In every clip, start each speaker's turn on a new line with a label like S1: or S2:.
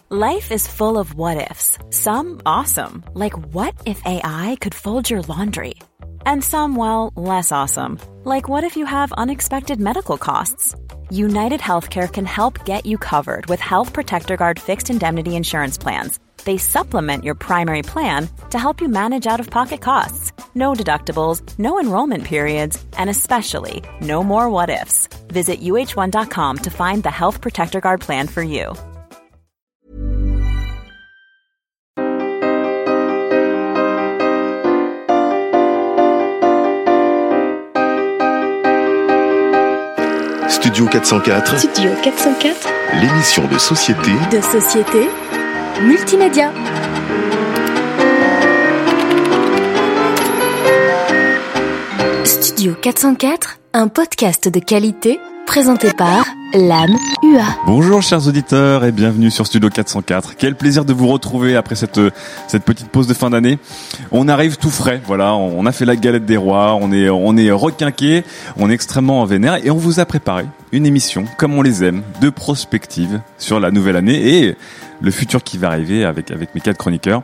S1: Life is full of what-ifs. Some awesome, like what if AI could fold your laundry? And some, well, less awesome, like what if you have unexpected medical costs? United Healthcare can help get you covered with Health Protector Guard fixed indemnity insurance plans. They supplement your primary plan to help you manage out-of-pocket costs. No deductibles, no enrollment periods, and especially no more what-ifs. Visit uh1.com to find the Health Protector Guard plan for you.
S2: Studio 404.
S3: Studio 404.
S2: L'émission de société.
S3: De société. Multimédia. Studio 404, un podcast de qualité présenté par l'âme UA.
S4: Bonjour chers auditeurs et bienvenue sur Studio 404. Quel plaisir de vous retrouver après cette petite pause de fin d'année. On arrive tout frais, voilà, on a fait la galette des rois, on est requinqué, on est extrêmement vénère et on vous a préparé une émission comme on les aime, de prospective sur la nouvelle année et le futur qui va arriver avec mes 4 chroniqueurs.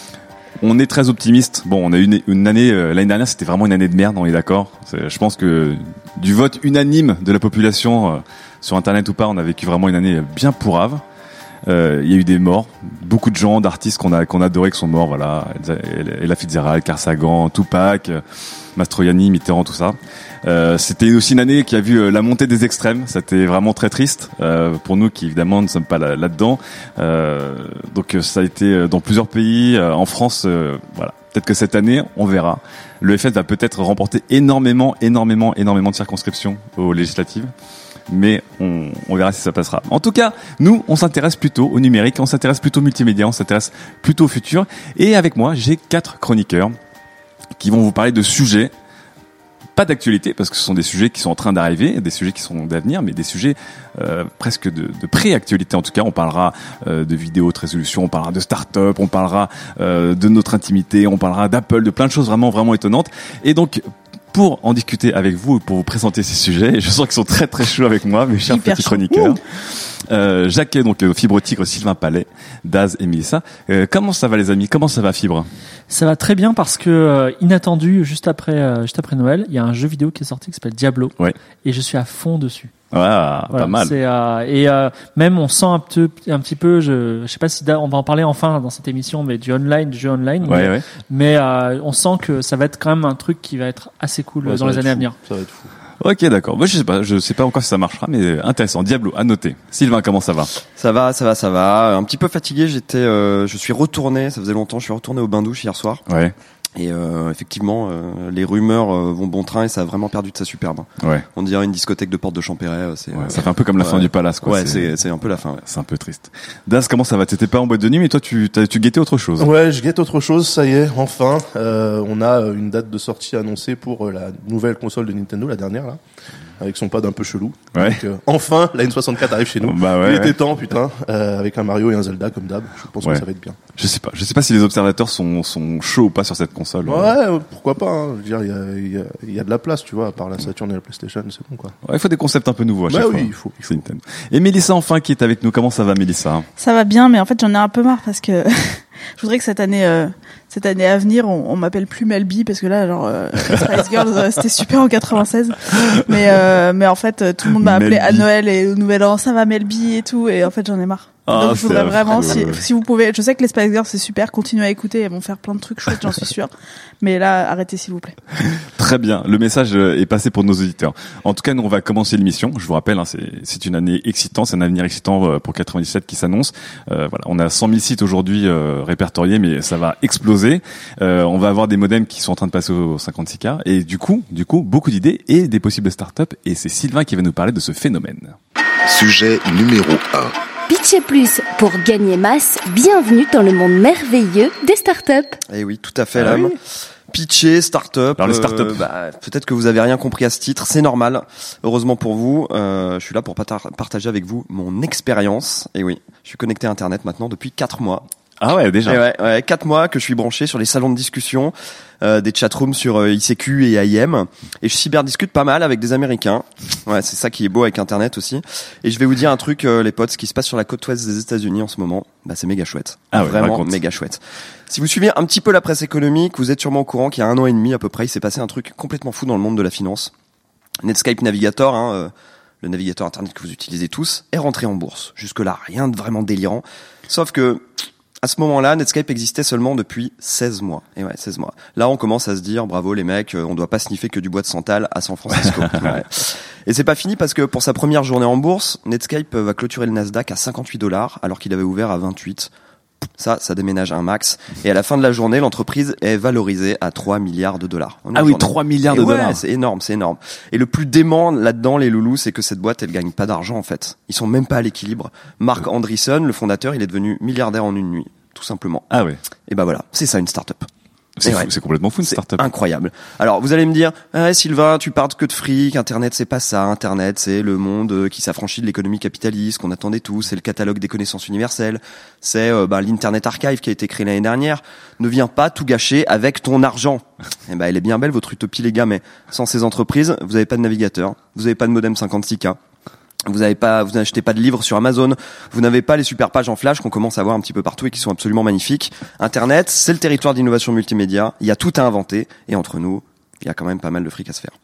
S4: On est très optimiste. Bon, on a eu une année, l'année dernière, c'était vraiment une année de merde, on est d'accord. Je pense que du vote unanime de la population, sur Internet ou pas, on a vécu vraiment une année bien pourrave. Il y a eu des morts, beaucoup de gens, d'artistes qu'on a adorés qui sont morts, voilà. Ella Fitzgerald, Carl Sagan, Tupac, Mastroianni, Mitterrand, tout ça. C'était aussi une année qui a vu la montée des extrêmes. C'était vraiment très triste pour nous qui évidemment ne sommes pas là-dedans. Donc ça a été dans plusieurs pays, en France. Voilà. Peut-être que cette année, on verra. Le FN va peut-être remporter énormément de circonscriptions aux législatives. Mais on verra si ça passera. En tout cas, nous, on s'intéresse plutôt au numérique, on s'intéresse plutôt au multimédia, on s'intéresse plutôt au futur. Et avec moi, j'ai 4 chroniqueurs qui vont vous parler de sujets, pas d'actualité, parce que ce sont des sujets qui sont en train d'arriver, des sujets qui sont d'avenir, mais des sujets presque de pré-actualité. En tout cas, on parlera de vidéo haute résolution, on parlera de start-up, on parlera de notre intimité, on parlera d'Apple, de plein de choses vraiment étonnantes. Et donc, pour en discuter avec vous, pour vous présenter ces sujets, je sens qu'ils sont très très chauds avec moi, mes chers petits chroniqueurs. J'accueille donc Fibre Tigre, Sylvain Palais, Daz et Mélissa. Comment ça va les amis? Comment ça va Fibre?
S5: Ça va très bien parce que inattendu, juste après Noël, il y a un jeu vidéo qui est sorti qui s'appelle Diablo. Ouais. Et je suis à fond dessus.
S4: Voilà, pas mal.
S5: Même on sent un petit peu, je sais pas si on va en parler enfin dans cette émission, mais du jeu online.
S4: Ouais.
S5: Mais on sent que ça va être quand même un truc qui va être assez cool dans les années à venir.
S4: Ça va être fou. Ok, d'accord. Moi, je sais pas encore si ça marchera, mais intéressant. Diablo, à noter. Sylvain, comment ça va?
S6: Ça va. Un petit peu fatigué. Je suis retourné. Ça faisait longtemps. Je suis retourné au bain-douche hier soir. Ouais. Et effectivement, les rumeurs vont bon train et ça a vraiment perdu de sa superbe. Ouais. On dirait une discothèque de Porte de Champéret.
S4: Ça fait un peu comme la fin du Palace, quoi.
S6: Ouais, c'est un peu la fin. Ouais.
S4: C'est un peu triste. Daz, comment ça va? T'étais pas en boîte de nuit, mais toi, tu guettais autre chose.
S7: Ouais, je guette autre chose. Ça y est, enfin, on a une date de sortie annoncée pour la nouvelle console de Nintendo, la dernière là, avec son pad un peu chelou. Ouais. Donc, enfin, la N64 arrive chez nous. Bah ouais. Il était temps, putain, avec un Mario et un Zelda comme d'hab. Je pense que ça va être bien.
S4: Je sais pas si les observateurs sont chauds ou pas sur cette console.
S7: Ouais, pourquoi pas, hein. Je veux dire, il y a de la place, tu vois, à part la Saturn et la PlayStation, c'est bon, quoi.
S4: Ouais, il faut des concepts un peu nouveaux à chaque fois.
S7: Oui, il faut.
S4: Et Mélissa, enfin, qui est avec nous. Comment ça va, Mélissa?
S8: Ça va bien, mais en fait, j'en ai un peu marre parce que je voudrais que cette année à venir, on m'appelle plus Melby parce que là, genre, Spice Girls, c'était super en 96. Mais en fait, tout le monde m'a appelé à Noël et au Nouvel An, ça va Melby et tout, et en fait, j'en ai marre. Donc je voudrais vraiment, si vous pouvez, je sais que les Spice Girls c'est super, continuez à écouter, elles vont faire plein de trucs chouettes, j'en suis sûre. Mais là, arrêtez s'il vous plaît.
S4: Très bien, le message est passé pour nos auditeurs. En tout cas, nous on va commencer l'émission. Je vous rappelle, hein, c'est une année excitante, c'est un avenir excitant pour 97 qui s'annonce. Voilà, on a 100 000 sites aujourd'hui répertoriés, mais ça va exploser. On va avoir des modems qui sont en train de passer au 56K, et du coup, beaucoup d'idées et des possibles startups. Et c'est Sylvain qui va nous parler de ce phénomène.
S2: Sujet numéro 1.
S3: Pitcher plus pour gagner masse. Bienvenue dans le monde merveilleux des startups.
S6: Eh oui, tout à fait, l'âme. Oui. Pitcher, start-up.
S4: Alors les start-up.
S6: Peut-être que vous avez rien compris à ce titre, c'est normal. Heureusement pour vous, je suis là pour partager avec vous mon expérience. Et oui, je suis connecté à Internet maintenant depuis 4 mois.
S4: Ah ouais, déjà.
S6: Et ouais, 4 mois que je suis branché sur les salons de discussion, des chatrooms sur ICQ et AIM, et je cyberdiscute pas mal avec des Américains. Ouais, c'est ça qui est beau avec Internet aussi. Et je vais vous dire un truc, les potes, ce qui se passe sur la côte ouest des États-Unis en ce moment, bah c'est méga chouette.
S4: Ah ouais,
S6: vraiment
S4: raconte.
S6: Méga chouette. Si vous suivez un petit peu la presse économique, vous êtes sûrement au courant qu'il y a 1 an et demi à peu près, il s'est passé un truc complètement fou dans le monde de la finance. Netscape Navigator, le navigateur Internet que vous utilisez tous, est rentré en bourse. Jusque-là, rien de vraiment délirant. Sauf que, à ce moment-là, Netscape existait seulement depuis 16 mois. Et ouais, 16 mois. Là, on commence à se dire, bravo les mecs, on doit pas sniffer que du bois de santal à San Francisco. Ouais. Et c'est pas fini parce que pour sa première journée en bourse, Netscape va clôturer le Nasdaq à $58 alors qu'il avait ouvert à 28. Ça déménage un max. Et à la fin de la journée, l'entreprise est valorisée à $3 milliards.
S4: Ah oui, $3 milliards.
S6: Ouais, c'est énorme. Et le plus dément là-dedans, les loulous, c'est que cette boîte, elle gagne pas d'argent, en fait. Ils sont même pas à l'équilibre. Mark Andreessen, le fondateur, il est devenu milliardaire en une nuit. Tout simplement.
S4: Ah ouais.
S6: Et bah voilà. C'est ça, une start-up.
S4: C'est complètement fou, une start-up.
S6: Incroyable. Alors, vous allez me dire, Sylvain, tu parles que de fric, Internet, c'est pas ça. Internet, c'est le monde qui s'affranchit de l'économie capitaliste, qu'on attendait tous. C'est le catalogue des connaissances universelles. C'est l'Internet Archive qui a été créé l'année dernière. Ne viens pas tout gâcher avec ton argent. Eh ben, elle est bien belle, votre utopie, les gars, mais sans ces entreprises, vous avez pas de navigateur, vous avez pas de modem 56K. Vous n'achetez pas de livres sur Amazon, vous n'avez pas les super pages en flash qu'on commence à voir un petit peu partout et qui sont absolument magnifiques. Internet, c'est le territoire d'innovation multimédia, il y a tout à inventer, et entre nous, il y a quand même pas mal de fric à se faire.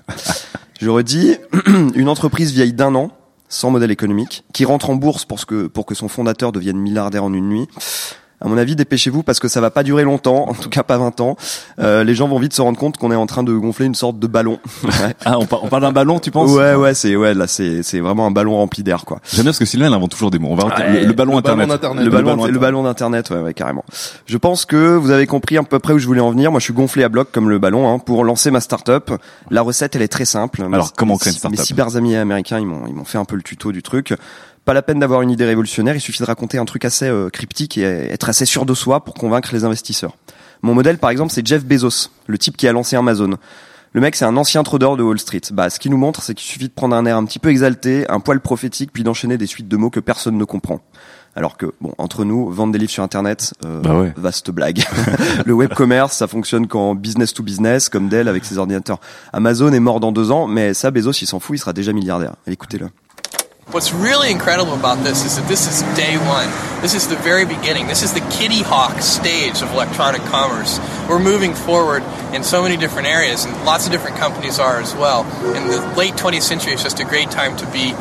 S6: Je redis, une entreprise vieille d'1 an, sans modèle économique, qui rentre en bourse pour que son fondateur devienne milliardaire en une nuit. À mon avis, dépêchez-vous parce que ça va pas durer longtemps, en tout cas pas 20 ans. Les gens vont vite se rendre compte qu'on est en train de gonfler une sorte de ballon. Ouais.
S4: Ah, on parle d'un ballon, tu penses?
S6: Ouais, c'est vraiment un ballon rempli d'air, quoi.
S4: J'aime bien parce que Sylvain, il invente toujours des mots. On va le ballon Internet.
S6: Le ballon d'Internet, ouais, carrément. Je pense que vous avez compris à peu près où je voulais en venir. Moi, je suis gonflé à bloc comme le ballon, pour lancer ma start-up. La recette, elle est très simple.
S4: Alors, comment on crée une start-up?
S6: Mes cyberamis américains, ils m'ont fait un peu le tuto du truc. Pas la peine d'avoir une idée révolutionnaire, il suffit de raconter un truc assez cryptique et être assez sûr de soi pour convaincre les investisseurs. Mon modèle, par exemple, c'est Jeff Bezos, le type qui a lancé Amazon. Le mec, c'est un ancien trader de Wall Street. Ce qu'il nous montre, c'est qu'il suffit de prendre un air un petit peu exalté, un poil prophétique, puis d'enchaîner des suites de mots que personne ne comprend. Alors que, entre nous, vendre des livres sur Internet, vaste blague. Le web commerce, ça fonctionne qu'en business to business, comme Dell avec ses ordinateurs. Amazon est mort dans 2 ans, mais ça, Bezos, il s'en fout, il sera déjà milliardaire. Écoutez-le.
S9: What's really incredible about this is that this is day one. This is the very beginning. This is the Kitty Hawk stage of electronic commerce. We're moving forward in so many different areas, and lots of different companies are as well. And the late 20th century is just a great time to be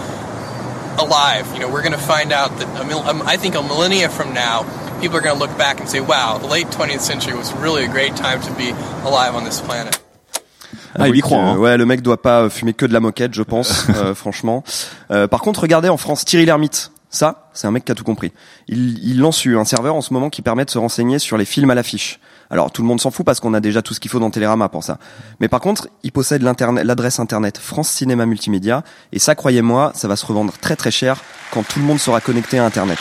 S9: alive. You know, we're going to find out that I think a millennia from now, people are going to look back and say, wow, the late 20th century was really a great time to be alive on this planet.
S4: Ah, il y croit.
S6: Ouais, le mec doit pas fumer que de la moquette, je pense, franchement. Par contre, regardez en France, Thierry Lhermitte. Ça, c'est un mec qui a tout compris. Il lance un serveur en ce moment qui permet de se renseigner sur les films à l'affiche. Alors, tout le monde s'en fout parce qu'on a déjà tout ce qu'il faut dans Télérama pour ça. Mais par contre, il possède l'adresse internet France Cinéma Multimédia. Et ça, croyez-moi, ça va se revendre très très cher quand tout le monde sera connecté à Internet.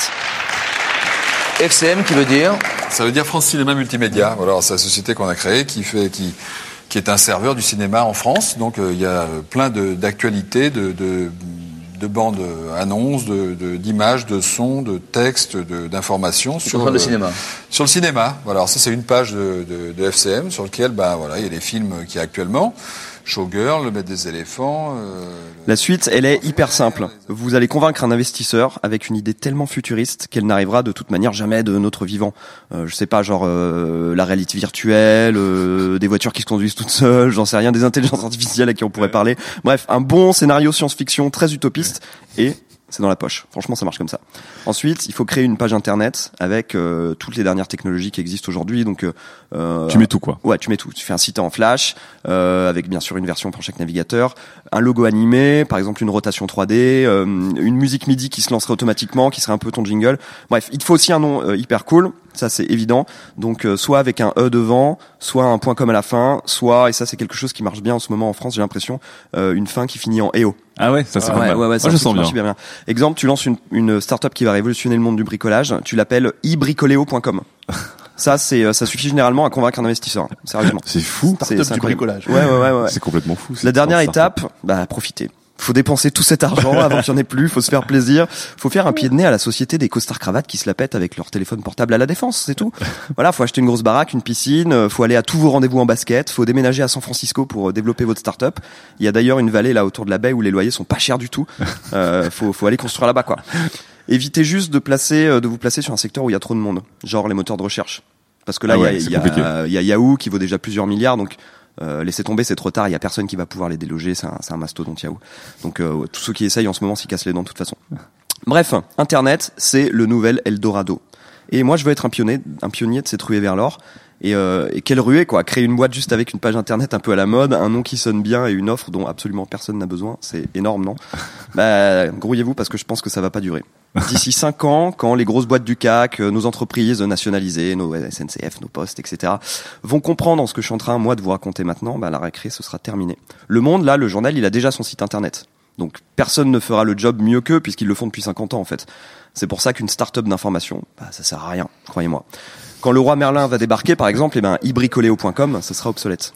S10: FCM, qui veut dire?
S11: Ça veut dire France Cinéma Multimédia. Voilà, c'est la société qu'on a créée qui est un serveur du cinéma en France. Donc il y a plein d'actualités, de bandes annonces, d'images, de sons, de textes, d'informations
S10: sur le cinéma.
S11: Sur le cinéma. Voilà, alors ça c'est une page de FCM sur lequel il y a les films qu'il y a actuellement. Showgirl, Le Maître des éléphants.
S6: La suite, elle est hyper simple. Vous allez convaincre un investisseur avec une idée tellement futuriste qu'elle n'arrivera de toute manière jamais de notre vivant. Je sais pas, genre la réalité virtuelle, des voitures qui se conduisent toutes seules, j'en sais rien, des intelligences artificielles à qui on pourrait parler. Bref, un bon scénario science-fiction très utopiste et c'est dans la poche. Franchement, ça marche comme ça. Ensuite, il faut créer une page internet avec toutes les dernières technologies qui existent aujourd'hui. Donc,
S4: tu mets tout, quoi.
S6: Ouais, tu mets tout. Tu fais un site en flash avec bien sûr une version pour chaque navigateur, un logo animé, par exemple une rotation 3D, une musique MIDI qui se lancerait automatiquement, qui serait un peu ton jingle. Bref, il te faut aussi un nom hyper cool. Ça, c'est évident. Donc, soit avec un E devant, soit un .com à la fin, soit, et ça, c'est quelque chose qui marche bien en ce moment en France, j'ai l'impression, une fin qui finit en EO.
S4: Ah ouais, ça c'est pas mal.
S6: Ouais,
S4: ça, je sens bien.
S6: Bien. Exemple, tu lances une start-up qui va révolutionner le monde du bricolage, tu l'appelles ibricoléo.com. Ça suffit généralement à convaincre un investisseur. Sérieusement.
S4: C'est fou.
S7: Start-up du bricolage.
S6: Ouais.
S4: C'est complètement fou.
S6: La dernière étape, profitez. Faut dépenser tout cet argent avant qu'il n'y en ait plus, faut se faire plaisir, faut faire un pied de nez à la société des costards cravates qui se la pètent avec leur téléphone portable à la Défense, c'est tout. Voilà, faut acheter une grosse baraque, une piscine, faut aller à tous vos rendez-vous en basket, faut déménager à San Francisco pour développer votre start-up. Il y a d'ailleurs une vallée là autour de la baie où les loyers sont pas chers du tout. Faut aller construire là-bas, quoi. Évitez juste de vous placer sur un secteur où il y a trop de monde, genre les moteurs de recherche. Parce que là, il y a Yahoo qui vaut déjà plusieurs milliards, donc laissez tomber, c'est trop tard, il y a personne qui va pouvoir les déloger, c'est un mastodonte Yahoo. Donc tous ceux qui essayent en ce moment s'y cassent les dents de toute façon. Bref, Internet, c'est le nouvel Eldorado. Et moi je veux être un pionnier de cette ruée vers l'or. Et quelle ruée, quoi, créer une boîte juste avec une page internet un peu à la mode, un nom qui sonne bien et une offre dont absolument personne n'a besoin, c'est énorme, non? Grouillez-vous parce que je pense que ça va pas durer. D'ici 5 ans, quand les grosses boîtes du CAC, nos entreprises nationalisées, nos SNCF, nos postes, etc., vont comprendre ce que je suis en train, moi, de vous raconter maintenant, la récré, ce sera terminé. Le Monde, là, le journal, il a déjà son site internet. Donc, personne ne fera le job mieux qu'eux, puisqu'ils le font depuis 50 ans, en fait. C'est pour ça qu'une start-up d'information, ça sert à rien, croyez-moi. Quand le roi Merlin va débarquer, par exemple, ibricoléo.com, ça sera obsolète.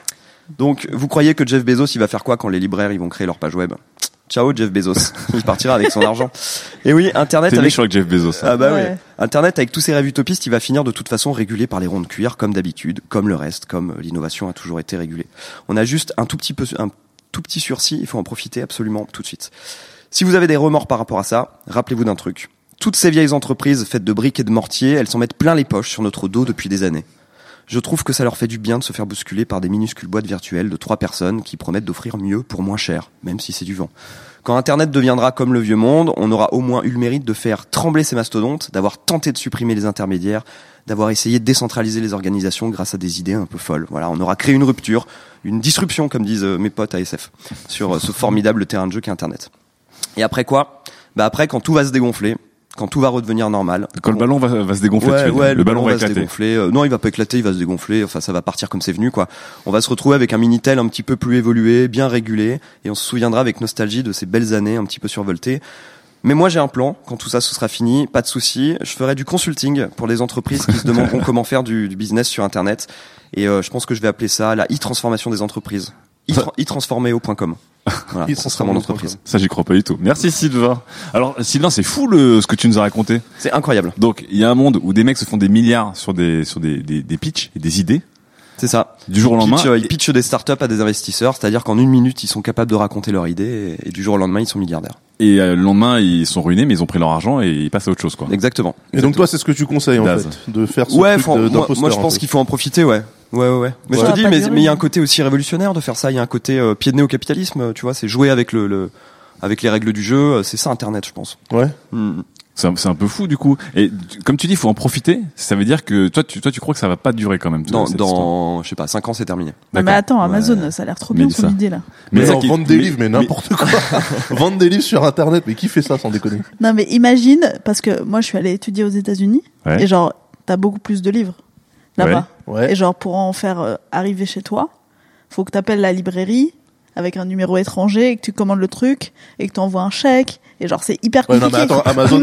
S6: Donc, vous croyez que Jeff Bezos, il va faire quoi quand les libraires, ils vont créer leur page web? Ciao Jeff Bezos, il partira avec son argent. Et oui, Internet
S4: avec Jeff Bezos.
S6: Ah bah ouais. Internet avec tous ses rêves utopistes, il va finir de toute façon régulé par les ronds de cuir comme d'habitude, comme le reste, comme l'innovation a toujours été régulée. On a juste un tout petit sursis, il faut en profiter absolument tout de suite. Si vous avez des remords par rapport à ça, rappelez-vous d'un truc. Toutes ces vieilles entreprises faites de briques et de mortier, elles s'en mettent plein les poches sur notre dos depuis des années. Je trouve que ça leur fait du bien de se faire bousculer par des minuscules boîtes virtuelles de 3 personnes qui promettent d'offrir mieux pour moins cher, même si c'est du vent. Quand Internet deviendra comme le vieux monde, on aura au moins eu le mérite de faire trembler ces mastodontes, d'avoir tenté de supprimer les intermédiaires, d'avoir essayé de décentraliser les organisations grâce à des idées un peu folles. Voilà, on aura créé une rupture, une disruption, comme disent mes potes à SF, sur ce formidable terrain de jeu qu'est Internet. Et après quoi? Après, quand tout va se dégonfler, quand tout va redevenir normal.
S4: Quand le ballon va se dégonfler.
S6: Le ballon va éclater. Se dégonfler. Non, il va pas éclater, il va se dégonfler. Enfin, ça va partir comme c'est venu, quoi. On va se retrouver avec un Minitel un petit peu plus évolué, bien régulé, et on se souviendra avec nostalgie de ces belles années un petit peu survoltées. Mais moi, j'ai un plan. Quand tout ça, ce sera fini, pas de souci. Je ferai du consulting pour les entreprises qui se demanderont comment faire du business sur Internet. Et je pense que je vais appeler ça la e-transformation des entreprises. e-transformeo.com. Voilà, ça sera mon entreprise.
S4: Ça, j'y crois pas du tout. Merci Sylvain. Alors Sylvain, c'est fou ce que tu nous as raconté.
S6: C'est incroyable.
S4: Donc il y a un monde où des mecs se font des milliards sur des pitchs et des idées.
S6: C'est ça.
S4: Du jour au lendemain,
S6: ils pitchent des startups à des investisseurs, c'est-à-dire qu'en 1 minute, ils sont capables de raconter leur idée et du jour au lendemain, ils sont milliardaires.
S4: Et le lendemain, ils sont ruinés, mais ils ont pris leur argent et ils passent à autre chose, quoi.
S6: Exactement.
S7: Et donc toi, c'est ce que tu conseilles en fait, de faire ce truc d'imposteur.
S6: Moi, je pense qu'il faut en profiter, ouais. Mais je te dis, mais il y a un côté aussi révolutionnaire de faire ça. Il y a un côté pied de nez au capitalisme, tu vois. C'est jouer avec avec les règles du jeu. C'est ça Internet, je pense.
S7: Ouais.
S4: C'est un peu fou du coup. Et comme tu dis, il faut en profiter. Ça veut dire que toi, tu crois que ça va pas durer quand même.
S6: Dans je sais pas, 5 ans, c'est terminé.
S8: Non, mais attends, Amazon, ça a l'air trop bien son idée là.
S7: Mais vendre des livres, mais n'importe quoi. Vendre des livres sur Internet, mais qui fait ça sans déconner?
S8: Non, mais imagine, parce que moi, je suis allé étudier aux États-Unis et genre, t'as beaucoup plus de livres là-bas.
S7: Ouais.
S8: Et genre, pour en faire arriver chez toi, faut que t'appelles la librairie avec un numéro étranger et que tu commandes le truc et que tu envoies un chèque et genre c'est hyper compliqué.
S7: Non mais attends, Amazon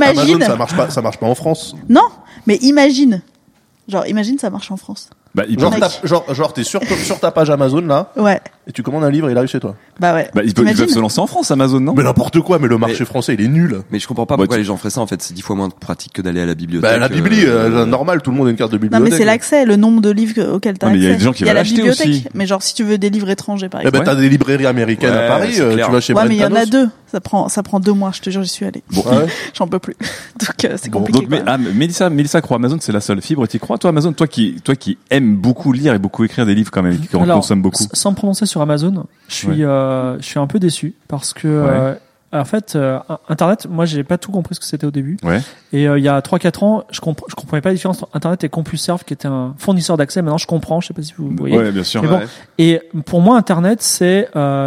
S7: ça marche pas en France.
S8: Non, mais imagine ça marche en France.
S7: Genre t'es sur ta page Amazon là.
S8: Ouais.
S7: Et tu commandes un livre et il arrive chez toi.
S8: Bah ouais.
S4: Ils peuvent se lancer en France, Amazon, non?
S7: Mais n'importe quoi, mais le marché français il est nul.
S6: Mais je comprends pas pourquoi les gens feraient ça en fait, c'est 10 fois moins pratique que d'aller à la bibliothèque.
S7: La bibli, normal, tout le monde a une carte de bibliothèque.
S8: Non mais c'est l'accès, le nombre de livres auxquels t'as accès.
S4: Il y a des gens qui veulent l'acheter aussi.
S8: Mais genre si tu veux des livres étrangers par exemple.
S7: T'as des librairies américaines à Paris, tu vas chez Brent.
S8: Ouais mais il y en a 2. Ça prend 2 mois, je te jure, j'y suis allé.
S4: Bon,
S8: j'en peux plus. Donc c'est compliqué.
S4: Donc Mélissa croit Amazon, c'est la seule. Fibre, t'y crois toi Amazon, toi qui aimes beaucoup lire et beaucoup écrire des livres quand même, qui en consomme beaucoup.
S5: Sans me prononcer sur Amazon, je suis un peu déçu parce que en fait Internet, moi j'ai pas tout compris ce que c'était au début. Et il y a 3-4 ans, je comprenais pas la différence entre Internet et CompuServe qui était un fournisseur d'accès. Maintenant je comprends, je sais pas si vous voyez.
S4: Ouais, bien sûr.
S5: Mais bon, et pour moi Internet c'est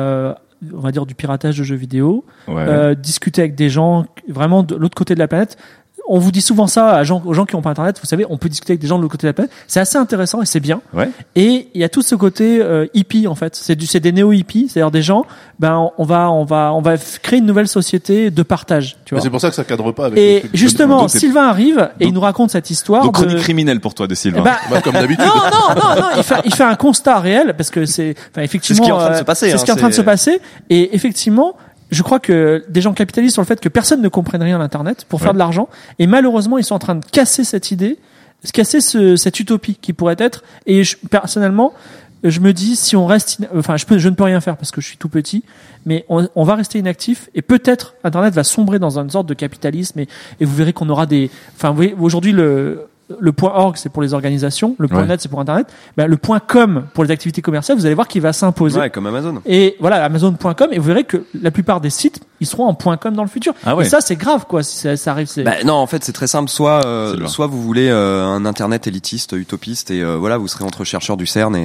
S5: on va dire du piratage de jeux vidéo, discuter avec des gens vraiment de l'autre côté de la planète. On vous dit souvent ça aux gens qui n'ont pas Internet. Vous savez, on peut discuter avec des gens de l'autre côté de la planète. C'est assez intéressant et c'est bien. Et il y a tout ce côté hippie en fait. C'est des néo-hippies, c'est-à-dire des gens. On va créer une nouvelle société de partage. Tu vois.
S7: C'est pour ça que ça cadre pas avec.
S5: Et justement, Sylvain arrive et il nous raconte cette histoire.
S4: Donc chronique criminelle pour toi de Sylvain.
S7: Comme d'habitude.
S5: Non. Il fait un constat réel parce que c'est effectivement.
S6: C'est ce qui est en train de se passer.
S5: C'est ce qui est en train de se passer. Et effectivement. je crois que des gens capitalisent sur le fait que personne ne comprenne rien à l'internet pour faire de l'argent, et malheureusement ils sont en train de casser cette idée, casser cette utopie qui pourrait être. Et personnellement, je me dis, si on reste, je ne peux rien faire parce que je suis tout petit, mais on va rester inactif, et peut-être Internet va sombrer dans une sorte de capitalisme, et vous verrez qu'on aura vous voyez, aujourd'hui le .org c'est pour les organisations, le .net c'est pour Internet, le .com pour les activités commerciales, vous allez voir qu'il va s'imposer.
S6: Ouais, comme Amazon.
S5: Et voilà, Amazon.com, et vous verrez que la plupart des sites, ils seront en .com dans le futur. Ah ouais. Et ça, c'est grave, quoi, si ça arrive.
S6: Non, en fait, c'est très simple. Soit vous voulez un Internet élitiste, utopiste, et vous serez entre chercheurs du CERN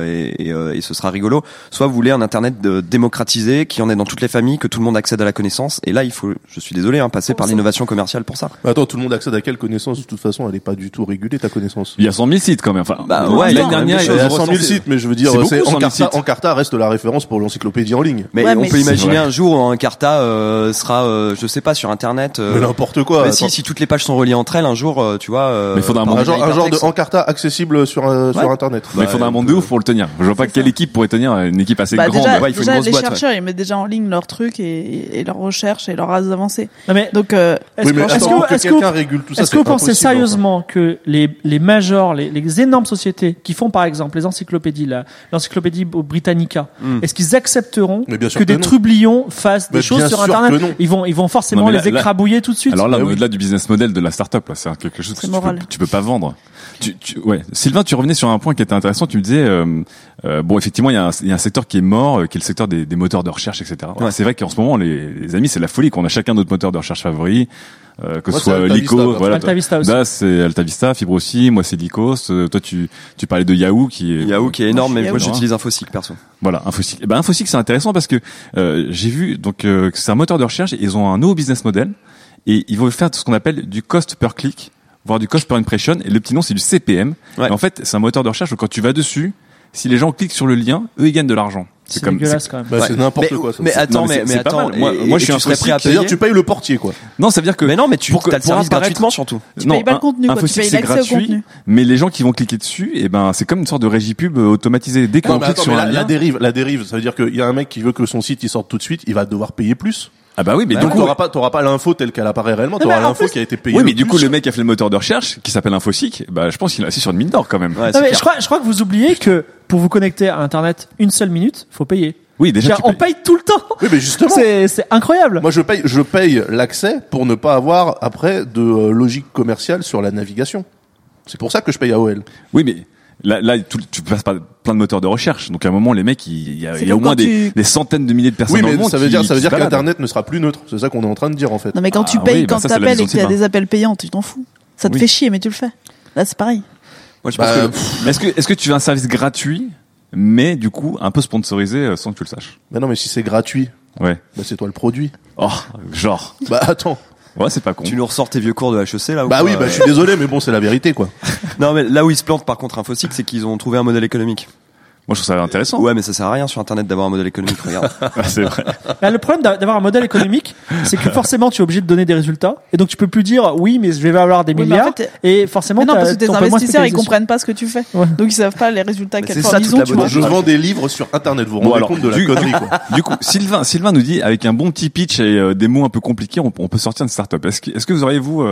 S6: et ce sera rigolo. Soit vous voulez un Internet démocratisé, qui en est dans toutes les familles, que tout le monde accède à la connaissance. Et là, il faut, je suis désolé, passer par l'innovation commerciale pour ça.
S7: Attends, tout le monde accède à quelle connaissance? De toute façon, elle est pas du tout régulée, ta connaissance.
S4: Il y a 100 000 sites quand même.
S7: L'année dernière, il y a 100 000 sites, mais je veux dire, Encarta reste la référence pour l'encyclopédie en ligne.
S6: Mais on peut imaginer un jour où Encarta sera, je sais pas, sur Internet.
S7: Mais n'importe quoi.
S6: Mais si toutes les pages sont reliées entre elles, un jour, tu vois.
S4: Mais il faudra
S7: un genre de Encarta accessible sur Internet.
S4: Mais il faudra un monde de ouf pour le tenir. Je vois pas quelle équipe pourrait tenir une équipe assez grande.
S8: Il faut une grosse boîte. Les chercheurs, ils mettent déjà en ligne leurs trucs et leurs recherches et leurs races avancées. Donc,
S5: est-ce que vous pensez sérieusement que les majors, les énormes sociétés qui font par exemple les encyclopédies, l'encyclopédie Britannica, est-ce qu'ils accepteront que des trublions fassent des choses sur Internet? Ils vont forcément les écrabouiller tout de suite.
S4: Alors là, au-delà du business model de la start-up, là, c'est quelque chose que tu peux pas vendre. Sylvain, tu revenais sur un point qui était intéressant. Tu me disais, effectivement, il y a un secteur qui est mort, qui est le secteur des moteurs de recherche, etc. Ouais. C'est vrai qu'en ce moment, les amis, c'est la folie, qu'on a chacun notre moteur de recherche favori. Que ce soit Lycos,
S5: AltaVista aussi.
S4: Là, c'est AltaVista, Fibre aussi, moi c'est Lycos. Toi, tu parlais de Yahoo qui est
S6: énorme, mais moi j'utilise Infosec perso.
S4: Voilà, Infosec. Infosec, c'est intéressant parce que j'ai vu que c'est un moteur de recherche. Et ils ont un nouveau business model et ils vont faire ce qu'on appelle du cost per click, voire du cost per impression. Et le petit nom, c'est du CPM. Ouais. Et en fait, c'est un moteur de recherche où quand tu vas dessus, si les gens cliquent sur le lien, eux ils gagnent de l'argent.
S5: C'est dégueulasse quand même.
S7: C'est n'importe quoi. Ça.
S6: Mais attends,
S4: moi je suis un
S7: prêt à payer. C'est-à-dire tu payes le portier quoi.
S4: Non, ça veut dire que.
S6: Mais non, mais tu as le service gratuitement surtout.
S8: Tu payes pas le contenu, tu payes l'accès au contenu.
S4: Mais les gens qui vont cliquer dessus, c'est comme une sorte de régie pub automatisée. Dès qu'on clique sur un lien.
S7: La dérive, ça veut dire qu'il y a un mec qui veut que son site il sorte tout de suite, il va devoir payer plus.
S4: Ah bah oui, mais
S7: donc t'auras pas l'info telle qu'elle apparaît réellement, t'auras l'info qui a été payée.
S4: Oui, mais du coup le mec qui a fait le moteur de recherche, qui s'appelle Infosec, je pense qu'il est assis sur une mine d'or quand même.
S5: Ouais, je crois que vous oubliez que pour vous connecter à Internet une seule minute, faut payer.
S4: Oui, déjà.
S5: On paye tout le temps.
S7: Oui, mais justement.
S5: C'est incroyable.
S7: Moi, je paye l'accès pour ne pas avoir après de logique commerciale sur la navigation. C'est pour ça que je paye AOL.
S4: Oui, mais là, tu passes par plein de moteurs de recherche. Donc à un moment, les mecs, il y a au moins des centaines de milliers de personnes dans le monde.
S7: Oui, mais ça veut dire qu'Internet ne sera plus neutre. C'est ça qu'on est en train de dire en fait.
S8: Non, mais quand tu payes, quand t'appelles et qu'il y a des appels payants, tu t'en fous. Ça te fait chier, mais tu le fais. Là, c'est pareil.
S4: Moi, je pense que est-ce que tu veux un service gratuit? Mais du coup, un peu sponsorisé sans que tu le saches.
S7: Mais non, mais si c'est gratuit, c'est toi le produit.
S4: Oh, genre.
S7: Attends.
S4: Ouais, c'est pas con.
S6: Tu nous ressors tes vieux cours de HEC là.
S7: Oui, je suis désolé, mais bon, c'est la vérité quoi.
S6: Non, mais là où ils se plantent par contre Infosec, c'est qu'ils ont trouvé un modèle économique.
S4: Moi, je trouve ça intéressant.
S6: Ouais, mais ça sert à rien sur Internet d'avoir un modèle économique, regarde.
S4: C'est vrai.
S5: Le problème d'avoir un modèle économique, c'est que forcement, tu es obligé de donner des résultats. Et donc, tu peux plus dire, oui, mais je vais avoir des milliards. Et forcément,
S8: non, parce que tes investisseurs, ils comprennent pas ce que tu fais. Ouais. Donc, ils savent pas les résultats qu'elles font.
S7: Je vends des livres sur Internet. Vous vous rendez compte de la connerie, quoi.
S4: Du coup, Sylvain nous dit, avec un bon petit pitch et des mots un peu compliqués, on peut sortir une start-up. Est-ce que vous auriez, vous,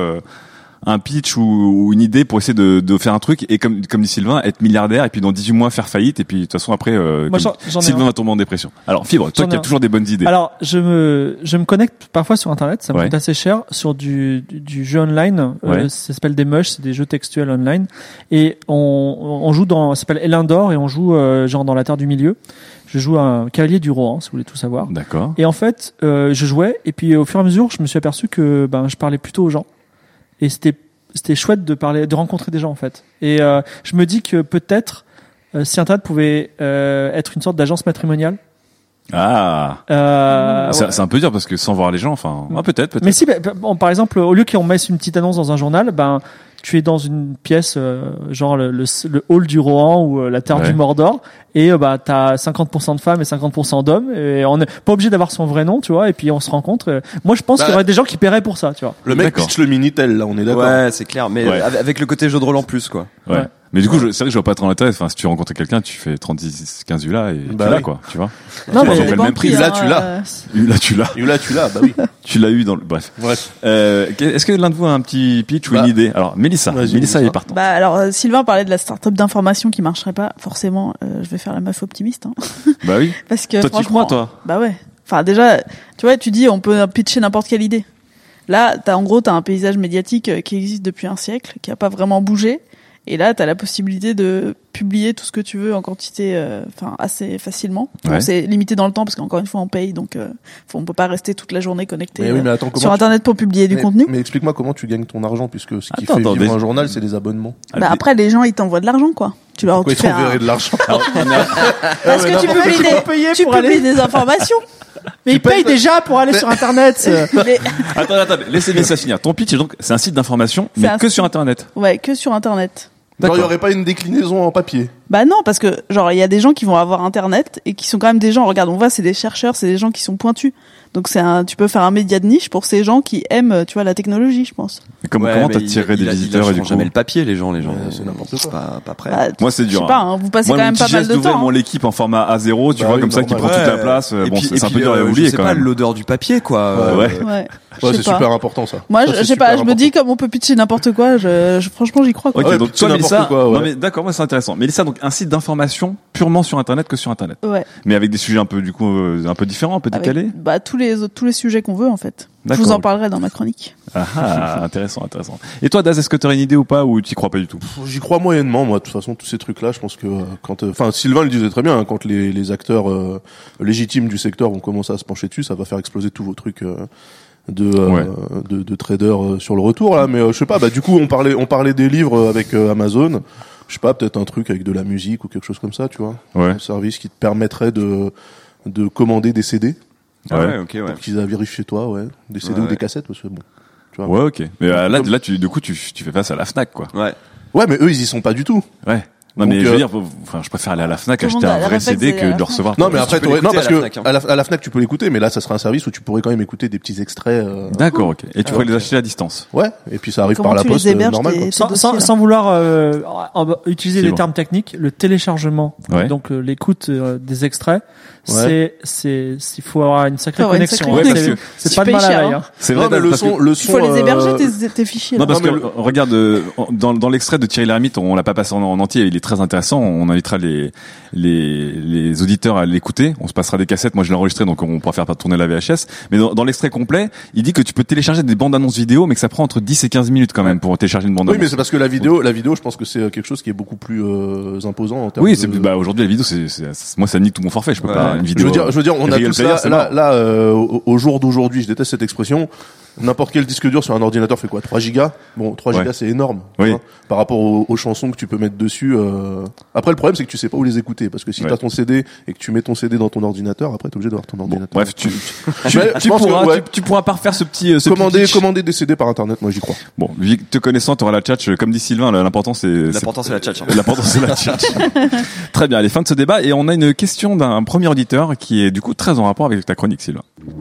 S4: un pitch ou une idée pour essayer de faire un truc et comme dit Sylvain, être milliardaire et puis dans 18 mois faire faillite et puis de toute façon après Sylvain va tomber en dépression. Alors Fibre, toi qui as toujours des bonnes idées.
S5: Alors je me connecte parfois sur Internet, ça me coûte assez cher sur du jeu online, ça s'appelle des mush, c'est des jeux textuels online et on joue ça s'appelle Elendor et on joue genre dans la Terre du Milieu. Je joue un cavalier du Rohan, si vous voulez tout savoir.
S4: D'accord.
S5: Et en fait, je jouais et puis au fur et à mesure, je me suis aperçu que je parlais plutôt aux gens. Et c'était chouette de rencontrer des gens en fait. Et je me dis que peut-être si Internet pouvait être une sorte d'agence matrimoniale.
S4: C'est un peu dur parce que sans voir les gens, peut-être.
S5: Mais si, par exemple, au lieu qu'on mette une petite annonce dans un journal, tu es dans une pièce genre le hall du Rohan ou la terre du Mordor et t'as 50% de femmes et 50% d'hommes et on n'est pas obligé d'avoir son vrai nom, tu vois, et puis on se rencontre. Moi je pense qu'il y aurait des gens qui paieraient pour ça, tu vois.
S7: Le mec pitch le Minitel là, on est d'accord.
S6: Ouais, c'est clair, mais avec le côté jeu de rôle en plus quoi.
S4: Ouais. Mais du coup, c'est vrai que je vois pas trop l'intérêt. Enfin, si tu rencontres quelqu'un, tu fais 36-15 ULA et tu l'as, quoi, tu vois.
S5: Non, mais
S7: le même prix. Là, tu l'as. Bah oui.
S4: Tu l'as eu dans le, bref. Est-ce que l'un de vous a un petit pitch ou une idée? Alors, Mélissa est partante.
S8: Bah, alors, Sylvain parlait de la start-up d'information qui marcherait pas. Forcément, je vais faire la meuf optimiste, hein.
S4: Bah oui.
S8: Parce que,
S4: toi, tu crois, toi?
S8: Bah ouais. Enfin, déjà, tu vois, tu dis, on peut pitcher n'importe quelle idée. Là, t'as un paysage médiatique qui existe depuis un siècle, qui a pas vraiment bougé. Et là, t'as la possibilité de publier tout ce que tu veux en quantité, assez facilement. Bon, c'est limité dans le temps parce qu'encore une fois, on paye, donc on peut pas rester toute la journée connecté sur Internet pour publier du contenu.
S7: Mais explique-moi comment tu gagnes ton argent, puisque ce qui fait vivre un journal, c'est les abonnements.
S8: Bah après, les gens, ils t'envoient de l'argent, quoi.
S7: Pourquoi ils t'enverraient de l'argent?
S8: Parce que tu peux payer des informations.
S5: Mais ils payent déjà pour aller sur Internet.
S4: Attends, laissez ça finir. Ton pitch, donc, c'est un site d'information, mais que sur Internet.
S8: Ouais, que sur Internet.
S7: Genre, il y aurait pas une déclinaison en papier?
S8: Bah non, parce que, genre, il y a des gens qui vont avoir Internet et qui sont quand même des gens, regarde, on voit, c'est des chercheurs, c'est des gens qui sont pointus. Donc tu peux faire un média de niche pour ces gens qui aiment, tu vois, la technologie, je pense.
S4: Et comment t'attirerais des visiteurs
S6: et du coup jamais le papier, les gens,
S7: c'est n'importe quoi.
S6: Pas prêt.
S8: Bah,
S4: moi, c'est dur.
S8: Je sais pas, hein, vous passez quand même pas mal de temps.
S4: Moi, l'équipe en format A0, tu vois, comme ça, qui prend toute la place. Bon, c'est un peu dur à oublier, quand même.
S6: C'est pas l'odeur du papier, quoi.
S8: Ouais.
S7: C'est super important, ça.
S8: Moi, je sais pas, je me dis, comme on peut pitcher n'importe quoi, franchement, j'y crois, quoi.
S4: Ok, donc toi, Mélissa, non mais d'accord, moi, c'est intéressant. Mélissa, donc, un site d'information purement sur Internet que sur Internet.
S8: Ouais.
S4: Mais avec des sujets un peu, du coup, un peu différents, un peu décalés.
S8: Bah, tous les sujets qu'on veut, en fait. Je vous en parlerai dans ma chronique.
S4: Intéressant. Et toi, Daz, est-ce que tu aurais une idée ou pas, ou t'y crois pas du tout?
S7: J'y crois moyennement, moi. De toute façon, tous ces trucs-là, je pense que Sylvain le disait très bien, hein, quand les acteurs légitimes du secteur vont commencer à se pencher dessus, ça va faire exploser tous vos trucs de traders sur le retour là. Mais je sais pas. Bah du coup, on parlait des livres avec Amazon. Je sais pas, peut-être un truc avec de la musique ou quelque chose comme ça, tu vois. Un service qui te permettrait de commander des CD. Pour qu'ils arrivent chez toi, des CD ou des cassettes, parce que bon, tu vois.
S4: Ouais, ok. Mais là, tu fais face à la Fnac, quoi.
S7: Ouais, mais eux, ils y sont pas du tout.
S4: Ouais. Non, mais je veux dire, je préfère aller à la Fnac acheter un vrai CD que de le recevoir.
S7: Non, mais après, parce que à la Fnac, tu peux l'écouter, mais là, ça sera un service où tu pourrais quand même écouter des petits extraits.
S4: D'accord, ok. Et tu pourrais les acheter à distance.
S7: Ouais. Et puis ça arrive par la poste normale.
S5: Sans vouloir utiliser des termes techniques, le téléchargement, donc l'écoute des extraits, il faut avoir une sacrée connexion. C'est pas de mal à l'œil.
S7: C'est vrai.
S8: Il faut les héberger tes fichiers.
S4: Non, parce que regarde, dans l'extrait de Thierry Lhermitte, on l'a pas passé en entier. Il est très intéressant. On invitera les auditeurs à l'écouter. On se passera des cassettes. Moi, je l'ai enregistré, donc on pourra faire tourner la VHS. Mais dans l'extrait complet, il dit que tu peux télécharger des bandes annonces vidéo, mais que ça prend entre 10 et 15 minutes quand même pour télécharger une bande annonce.
S7: Oui, mais c'est parce que la vidéo, je pense que c'est quelque chose qui est beaucoup plus imposant en termes
S4: aujourd'hui, la vidéo, moi, ça nique tout mon forfait. Je peux pas une vidéo.
S7: Je veux dire, on a tout ça. Là, au jour d'aujourd'hui, je déteste cette expression. N'importe quel disque dur sur un ordinateur fait quoi? 3 gigas? Bon, 3 gigas, c'est énorme. Hein, par rapport aux chansons que tu peux mettre dessus. Après, le problème, c'est que tu sais pas où les écouter. Parce que si t'as ton CD et que tu mets ton CD dans ton ordinateur, après, t'es obligé d'avoir ton ordinateur.
S4: Bref, tu pourras pas refaire ce petit,
S7: commander des CD par Internet, moi, j'y crois.
S4: Bon, vu que te connaissant, t'auras la tchatch, comme dit Sylvain, l'important c'est
S6: la tchatch.
S4: L'important c'est la tchatch. Très bien, allez, fin de ce débat. Et on a une question d'un premier auditeur qui est, du coup, très en rapport avec ta chronique, Sylvain.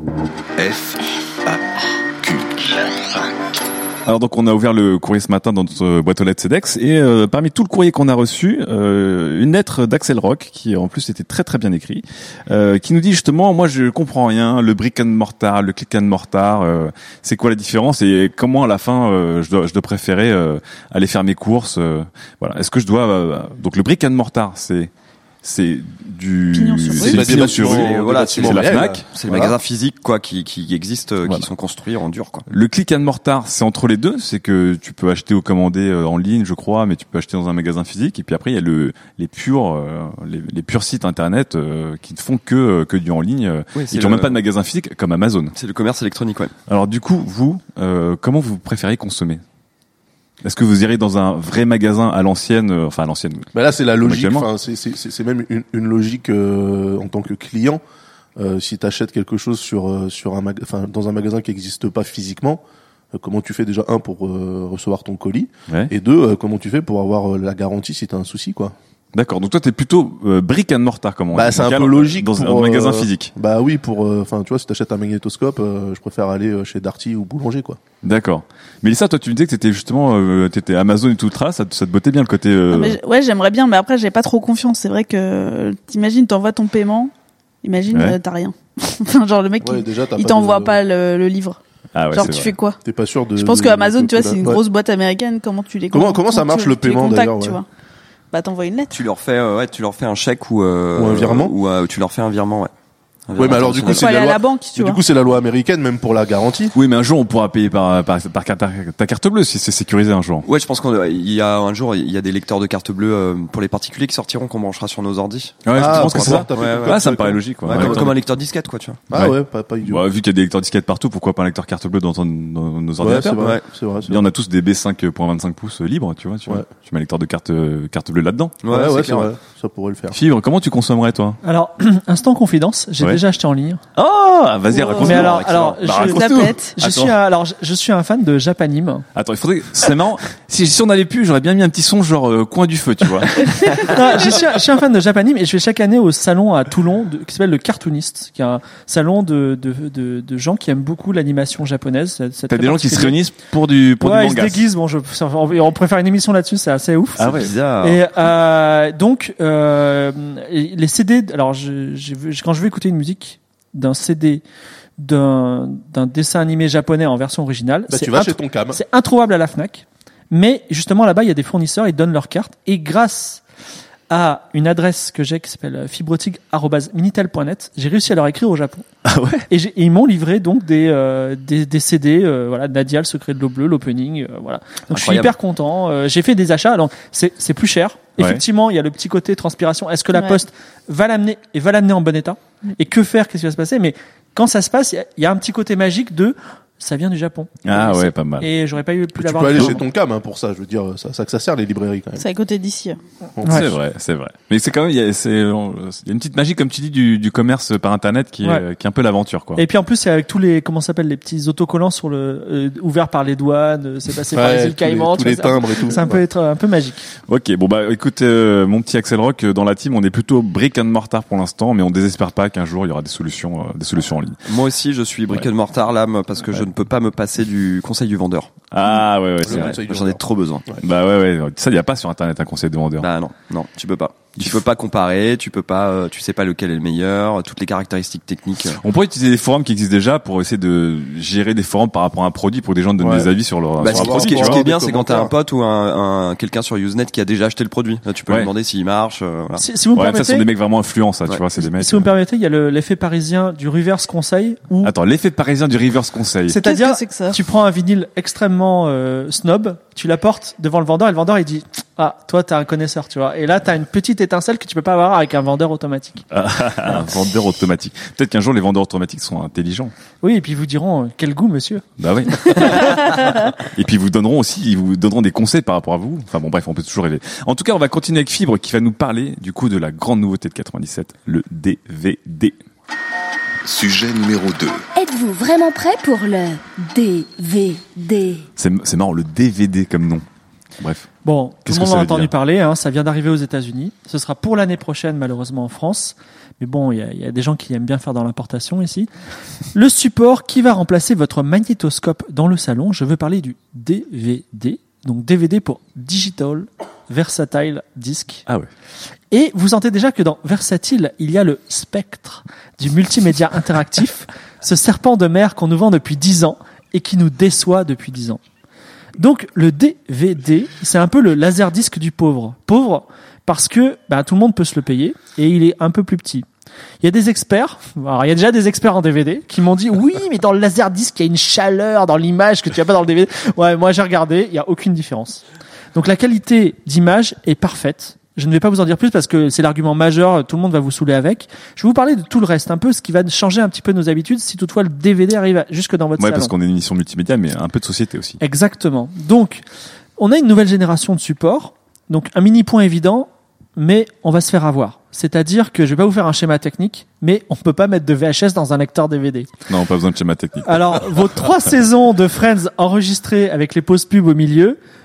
S4: Alors donc on a ouvert le courrier ce matin dans notre boîte aux lettres CEDEX et parmi tout le courrier qu'on a reçu, une lettre d'Axel Rock qui en plus était très très bien écrit, qui nous dit justement moi je comprends rien, le brick and mortar, le click and mortar, c'est quoi la différence et comment à la fin je dois préférer aller faire mes courses, voilà. Est-ce que je dois donc le brick and mortar c'est du pignon sur rue,
S6: voilà, c'est la
S4: Fnac,
S6: c'est les magasins physiques quoi qui existent, qui sont construits en dur quoi.
S4: Le click and mortar, c'est entre les deux, c'est que tu peux acheter ou commander en ligne, je crois, mais tu peux acheter dans un magasin physique et puis après il y a les purs sites internet qui ne font que du en ligne et qui n'ont même pas de magasin physique comme Amazon.
S6: C'est le commerce électronique, ouais.
S4: Alors du coup, vous comment vous préférez consommer? Est-ce que vous irez dans un vrai magasin à l'ancienne, enfin à l'ancienne?
S7: Bah là, c'est la logique. Enfin, c'est même une logique en tant que client. Si t'achètes quelque chose dans un magasin qui n'existe pas physiquement, comment tu fais déjà pour recevoir ton colis, et deux, comment tu fais pour avoir la garantie si t'as un souci, quoi.
S4: D'accord. Donc toi, t'es plutôt brick and mortar, comme on dit.
S7: Bah, c'est un peu logique
S4: dans un magasin physique.
S7: Bah oui, tu vois, si t'achètes un magnétoscope, je préfère aller chez Darty ou Boulanger, quoi.
S4: D'accord. Mais ça, toi, tu me disais que t'étais justement, t'étais Amazon et tout ça te bottait bien le côté.
S8: Ouais, j'aimerais bien, mais après, j'ai pas trop confiance. C'est vrai que t'imagines, t'envoies ton paiement, t'as rien. Genre le mec, il t'envoie pas le livre.
S4: Ah ouais,
S8: genre tu fais quoi?
S7: T'es pas sûr de.
S8: Je pense que Amazon, tu vois, c'est une grosse boîte américaine. Comment tu les
S7: comment ça marche le paiement d'ailleurs?
S8: Tu vois. Bah t'envoies une lettre.
S6: Tu leur fais un chèque ou
S7: un virement
S6: ou tu leur fais un virement, ouais.
S7: Ouais, mais alors du coup c'est la loi. Du coup c'est la loi américaine même pour la garantie.
S4: Oui, mais un jour on pourra payer par ta carte bleue si c'est sécurisé un jour.
S6: Ouais, je pense qu'il y a un jour il y a des lecteurs de carte bleue pour les particuliers qui sortiront qu'on branchera sur nos ordis.
S4: Ouais, je pense que c'est ça.
S6: Ouais,
S4: ça me paraît logique quoi.
S6: Comme un lecteur disquette quoi, tu vois.
S7: Ah ouais, pas idiot.
S4: Vu qu'il y a des lecteurs disquettes partout, pourquoi pas un lecteur carte bleue dans nos ordinateurs?
S7: C'est vrai.
S4: On a tous des B5.25 pouces libres, tu vois. Tu mets un lecteur de carte bleue là-dedans.
S7: Ouais, c'est vrai. Ça pourrait le faire.
S4: Fibre, comment tu consommerais toi?
S5: Alors, instant confidence, j'ai déjà acheté en ligne.
S4: Oh, vas-y, raconte-nous.
S5: Mais alors, je suis un fan de Japanime.
S4: Attends, c'est marrant. Si on avait pu, j'aurais bien mis un petit son genre coin du feu, tu vois.
S5: Non, je suis un fan de Japanime et je vais chaque année au salon à Toulon qui s'appelle le Cartoonist, qui est un salon de gens qui aiment beaucoup l'animation japonaise.
S4: T'as des gens qui se réunissent pour du manga.
S5: Ils se déguisent. Bon, on pourrait faire une émission là-dessus, c'est assez ouf.
S4: Ah ouais, bizarre.
S5: Et donc les CD. Alors, quand je veux écouter une musique d'un CD d'un dessin animé japonais en version originale,
S7: tu vas chez ton cam.
S5: C'est introuvable à la Fnac, mais justement là-bas il y a des fournisseurs, ils donnent leurs cartes et grâce à une adresse que j'ai qui s'appelle fibrotig@minitel.net, j'ai réussi à leur écrire au Japon.
S4: Ah ouais.
S5: Et ils m'ont livré donc des CD, voilà, Nadia, le secret de l'eau bleue, l'opening, voilà. Donc je suis hyper content. J'ai fait des achats, alors c'est plus cher. Ouais. Effectivement, il y a le petit côté transpiration. Est-ce que la poste va l'amener en bon état? Et que faire? Qu'est-ce qui va se passer? Mais quand ça se passe, il y a un petit côté magique de ça vient du Japon.
S4: Ah ouais, pas mal.
S5: Et j'aurais pas pu l'avoir.
S7: Tu peux aller chez ton cam pour ça. Je veux dire, ça que ça sert les librairies quand même.
S8: C'est à côté d'ici.
S4: C'est vrai. Mais c'est quand même il y a une petite magie comme tu dis du commerce par internet qui est un peu l'aventure quoi.
S5: Et puis en plus c'est avec tous les les petits autocollants sur le ouverts par les douanes, c'est passé par les îles Caïmans,
S7: tous les timbres et tout.
S5: Ça peut être un peu magique.
S4: OK, bon bah écoute mon petit Axel Rock dans la team, on est plutôt brick and mortar pour l'instant, mais on désespère pas qu'un jour il y aura des solutions en ligne.
S6: Moi aussi je suis brick and mortar là parce que je ne peux pas me passer du conseil du vendeur.
S4: Ah ouais c'est vrai.
S6: J'en ai trop besoin.
S4: Bah ouais, ça il y a pas sur internet un conseil de vendeur.
S6: Bah non, tu peux pas. Tu peux pas comparer, tu sais pas lequel est le meilleur, toutes les caractéristiques techniques.
S4: On pourrait utiliser des forums qui existent déjà pour essayer de gérer des forums par rapport à un produit pour que des gens donnent des avis sur leur
S6: sur un
S4: produit.
S6: Ce qui est bien, c'est quand t'as un pote ou quelqu'un sur Usenet qui a déjà acheté le produit. Là, tu peux lui demander s'il marche. Voilà.
S5: Si vous me permettez,
S4: ça sont des mecs vraiment influents, ça, tu vois, c'est des mecs.
S5: Si vous me permettez, il y a l'effet parisien du reverse conseil où.
S4: Attends, l'effet parisien du reverse conseil.
S5: C'est-à-dire, tu prends un vinyle extrêmement snob, tu l'apportes devant le vendeur et le vendeur il dit ah toi t'es un connaisseur, tu vois, et là t'as une petite étincelle que tu peux pas avoir avec un vendeur automatique.
S4: Un vendeur automatique. Peut-être qu'un jour les vendeurs automatiques sont intelligents.
S5: Oui, et puis ils vous diront quel goût monsieur.
S4: Bah oui. Et puis ils vous donneront des conseils par rapport à vous. Enfin bon bref, on peut toujours rêver. En tout cas, on va continuer avec Fibre qui va nous parler du coup de la grande nouveauté de 97, le DVD.
S2: Sujet numéro 2.
S3: Êtes-vous vraiment prêt pour le DVD?
S4: C'est marrant, le DVD comme nom. Bref.
S5: Bon, tout le monde en a entendu parler, ça vient d'arriver aux États-Unis. Ce sera pour l'année prochaine, malheureusement, en France. Mais bon, il y a des gens qui aiment bien faire dans l'importation ici. Le support qui va remplacer votre magnétoscope dans le salon, je veux parler du DVD. Donc DVD pour Digital Versatile Disc.
S4: Ah ouais.
S5: Et vous sentez déjà que dans Versatile, il y a le spectre du multimédia interactif, ce serpent de mer qu'on nous vend depuis 10 ans et qui nous déçoit depuis 10 ans. Donc le DVD, c'est un peu le laserdisc du pauvre. Pauvre parce que tout le monde peut se le payer et il est un peu plus petit. Il y a des experts, alors il y a déjà des experts en DVD qui m'ont dit oui, mais dans le laserdisc, il y a une chaleur dans l'image que tu n'as pas dans le DVD. Ouais, moi j'ai regardé, il y a aucune différence. Donc la qualité d'image est parfaite. Je ne vais pas vous en dire plus parce que c'est l'argument majeur, tout le monde va vous saouler avec. Je vais vous parler de tout le reste, un peu ce qui va changer un petit peu nos habitudes si toutefois le DVD arrive jusque dans votre salon.
S4: Ouais, parce qu'on est une émission multimédia, mais un peu de société aussi.
S5: Exactement. Donc, on a une nouvelle génération de supports. Donc, un mini point évident, mais on va se faire avoir. C'est-à-dire que je vais pas vous faire un schéma technique, mais on peut pas mettre de VHS dans un lecteur DVD.
S4: Non, pas besoin de schéma technique.
S5: Alors, vos 3 saisons de Friends enregistrées avec les pauses pub au milieu,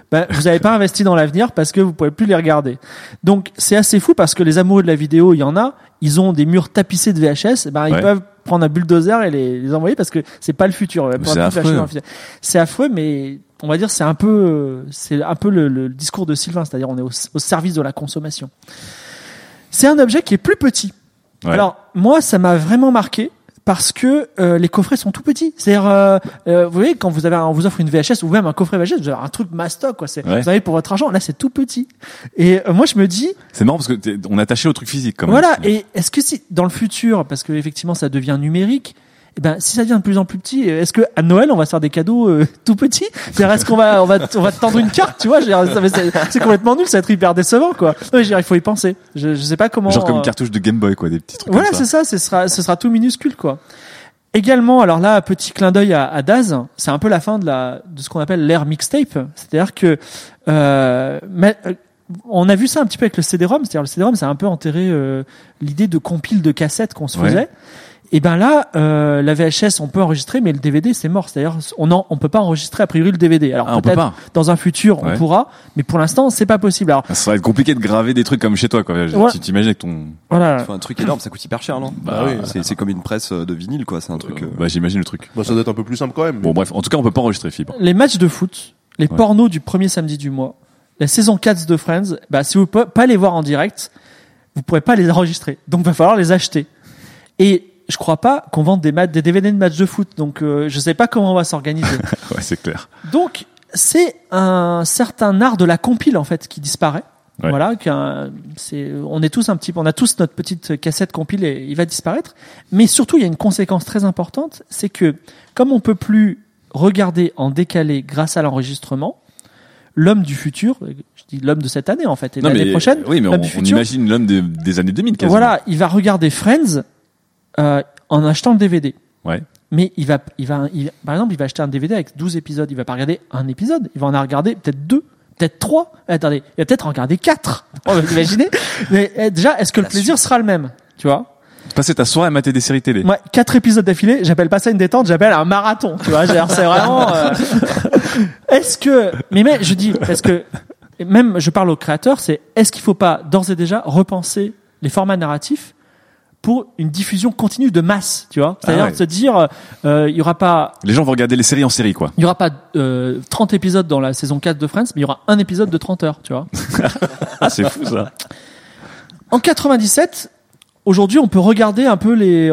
S5: vous n'avez pas investi dans l'avenir parce que vous pouvez plus les regarder. Donc c'est assez fou parce que les amoureux de la vidéo, il y en a, ils ont des murs tapissés de VHS, ils peuvent prendre un bulldozer et les envoyer parce que c'est pas le futur.
S4: C'est affreux.
S5: C'est affreux, mais on va dire c'est un peu le discours de Sylvain, c'est-à-dire on est au service de la consommation. C'est un objet qui est plus petit. Ouais. Alors moi, ça m'a vraiment marqué. Parce que les coffrets sont tout petits. C'est-à-dire, vous voyez, quand on vous offre une VHS ou même un coffret VHS, vous avez un truc mastoc, quoi. Vous avez pour votre argent. Là, c'est tout petit. Et moi, je me dis.
S4: C'est marrant parce que on est attaché au truc physique, quand même.
S5: Voilà. Et est-ce que si dans le futur, parce que effectivement, ça devient numérique, si ça devient de plus en plus petit, est-ce que à Noël on va se faire des cadeaux tout petits? C'est-à-dire, est-ce qu'on va te tendre une carte, tu vois? C'est complètement nul, ça va être hyper décevant, quoi. Non, il faut y penser. Je sais pas comment.
S4: Genre comme une cartouche de Game Boy, quoi, des petits trucs.
S5: Voilà,
S4: comme ça.
S5: c'est ça. Ce sera tout minuscule, quoi. Également, alors là, petit clin d'œil à Daz, c'est un peu la fin de ce qu'on appelle l'ère mixtape. C'est-à-dire que on a vu ça un petit peu avec le CD-ROM. C'est-à-dire le CD-ROM, ça a un peu enterré l'idée de compile de cassettes qu'on se faisait. Et là, la VHS, on peut enregistrer, mais le DVD, c'est mort. C'est-à-dire, on peut pas enregistrer a priori le DVD. Alors peut-être dans un futur, on pourra, mais pour l'instant, c'est pas possible. Alors,
S4: ça va être compliqué de graver des trucs comme chez toi, quoi. Tu t'imagines avec ton.
S6: Voilà. Un truc énorme, ça coûte hyper cher, non? Oui. C'est comme une presse de vinyle, quoi. C'est un truc.
S4: J'imagine le truc.
S7: Ça doit être un peu plus simple quand même.
S4: Bon, bref. En tout cas, on peut pas enregistrer Fibre.
S5: Les matchs de foot, les pornos du premier samedi du mois, la saison 4 de Friends, si vous pouvez pas les voir en direct, vous pourrez pas les enregistrer. Donc, va falloir les acheter. Et je crois pas qu'on vende des DVD de matchs de foot, donc je sais pas comment on va s'organiser.
S4: Ouais, c'est clair.
S5: Donc c'est un certain art de la compile en fait qui disparaît. Ouais. Voilà, on a tous notre petite cassette compile et il va disparaître. Mais surtout, il y a une conséquence très importante, c'est que comme on peut plus regarder en décalé grâce à l'enregistrement, l'homme du futur, je dis l'homme de cette année en fait, et l'année prochaine.
S4: Oui, mais on imagine l'homme des années 2000 quasiment.
S5: Voilà, il va regarder Friends. En achetant le DVD.
S4: Ouais.
S5: Mais par exemple, il va acheter un DVD avec 12 épisodes. Il va pas regarder un épisode. Il va en regarder peut-être 2, peut-être 3. Attendez, il va peut-être en regarder 4. Vous imaginez? Mais déjà, est-ce que le plaisir sera le même? Tu vois?
S4: Passer ta soirée à mater des séries télé.
S5: Ouais, 4 épisodes d'affilée, j'appelle pas ça une détente, j'appelle un marathon. Tu vois? C'est vraiment, mais je dis, parce que, même, je parle aux créateurs, est-ce qu'il faut pas, d'ores et déjà, repenser les formats narratifs pour une diffusion continue de masse, tu vois. C'est-à-dire de se dire, il y aura pas...
S4: Les gens vont regarder les séries en série, quoi.
S5: Il y aura pas 30 épisodes dans la saison 4 de Friends, mais il y aura un épisode de 30 heures, tu vois.
S4: C'est fou, ça.
S5: En 97, aujourd'hui, on peut regarder un peu les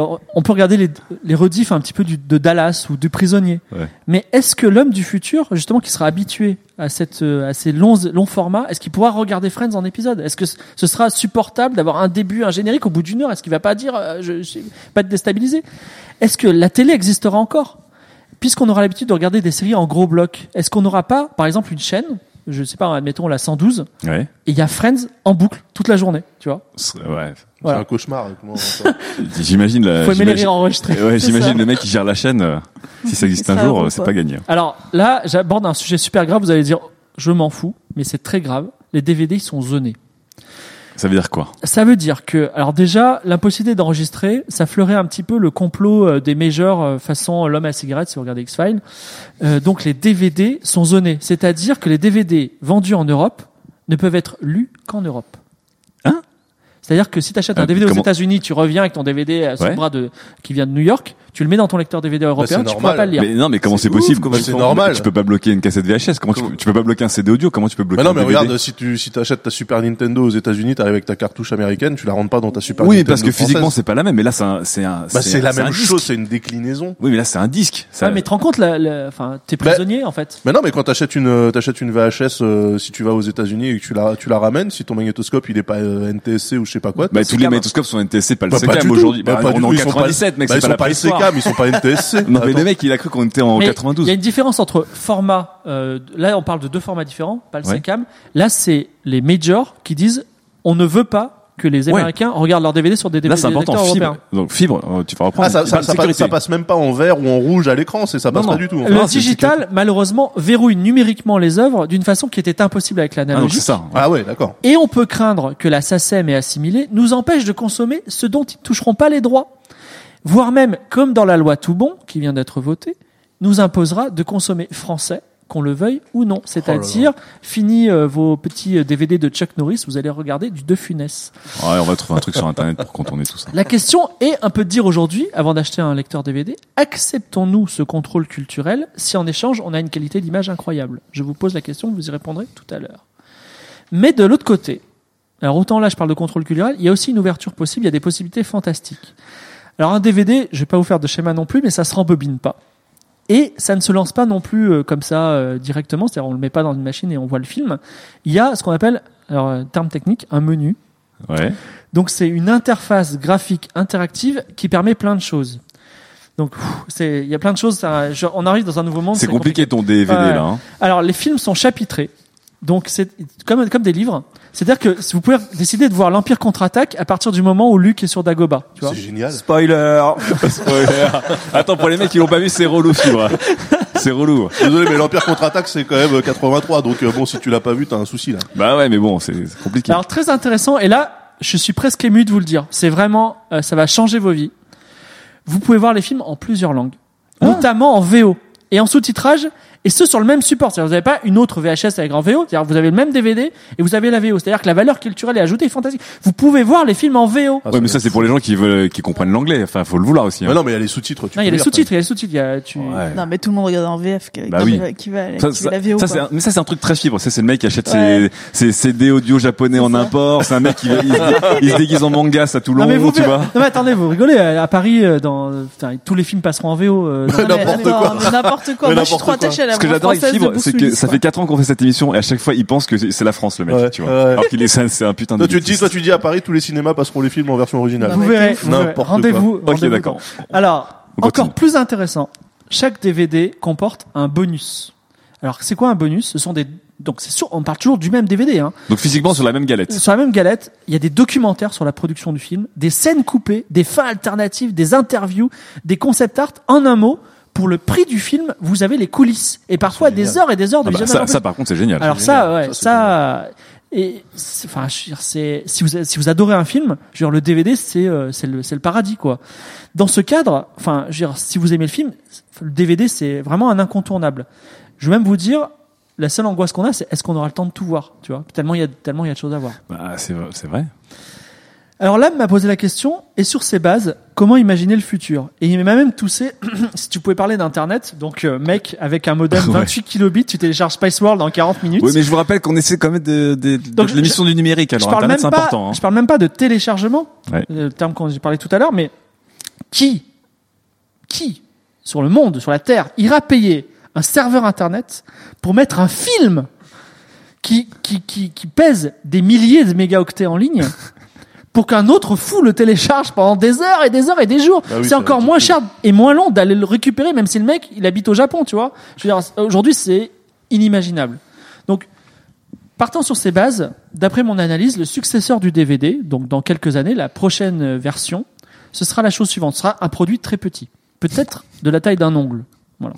S5: rediffs un petit peu de Dallas ou du Prisonnier. Ouais. Mais est-ce que l'homme du futur, justement, qui sera habitué à ces longs formats, est-ce qu'il pourra regarder Friends en épisode? Est-ce que ce sera supportable d'avoir un début, un générique au bout d'une heure? Est-ce qu'il va pas dire, je pas être déstabilisé? Est-ce que la télé existera encore? Puisqu'on aura l'habitude de regarder des séries en gros blocs, est-ce qu'on n'aura pas, par exemple, une chaîne, je sais pas, admettons la 112, et il y a Friends en boucle toute la journée, tu vois?
S7: Ouais. Voilà. C'est un cauchemar.
S4: J'imagine
S5: faut aimer les rires enregistrés.
S4: Ouais, j'imagine le mec qui gère la chaîne. Si ça existe un jour, c'est pas gagné.
S5: Alors là, j'aborde un sujet super grave. Vous allez dire, je m'en fous, mais c'est très grave. Les DVD, ils sont zonés.
S4: Ça veut dire quoi?
S5: Ça veut dire que, alors déjà, l'impossibilité d'enregistrer, ça fleurait un petit peu le complot des majors façon l'homme à la cigarette, si vous regardez X-Files. Donc les DVD sont zonés. C'est-à-dire que les DVD vendus en Europe ne peuvent être lus qu'en Europe.
S4: Hein?
S5: C'est-à-dire que si tu achètes un DVD aux États-Unis, tu reviens avec ton DVD sous le bras qui vient de New York, tu le mets dans ton lecteur DVD européen, tu pourras pas le lire.
S4: Mais non, mais comment c'est possible?
S7: C'est normal.
S4: Tu peux pas bloquer une cassette VHS. Comment tu peux pas bloquer un CD audio? Comment tu peux bloquer un DVD?
S7: Non, mais regarde, si t'achètes ta Super Nintendo aux États-Unis, t'arrives avec ta cartouche américaine, tu la rentres pas dans ta Super Nintendo.
S4: Oui, parce que physiquement c'est pas la même. Mais là, c'est
S7: la même chose, c'est une déclinaison.
S4: Oui, mais là c'est un disque.
S5: Ouais, mais te rends compte, t'es prisonnier en fait.
S7: Mais non, mais quand t'achètes une VHS, si tu vas aux États-Unis et que tu la ramènes, si ton magnétoscope il est pas NTSC ou je sais pas quoi.
S4: Tous les magnétoscopes sont NTSC, pas le CCAM aujourd'hui. On est en 97, mec.
S7: Ils sont pas le CCAM, ils sont pas NTSC.
S4: Non, mais le mec, il a cru qu'on était en 92.
S5: Il y a une différence entre format, là, on parle de 2 formats différents, pas le CCAM. Là, c'est les majors qui disent, on ne veut pas que les Américains regardent leurs DVD sur des DVD.
S4: Là, c'est important. Fibre. Donc, fibre, tu vas reprendre.
S7: Ça passe même pas en vert ou en rouge à l'écran, ça passe pas du tout.
S5: Le digital, malheureusement, verrouille numériquement les œuvres d'une façon qui était impossible avec l'analogique.
S4: C'est ça.
S7: Ah ouais, d'accord.
S5: Et on peut craindre que la SACEM et assimilée nous empêche de consommer ce dont ils ne toucheront pas les droits. Voire même, comme dans la loi Toubon, qui vient d'être votée, nous imposera de consommer français qu'on le veuille ou non. C'est-à-dire, fini vos petits DVD de Chuck Norris, vous allez regarder du De Funès.
S4: Ouais, on va trouver un truc sur Internet pour contourner tout ça.
S5: La question est un peu de dire aujourd'hui, avant d'acheter un lecteur DVD, acceptons-nous ce contrôle culturel si en échange on a une qualité d'image incroyable? Je vous pose la question, vous y répondrez tout à l'heure. Mais de l'autre côté, alors autant là je parle de contrôle culturel, il y a aussi une ouverture possible, il y a des possibilités fantastiques. Alors un DVD, je vais pas vous faire de schéma non plus, mais ça se rembobine pas. Et ça ne se lance pas non plus comme ça directement, c'est-à-dire on le met pas dans une machine et on voit le film. Il y a ce qu'on appelle, alors terme technique, un menu.
S4: Ouais.
S5: Donc c'est une interface graphique interactive qui permet plein de choses. Donc il y a plein de choses. On arrive dans un nouveau monde.
S4: C'est compliqué ton DVD là. Hein.
S5: Alors les films sont chapitrés. Donc c'est comme des livres. C'est-à-dire que vous pouvez décider de voir l'Empire contre-attaque à partir du moment où Luke est sur Dagobah. Tu vois.
S7: C'est génial.
S4: Spoiler. Attends, pour les mecs qui l'ont pas vu, c'est relou, Fibre. C'est relou.
S7: Désolé, mais l'Empire contre-attaque, c'est quand même 83. Donc bon, si tu l'as pas vu, t'as un souci là.
S4: Bah ouais, mais bon, c'est compliqué.
S5: Alors très intéressant. Et là, je suis presque ému de vous le dire. C'est vraiment, ça va changer vos vies. Vous pouvez voir les films en plusieurs langues, notamment en VO et en sous-titrage. Et ce sur le même support, c'est-à-dire vous n'avez pas une autre VHS avec en VO, c'est-à-dire vous avez le même DVD et vous avez la VO, c'est-à-dire que la valeur culturelle est ajoutée, est fantastique. Vous pouvez voir les films en VO.
S4: Ouais, mais ça c'est pour les gens qui comprennent l'anglais. Enfin, faut le vouloir aussi. Hein.
S7: Mais non, mais il y a les sous-titres.
S5: Non, il y a les sous-titres,
S8: Ouais. Non, mais tout le monde regarde en VF qui va la VO.
S4: Mais ça c'est un truc très fibre. C'est le mec qui achète ses CD audio japonais en import. C'est un mec qui il se déguise en manga à Toulon, tu vois.
S5: Non mais attendez, vous rigolez. À Paris, tous les films passeront en VO.
S8: N'importe quoi. Moi, je suis trop attachée à la.
S4: Ce que j'adore avec Fibre, c'est que ça fait 4 ans qu'on fait cette émission et à chaque fois il pense que c'est la France le mec, tu vois. Alors qu'il c'est un putain de.
S7: Toi tu dis à Paris tous les cinémas passeront les films en version originale.
S5: Vous verrez. Rendez-vous.
S4: Ok, d'accord.
S5: Alors, encore plus intéressant, chaque DVD comporte un bonus. Alors, c'est quoi un bonus? Ce sont donc c'est sûr, on parle toujours du même DVD, hein.
S4: Donc physiquement sur la même galette.
S5: Sur la même galette, il y a des documentaires sur la production du film, des scènes coupées, des fins alternatives, des interviews, des concept art. En un mot, pour le prix du film, vous avez les coulisses et parfois des heures et des heures de visionnage.
S4: Ça par contre c'est génial.
S5: Alors et enfin je veux dire, si vous adorez un film, je veux dire le DVD c'est le paradis quoi. Dans ce cadre, enfin je veux dire si vous aimez le film, le DVD c'est vraiment un incontournable. Je vais même vous dire la seule angoisse qu'on a c'est est-ce qu'on aura le temps de tout voir, tu vois. Tellement il y a de choses à voir.
S4: Bah c'est vrai.
S5: Alors là, m'a posé la question, et sur ces bases, comment imaginer le futur? Et il m'a même toussé, si tu pouvais parler d'Internet, donc mec, avec un modem 28 kilobits, tu télécharges Spice World en 40 minutes.
S4: Oui, mais je vous rappelle qu'on essaie quand même de l'émission du numérique, alors Internet c'est important. Hein.
S5: Je parle même pas de téléchargement, le terme qu'on j'ai parlé tout à l'heure, mais qui, sur le monde, sur la Terre, ira payer un serveur Internet pour mettre un film qui pèse des milliers de mégaoctets en ligne pour qu'un autre fou le télécharge pendant des heures et des heures et des jours. C'est encore moins cher et moins long d'aller le récupérer, même si le mec, il habite au Japon, tu vois. Je veux dire, aujourd'hui, c'est inimaginable. Donc, partant sur ces bases, d'après mon analyse, le successeur du DVD, donc dans quelques années, la prochaine version, ce sera la chose suivante. Ce sera un produit très petit. Peut-être de la taille d'un ongle. Voilà.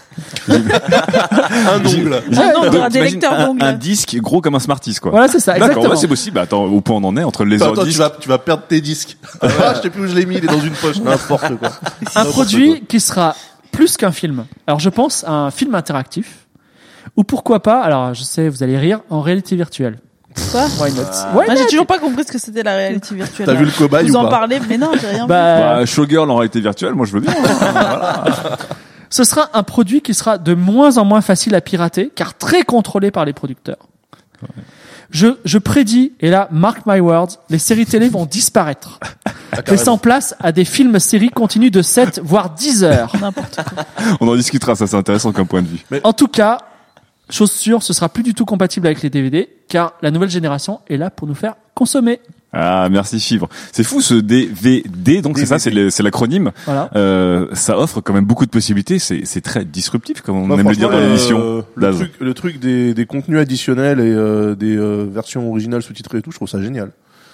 S8: Un délecteur d'ongles.
S4: Un disque gros comme un Smarties, quoi.
S5: Voilà, c'est ça, exactement.
S4: D'accord, c'est possible. Attends, au point on en est, entre les heures disques.
S7: Tu vas perdre tes disques. Je sais plus où je l'ai mis, il est dans une poche, n'importe quoi.
S5: Un produit qui sera plus qu'un film. Alors, je pense à un film interactif. Ou pourquoi pas, alors, je sais, vous allez rire, en réalité virtuelle.
S8: Quoi?
S5: Why not?
S8: J'ai toujours pas compris ce que c'était la réalité virtuelle.
S7: T'as vu le cobaye ou pas?
S8: Vous en parlez, mais non, j'ai rien vu.
S4: Showgirl en réalité virtuelle, moi je veux bien. Voilà.
S5: Ce sera un produit qui sera de moins en moins facile à pirater, car très contrôlé par les producteurs. Ouais. Je prédis, et là, mark my words, les séries télé vont disparaître. Laissant place à des films-séries continus de 7, voire 10 heures.
S8: N'importe quoi.
S4: On en discutera, ça c'est intéressant comme point de vue.
S5: Mais en tout cas, chose sûre, ce sera plus du tout compatible avec les DVD, car la nouvelle génération est là pour nous faire consommer.
S4: Ah, merci Fibre. C'est fou ce DVD, donc DVD. C'est ça, c'est l'acronyme.
S5: Voilà.
S4: Ça offre quand même beaucoup de possibilités. C'est très disruptif, comme on aime le dire dans l'émission.
S7: Le truc des contenus additionnels et des versions originales sous-titrées et tout, je trouve ça génial.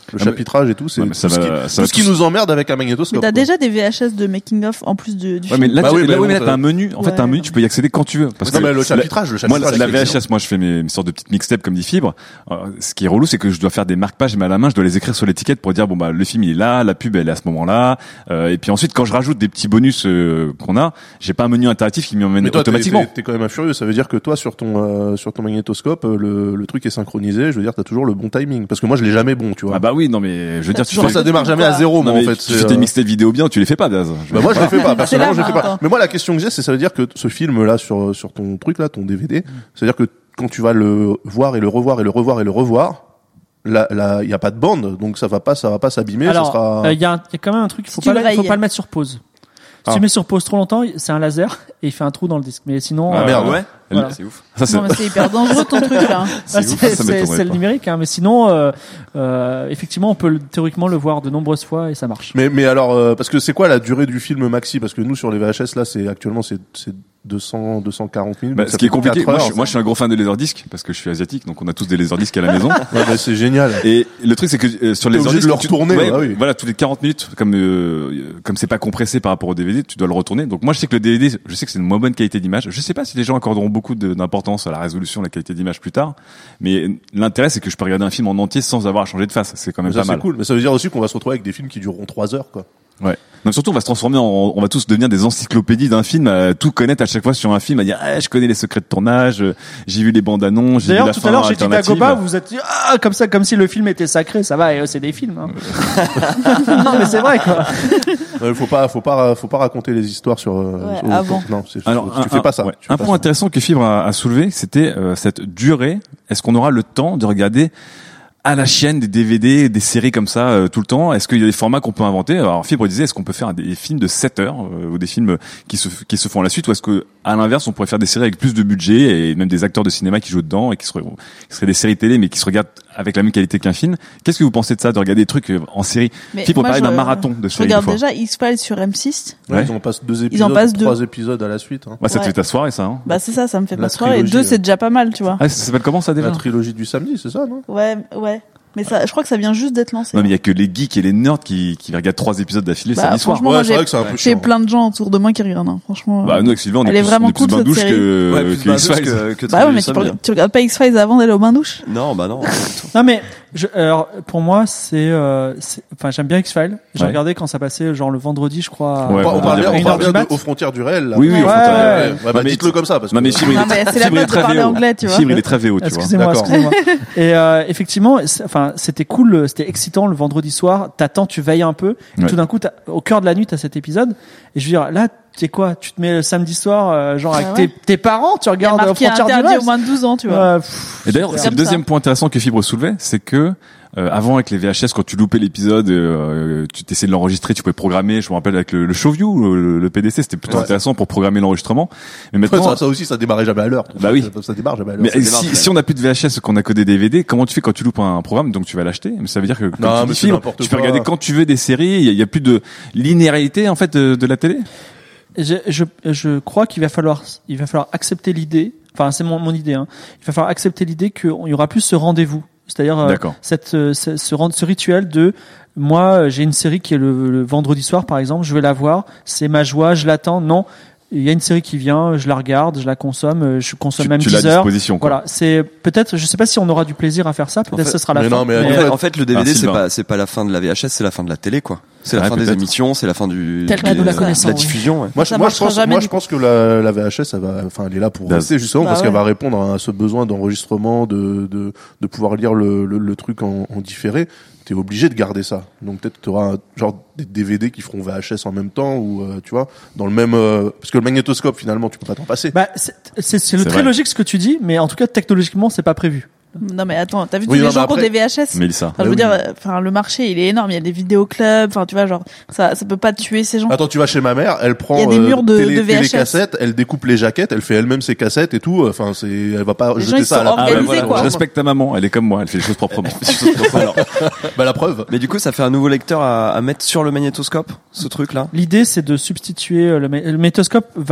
S7: Le chapitrage et tout, c'est tout ce qui nous emmerde avec un magnétoscope.
S8: Mais t'as déjà des VHS de making of en plus du film.
S4: Mais là, t'as un menu. En fait, t'as un menu, tu peux y accéder quand tu veux. Parce que
S7: le chapitrage.
S4: Moi, la VHS, moi, je fais mes sortes de petites mixtapes comme dit Fibre. Ce qui est relou, c'est que je dois faire des marque-pages, mais à la main, je dois les écrire sur l'étiquette pour dire bon bah le film il est là, la pub elle est à ce moment-là. Et puis ensuite, quand je rajoute des petits bonus qu'on a, j'ai pas un menu interactif qui m'y emmène automatiquement.
S7: T'es quand même un furieux. Ça veut dire que toi, sur ton magnétoscope, le truc est synchronisé. Je veux dire, t'as toujours le bon timing. Parce que moi, je l'ai jamais bon, tu vois.
S4: Ah bah oui, non mais je veux dire,
S7: ça démarre jamais à zéro, mais en fait.
S4: Tu fais tes mixtapes vidéo bien, tu les fais pas, Daz.
S7: Bah moi, je les fais pas. Personnellement, je les fais pas. Mais moi, la question que j'ai, c'est ça veut dire que ce film là sur ton truc là, ton DVD, ça veut dire que quand tu vas le voir et le revoir et le revoir et le revoir, là, il y a pas de bande, donc ça va pas s'abîmer.
S5: Alors, il y a quand même un truc, faut pas le mettre sur pause. Si tu mets sur pause trop longtemps, c'est un laser et il fait un trou dans le disque. Mais sinon,
S7: merde, ouais.
S5: Voilà.
S11: C'est ouf.
S8: Non, mais c'est hyper dangereux ton truc là.
S5: C'est le numérique, hein. Mais sinon, effectivement, on peut théoriquement le voir de nombreuses fois et ça marche.
S7: Mais alors, parce que c'est quoi la durée du film maxi? Parce que nous sur les VHS là, actuellement c'est 240 minutes.
S4: Bah, ce qui est compliqué. Moi, je suis un gros fan de laserdisc parce que je suis asiatique, donc on a tous des laserdiscs à la maison.
S7: Ouais, bah, c'est génial.
S4: Et le truc, c'est que sur les laserdiscs,
S7: de le retourner. Oui.
S4: Voilà, toutes les 40 minutes, comme c'est pas compressé par rapport au DVD, tu dois le retourner. Donc moi, je sais que le DVD, je sais que c'est une moins bonne qualité d'image. Je sais pas si les gens accorderont beaucoup d'importance à la résolution, la qualité d'image plus tard. Mais l'intérêt, c'est que je peux regarder un film en entier sans avoir à changer de face. C'est quand même pas mal.
S7: C'est cool. Mais ça veut dire aussi qu'on va se retrouver avec des films qui dureront 3 heures, quoi.
S4: Ouais. Donc surtout, on va se transformer on va tous devenir des encyclopédies d'un film, à tout connaître à chaque fois sur un film, à dire, je connais les secrets de tournage, j'ai vu les bandes annonces, j'ai vu la fin alternative. D'ailleurs, tout à l'heure, chez
S5: Titagoba, vous êtes dit, comme ça, comme si le film était sacré, ça va, c'est des films, hein. Non, mais c'est vrai, quoi.
S7: Faut pas raconter les histoires sur,
S8: avant.
S7: Non, tu fais pas ça.
S4: Ouais. Un point intéressant que Fibre a soulevé, c'était, cette durée. Est-ce qu'on aura le temps de regarder à la chaîne des DVD, des séries comme ça tout le temps? Est-ce qu'il y a des formats qu'on peut inventer? Alors Fibre disait, est-ce qu'on peut faire des films de 7 heures ou des films qui se font à la suite, ou est-ce que à l'inverse on pourrait faire des séries avec plus de budget et même des acteurs de cinéma qui jouent dedans et qui seraient des séries télé mais qui se regardent avec la même qualité qu'un film? Qu'est-ce que vous pensez de ça, de regarder des trucs en série? Fibre parlait d'un marathon de séries.
S8: Je regarde déjà X-Files sur M6.
S7: Ouais. Ils en passent 2 épisodes, 3 épisodes à la suite. Hein.
S4: Bah ça te fait ta soirée, ça. Hein.
S8: Bah c'est ça me fait ma soirée. Et 2 c'est déjà pas mal, tu vois.
S4: Ah, ça s'appelle comment ça déjà?
S7: La trilogie du samedi, c'est ça, non?
S8: Ouais. Mais ça, je crois que ça vient juste d'être lancé.
S4: Non, mais il y a que les geeks et les nerds qui regardent 3 épisodes d'affilée samedi soir.
S7: Ouais, c'est vrai que c'est un peu chiant.
S8: J'ai plein de gens autour de moi qui regardent, hein. Franchement.
S4: Bah, nous, avec Sylvain, on
S8: est vraiment cool,
S4: plus bain-douche que X-Files.
S8: Bah ouais, mais tu regardes pas X-Files avant d'aller au bain-douche?
S6: Non, bah non.
S5: Non, mais, alors, pour moi, enfin, j'aime bien X-Files. J'ai regardé quand ça passait, genre, le vendredi, je crois.
S7: On parle bien aux frontières du réel, là.
S4: Oui,
S7: aux frontières du réel. Bah, dites-le comme ça, parce que.
S4: Non, mais Fibre,
S8: c'est la peine de parler anglais, tu vois.
S4: Fibre, il est très VO, tu vois.
S5: Excusez-moi. Et, effectivement, enfin, c'était cool, c'était excitant le vendredi soir. T'attends, tu veilles un peu. Et tout d'un coup, au cœur de la nuit, t'as cet épisode. Et je veux dire, là, tu sais quoi, tu te mets le samedi soir, genre avec tes parents, tu regardes aux frontières du réel.
S8: Au moins de 12 ans, tu vois.
S4: Et d'ailleurs, c'est le deuxième point intéressant que Fibre soulevait, c'est que avant avec les VHS, quand tu loupais l'épisode, tu t'essayais de l'enregistrer, tu pouvais programmer. Je me rappelle avec le Showview, le PDC, c'était plutôt intéressant pour programmer l'enregistrement. Mais maintenant,
S7: ça aussi, ça démarrait jamais à l'heure.
S4: Bah oui,
S7: ça démarre jamais à l'heure.
S4: Mais si on n'a plus de VHS, qu'on a que des DVD, comment tu fais quand tu loupes un programme? Donc tu vas l'acheter. Mais ça veut dire que tu peux regarder quand tu veux des séries. Il y a plus de linéarité en fait de la télé.
S5: Je crois qu'il va falloir accepter l'idée. Enfin, c'est mon idée. Hein. Il va falloir accepter l'idée qu'il y aura plus ce rendez-vous. C'est-à-dire ce rituel de moi j'ai une série qui est le vendredi soir par exemple, je vais la voir, c'est ma joie, je l'attends. Non, il y a une série qui vient, je la regarde, je la consomme, je consomme même 10 heures. Voilà, c'est peut-être, je sais pas si on aura du plaisir à faire ça, peut-être ce sera la fin.
S6: En fait, le DVD c'est pas la fin de la VHS, c'est la fin de la télé, quoi. C'est la fin des émissions, c'est la fin de la diffusion.
S7: Ouais. Moi, je pense que la VHS, elle est là pour rester justement parce qu'elle va répondre à ce besoin d'enregistrement, de pouvoir lire le truc en différé. T'es obligé de garder ça. Donc peut-être que t'auras genre des DVD qui feront VHS en même temps ou tu vois dans le même parce que le magnétoscope finalement tu peux pas t'en passer.
S5: Bah c'est très logique ce que tu dis, mais en tout cas technologiquement c'est pas prévu.
S8: Non mais attends, t'as vu tous les gens qui ont des VHS?
S4: Mélissa.
S8: Enfin, je veux dire, enfin le marché il est énorme, il y a des vidéoclubs, enfin tu vois genre ça peut pas tuer ces gens.
S7: Attends, tu vas chez ma mère, elle prend
S8: des murs de VHS.
S7: Cassettes, elle découpe les jaquettes, elle fait elle-même ses cassettes et tout, enfin elle va pas jeter ça à la
S8: poubelle.
S4: Je respecte ta maman, elle est comme moi, elle fait les choses proprement.
S7: Alors, la preuve.
S6: Mais du coup, ça fait un nouveau lecteur à mettre sur le magnétoscope, ce truc là.
S5: L'idée c'est de substituer le magnétoscope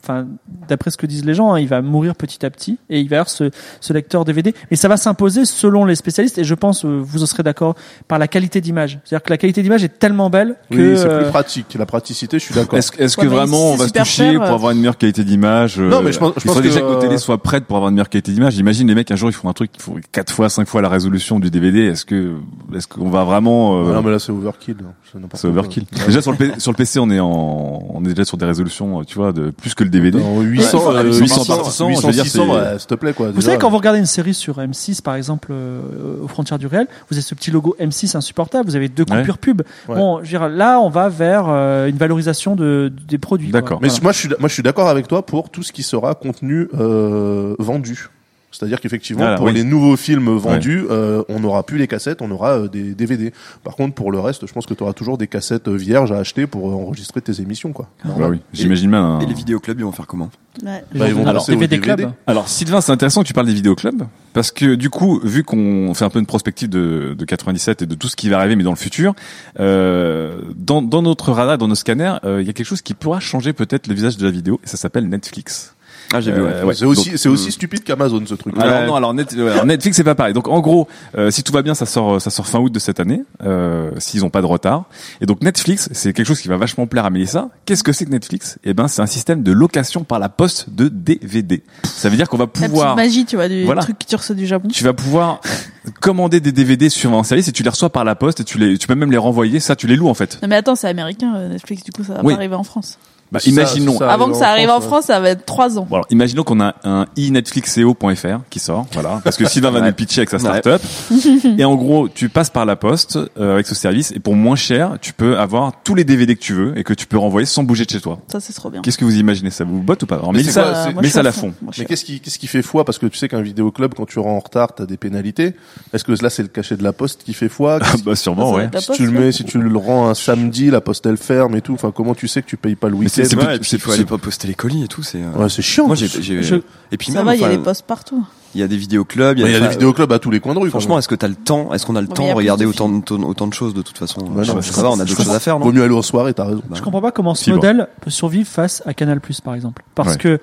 S5: enfin, d'après ce que disent les gens, il va mourir petit à petit et il va y avoir ce lecteur DVD. Mais ça va s'imposer selon les spécialistes et je pense, vous en serez d'accord, par la qualité d'image. C'est-à-dire que la qualité d'image est tellement belle que...
S7: Oui, c'est plus pratique. La praticité, je suis d'accord.
S4: Est-ce que vraiment on va se toucher pour avoir une meilleure qualité d'image?
S7: Non, mais je pense
S4: que déjà que nos télés soient prêtes pour avoir une meilleure qualité d'image. J'imagine les mecs un jour ils font un truc qui faut 4 fois, 5 fois la résolution du DVD. Est-ce qu'on va vraiment...
S7: Non, mais là c'est overkill.
S4: C'est overkill. Déjà sur le PC on est déjà sur des résolutions, tu vois, de plus que le DVD.
S7: 800 par 600, s'il te plaît, quoi.
S5: Vous savez, quand vous regardez une série sur M6, par exemple, aux frontières du réel, vous avez ce petit logo M6 insupportable, vous avez 2 coupures pub. Ouais. Bon, je veux dire, là, on va vers une valorisation des produits.
S7: D'accord. Mais voilà. Moi, je suis d'accord avec toi pour tout ce qui sera contenu vendu. C'est-à-dire qu'effectivement, pour les nouveaux films vendus, on n'aura plus les cassettes, on aura des DVD. Par contre, pour le reste, je pense que tu auras toujours des cassettes vierges à acheter pour enregistrer tes émissions, quoi.
S4: Bah oui, j'imagine bien.
S6: Et les vidéoclubs, ils vont faire comment?
S7: Ils vont passer
S5: DVD
S7: au DVD.
S5: Club.
S4: Alors, Sylvain, c'est intéressant que tu parles des vidéoclubs, parce que du coup, vu qu'on fait un peu une prospective de 97 et de tout ce qui va arriver, mais dans le futur, dans notre radar, dans nos scanners, il y a quelque chose qui pourra changer peut-être le visage de la vidéo, et ça s'appelle Netflix.
S6: Ah, j'ai vu, ouais.
S7: C'est aussi stupide qu'Amazon, ce truc.
S4: Alors Netflix, c'est pas pareil. Donc, en gros, si tout va bien, ça sort fin août de cette année, s'ils ont pas de retard. Et donc, Netflix, c'est quelque chose qui va vachement plaire à Mélissa. Qu'est-ce que c'est que Netflix? Eh ben, c'est un système de location par la poste de DVD. Ça veut dire qu'on va pouvoir...
S8: La petite magie, tu vois, du truc que tu reçois du Japon.
S4: Tu vas pouvoir commander des DVD sur un service et tu les reçois par la poste et tu peux même les renvoyer. Ça, tu les loues, en fait.
S8: Non, mais attends, c'est américain, Netflix, du coup, ça va pas arriver en France.
S4: Bah, imaginons.
S8: Avant que ça arrive en France, ça va être 3 ans.
S4: Bon, alors, imaginons qu'on a un e-netflixeo.fr qui sort, voilà. Parce que Sylvain va nous pitcher avec sa start-up. Et en gros, tu passes par la poste, avec ce service, et pour moins cher, tu peux avoir tous les DVD que tu veux et que tu peux renvoyer sans bouger de chez toi.
S8: Ça, c'est trop bien.
S4: Qu'est-ce que vous imaginez? Ça vous botte ou pas? Alors, mais ça la fond.
S7: Mais qu'est-ce qui fait foi? Parce que tu sais qu'un vidéoclub, quand tu rends en retard, t'as des pénalités. Est-ce que là, c'est le cachet de la poste qui fait foi?
S4: Bah, sûrement, ouais.
S7: Si tu le rends un samedi, la poste elle ferme et tout. Enfin, comment tu sais que tu payes pas le week-end?
S6: C'est pas poster les colis et tout, c'est
S7: c'est chiant.
S6: Moi et puis
S8: ça
S6: même
S8: va, il y a les postes partout.
S6: Il y a des vidéoclubs,
S7: il y a des vidéoclubs à tous les coins de rue.
S6: Franchement, est-ce qu'on a le temps de regarder autant de choses de toute façon? Ça va, on a d'autres choses à faire, non?
S7: Vaut mieux aller en soirée, t'as raison.
S5: Je comprends pas comment ce modèle peut survivre face à Canal+, par exemple. Parce que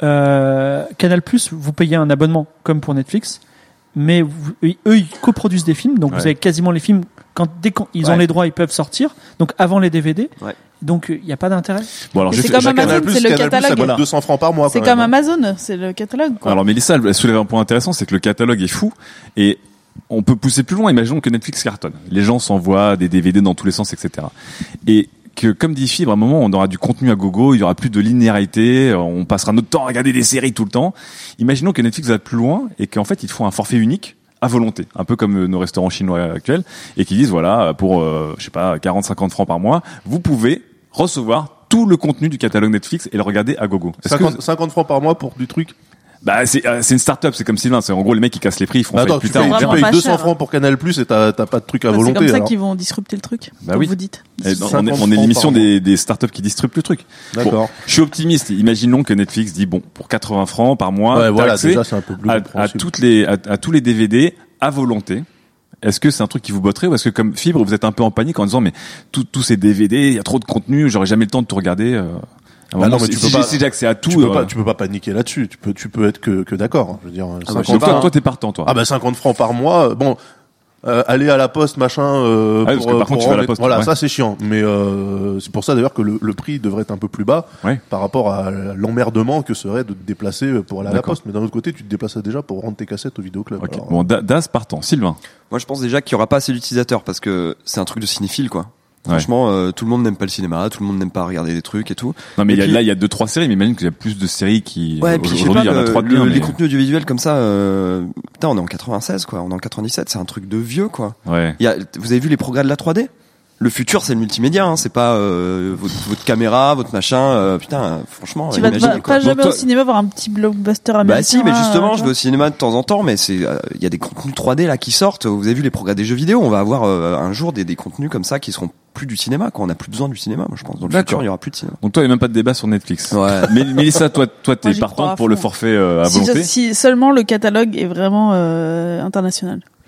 S5: Canal+, vous payez un abonnement comme pour Netflix, mais eux ils coproduisent des films, donc vous avez quasiment les films dès qu'ils ont les droits, ils peuvent sortir. Donc avant les DVD. Donc il n'y a pas d'intérêt.
S4: Bon, alors
S8: c'est comme Amazon, c'est le catalogue.
S7: Ça coûte 200 francs par mois.
S8: C'est comme Amazon, c'est le catalogue, quoi.
S4: Alors Mélissa, elle soulève un point intéressant, c'est que le catalogue est fou et on peut pousser plus loin. Imaginons que Netflix cartonne. Les gens s'envoient des DVD dans tous les sens, etc. Et que, comme dit Fibre, à un moment, on aura du contenu à gogo, il y aura plus de linéarité, on passera notre temps à regarder des séries tout le temps. Imaginons que Netflix va plus loin et qu'en fait, ils font un forfait unique à volonté, un peu comme nos restaurants chinois actuels, et qui disent, voilà, pour, 40-50 francs par mois, vous pouvez recevoir tout le contenu du catalogue Netflix et le regarder à gogo.
S7: 50 francs par mois pour du truc?
S4: Bah, c'est une start-up, c'est comme Sylvain, c'est en gros les mecs qui cassent les prix, ils font
S7: tu payes 200 francs pour Canal+, et t'as pas de truc à volonté.
S8: C'est comme ça qu'ils vont disrupter le truc.
S4: Bah oui.
S8: Vous dites.
S4: On est l'émission des start-up qui disruptent le truc.
S7: D'accord.
S4: Bon, je suis optimiste. Imaginons que Netflix dit, bon, pour 80 francs par mois, accès
S7: déjà, c'est un peu plus
S4: à tous les DVD à volonté. Est-ce que c'est un truc qui vous botterait ou est-ce que comme Fibre, vous êtes un peu en panique en disant, mais tous ces DVD, il y a trop de contenu, j'aurai jamais le temps de tout regarder.
S7: Non, mais
S4: si j'ai accès à tout,
S7: tu peux pas paniquer là-dessus. Tu peux être que d'accord. Je veux dire,
S4: toi, t'es partant, toi.
S7: Ah, 50 francs par mois. Bon, aller à la poste, machin,
S4: parce que par contre, tu vas à la poste.
S7: Voilà, ça, c'est chiant. Mais, c'est pour ça, d'ailleurs, que le prix devrait être un peu plus bas par rapport à l'emmerdement que serait de te déplacer pour aller à la poste. Mais d'un autre côté, tu te déplaçais déjà pour rendre tes cassettes au vidéoclub.
S4: Okay. Bon, Das partant. Sylvain.
S6: Moi, je pense déjà qu'il y aura pas assez d'utilisateurs parce que c'est un truc de cinéphile, quoi. Franchement, tout le monde n'aime pas le cinéma, tout le monde n'aime pas regarder des trucs et tout.
S4: Non, mais là, il y a 2-3 séries, mais imagine qu'il y a plus de séries qui,
S6: aujourd'hui,
S4: il y en a 3 de bien.
S6: Les contenus audiovisuels comme ça, putain, on est en 96, quoi. On est en 97, c'est un truc de vieux, quoi.
S4: Ouais.
S6: Vous avez vu les progrès de la 3D? Le futur, c'est le multimédia, hein. C'est pas votre caméra, votre machin. Putain, franchement.
S8: Tu vas pas jamais au cinéma voir un petit blockbuster américain.
S6: Bah si, mais justement, je vais au cinéma de temps en temps, mais il y a des contenus 3D là qui sortent. Vous avez vu les progrès des jeux vidéo? On va avoir un jour des contenus comme ça qui seront plus du cinéma, quoi. On a plus besoin du cinéma, moi je pense. Dans le futur, il y aura plus de cinéma.
S4: Donc toi, il n'y a même pas de débat sur Netflix.
S6: Ouais.
S4: Mais Mélissa, toi, t'es partante pour le forfait à volonté.
S8: Si seulement le catalogue est vraiment international.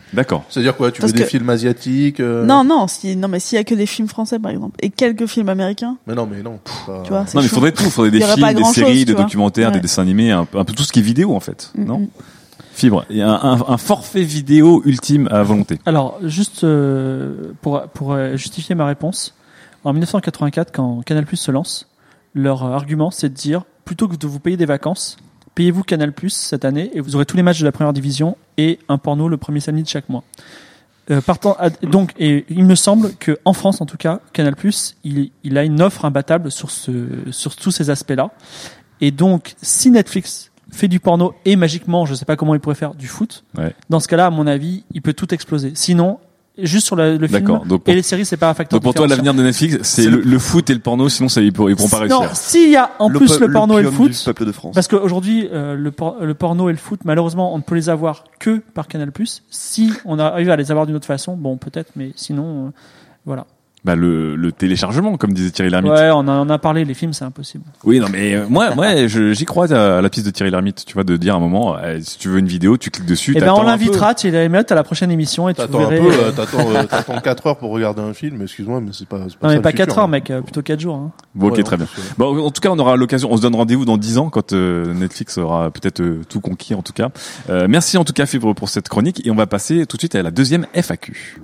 S4: D'accord.
S7: C'est-à-dire quoi? Tu veux des films asiatiques?
S8: Non, mais s'il y a que des films français, par exemple, et quelques films américains.
S7: Mais non.
S8: Tu vois,
S4: non, mais il faudrait tout. Il faudrait des films, des séries, des documentaires, des dessins animés, un peu tout ce qui est vidéo, en fait. Non? Fibre. Il y a un forfait vidéo ultime à volonté.
S5: Alors, juste, pour justifier ma réponse. En 1984, quand Canal+ se lance, leur argument, c'est de dire, plutôt que de vous payer des vacances, payez-vous Canal+ cette année et vous aurez tous les matchs de la première division et un porno le premier samedi de chaque mois. Donc, et il me semble que en France, en tout cas, Canal+, il a une offre imbattable sur tous ces aspects-là. Et donc, si Netflix fait du porno et magiquement, je sais pas comment il pourrait faire du foot, dans ce cas-là, à mon avis, il peut tout exploser. Sinon, juste sur le film et les séries, c'est pas un facteur.
S4: Donc pour toi, l'avenir de Netflix, c'est le foot et le porno, sinon ils pourront pas réussir.
S5: Non, s'il y a en plus le porno et le foot,
S6: peuple de France.
S5: Parce qu'aujourd'hui, le porno et le foot, malheureusement, on ne peut les avoir que par Canal+. Si on arrive à les avoir d'une autre façon, bon, peut-être, mais sinon, voilà.
S4: Bah le téléchargement, comme disait Thierry Lhermitte.
S5: Ouais, on en a parlé, les films c'est impossible.
S4: Oui, non mais moi j'y crois à la piste de Thierry Lhermitte, tu vois, de dire à un moment si tu veux une vidéo, tu cliques dessus,
S5: et ben on l'invitera Thierry Lhermitte à la prochaine émission et tu verras.
S7: T'attends 4 heures pour regarder un film, excuse-moi, mais c'est pas
S5: non,
S7: ça.
S5: Mais pas 4 heures mec, plutôt 4 jours hein.
S4: Bon, OK, très bien. Bon, en tout cas, on aura l'occasion, on se donne rendez-vous dans 10 ans quand Netflix aura peut-être tout conquis en tout cas. Merci en tout cas Fibre pour cette chronique et on va passer tout de suite à la deuxième FAQ.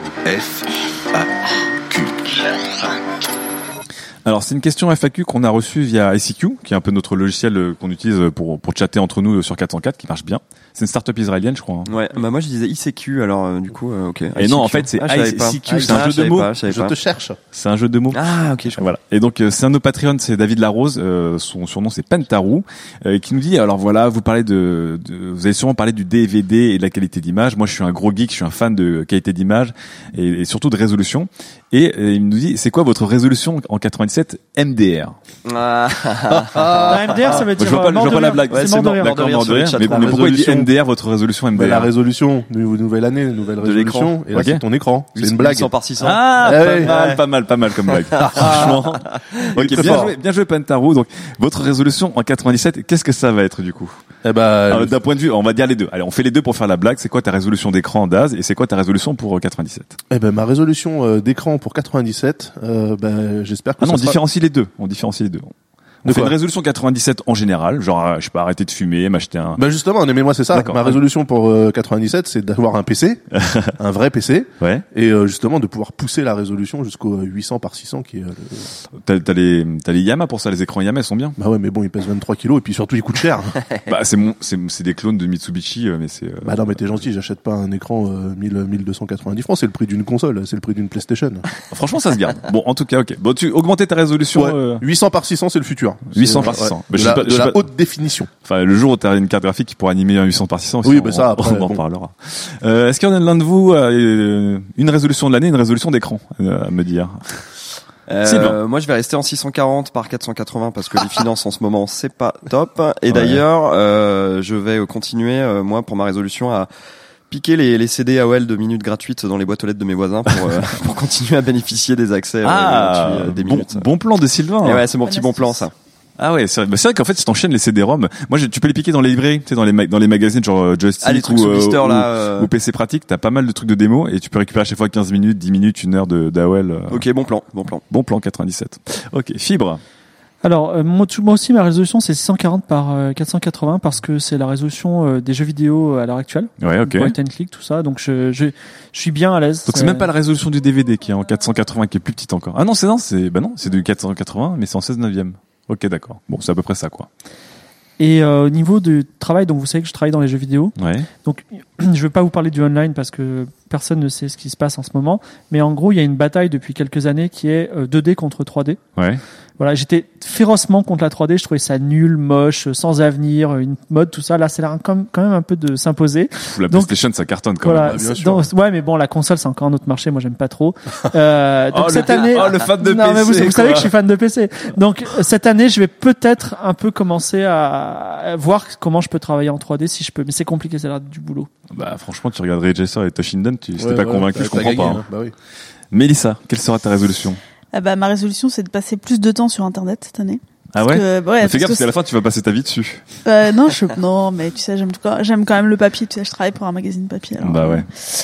S4: Alors c'est une question FAQ qu'on a reçue via ICQ, qui est un peu notre logiciel qu'on utilise pour chatter entre nous sur 404, qui marche bien. C'est une start-up israélienne, je crois. Hein.
S6: Ouais, bah moi je disais ICQ, alors du coup, ok.
S4: Et non, en fait c'est ICQ, c'est un jeu de mots.
S7: Je te cherche.
S4: C'est un jeu de mots.
S6: Ah, ok, je comprends.
S4: Voilà. Et donc c'est un de nos Patreons, c'est David Larose, son surnom c'est Pentarou, qui nous dit alors voilà, vous parlez vous avez sûrement parlé du DVD et de la qualité d'image. Moi je suis un gros geek, je suis un fan de qualité d'image et surtout de résolution. Et il nous dit c'est quoi votre résolution en 97 MDR?
S5: MDR ça veut dire
S4: je vois pas la blague.
S5: C'est mort de rire.
S4: Mais pourquoi il dit MDR, votre résolution MDR?
S7: La résolution, nouvelle année, nouvelle résolution. Et là, c'est ton écran. C'est une blague.
S6: 100 par 600.
S4: Ah, pas mal comme blague. Franchement. Ok, bien joué Pentarou. Donc, votre résolution en 97, qu'est-ce que ça va être, du coup? D'un point de vue, on va dire les deux. Allez, on fait les deux pour faire la blague. C'est quoi ta résolution d'écran Daz et c'est quoi ta résolution pour 97?
S7: Ma résolution d'écran pour 97, j'espère que
S4: on différencie les deux. On fait une résolution 97 en général, genre je sais pas, arrêter de fumer, m'acheter un.
S7: Justement, mais moi c'est ça. Ma résolution pour 97, c'est d'avoir un PC, un vrai PC, et justement de pouvoir pousser la résolution jusqu'au 800 par 600 qui est.
S4: T'as les Yamaha pour ça, les écrans Yamaha sont bien.
S7: Bah ouais, mais bon, ils pèsent 23 kilos et puis surtout ils coûtent cher.
S4: C'est des clones de Mitsubishi, mais c'est.
S7: Non, mais t'es gentil, j'achète pas un écran 1290 francs, c'est le prix d'une console, c'est le prix d'une PlayStation.
S4: Franchement, ça se garde. Bon, en tout cas, ok. Bon, tu augmenter ta résolution.
S7: 800 par 600, c'est le futur.
S4: 800 par 600.
S7: De la haute définition.
S4: Enfin, le jour où tu as une carte graphique qui pourra animer un 800 par 600,
S7: oui, ça, après,
S4: on en parlera. Est-ce qu'il y en a l'un de vous une résolution de l'année, une résolution d'écran à me dire?
S6: Moi, je vais rester en 640 par 480 parce que les finances en ce moment, c'est pas top. Et d'ailleurs, je vais continuer, moi, pour ma résolution à piquer les CD AOL de minutes gratuites dans les boîtes aux lettres de mes voisins pour continuer à bénéficier des accès des minutes.
S4: Bon plan de Sylvain.
S6: Et ouais, c'est mon petit bon plan, ça.
S4: Ah ouais, c'est vrai qu'en fait, si t'enchaînes les CD-ROM, moi, tu peux les piquer dans les librairies, tu sais, dans les magazines genre Joystick ou PC Pratique, t'as pas mal de trucs de démo et tu peux récupérer à chaque fois 15 minutes, 10 minutes, 1 heure d'AOL.
S6: Ok, bon plan.
S4: Bon plan 97. Ok, Fibre.
S5: Alors moi aussi ma résolution c'est 640 par 480 parce que c'est la résolution des jeux vidéo à l'heure actuelle.
S4: Ouais, ok.
S5: Point and click, tout ça, donc je suis bien à l'aise.
S4: Donc c'est même pas la résolution du DVD qui est en 480 qui est plus petite encore. Ah non, c'est du 480 mais c'est en 16/9. Ok, d'accord. Bon, c'est à peu près ça quoi.
S5: Et au niveau du travail, donc vous savez que je travaille dans les jeux vidéo.
S4: Ouais.
S5: Donc je vais pas vous parler du online parce que personne ne sait ce qui se passe en ce moment, mais en gros, il y a une bataille depuis quelques années qui est 2D contre 3D.
S4: Ouais.
S5: Voilà, j'étais férocement contre la 3D, je trouvais ça nul, moche, sans avenir, une mode, tout ça. Là, c'est quand même un peu de s'imposer.
S4: La PlayStation, ça cartonne quand même.
S7: Bien sûr.
S5: Ouais, mais bon, la console, c'est encore un autre marché. Moi, j'aime pas trop. Donc cette année,
S4: le fan de PC.
S5: Mais vous savez que je suis fan de PC. Donc cette année, je vais peut-être un peu commencer à voir comment je peux travailler en 3D si je peux. Mais c'est compliqué, c'est là du boulot.
S4: Bah franchement, tu regardes Ray Chaser et Toshinden, si t'es pas convaincu, je comprends pas.
S7: Bah oui.
S4: Mélissa, quelle sera ta résolution?
S8: Ma résolution, c'est de passer plus de temps sur Internet cette année.
S4: Ah ouais? Fais gaffe parce qu'à la fin tu vas passer ta vie dessus.
S8: Non, mais tu sais, j'aime quand même le papier. Tu sais, je travaille pour un magazine papier. Alors,
S4: bah ouais.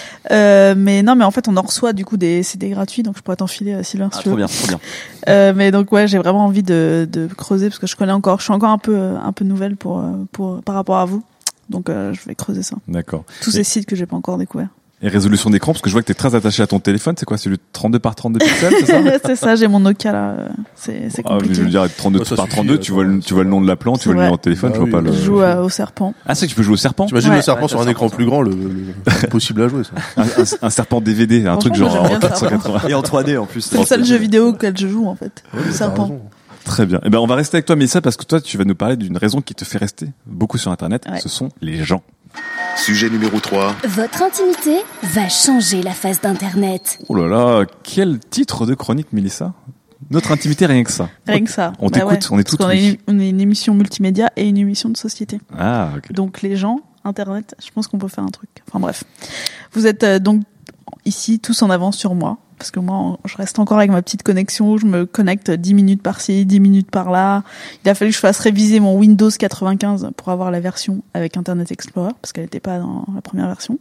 S8: Mais non, mais en fait, on en reçoit du coup des CD gratuits, donc je pourrais t'en filer, Sylvain, si tu veux.
S6: Trop bien.
S8: Mais donc ouais, j'ai vraiment envie de creuser parce que je suis encore un peu nouvelle par rapport à vous. Donc je vais creuser ça.
S4: D'accord.
S8: Tous ces sites que j'ai pas encore découverts.
S4: Et résolution d'écran, parce que je vois que t'es très attaché à ton téléphone, c'est quoi? C'est le 32 par 32 pixels, c'est ça?
S8: C'est ça, j'ai mon Nokia là. C'est compliqué.
S4: Je veux dire, 32 par 32, tu vois le nom de la plante, tu vois le numéro de téléphone, tu vois pas le...
S8: Je joue au serpent.
S4: Ah, c'est que tu peux jouer au serpent?
S7: T'imagines le serpent sur un écran plus grand, c'est possible à jouer, ça.
S4: Un serpent DVD, un truc genre en 480.
S6: Et en 3D en plus.
S8: C'est le seul jeu vidéo auquel je joue, en fait. Le serpent.
S4: Très bien. Eh ben, on va rester avec toi, Mélissa, parce que toi, tu vas nous parler d'une raison qui te fait rester beaucoup sur Internet. Ce sont les gens.
S2: Sujet numéro 3.
S3: Votre intimité va changer la face d'Internet.
S4: Oh là là, quel titre de chronique, Mélissa. Notre intimité, rien que ça.
S8: Rien que ça.
S4: On t'écoute, on est tout oui.
S8: On est une émission multimédia et une émission de société.
S4: Ah, ok.
S8: Donc les gens, Internet, je pense qu'on peut faire un truc. Enfin bref. Vous êtes donc ici tous en avance sur moi. Parce que moi, je reste encore avec ma petite connexion où je me connecte 10 minutes par-ci, 10 minutes par-là. Il a fallu que je fasse réviser mon Windows 95 pour avoir la version avec Internet Explorer, parce qu'elle n'était pas dans la première version.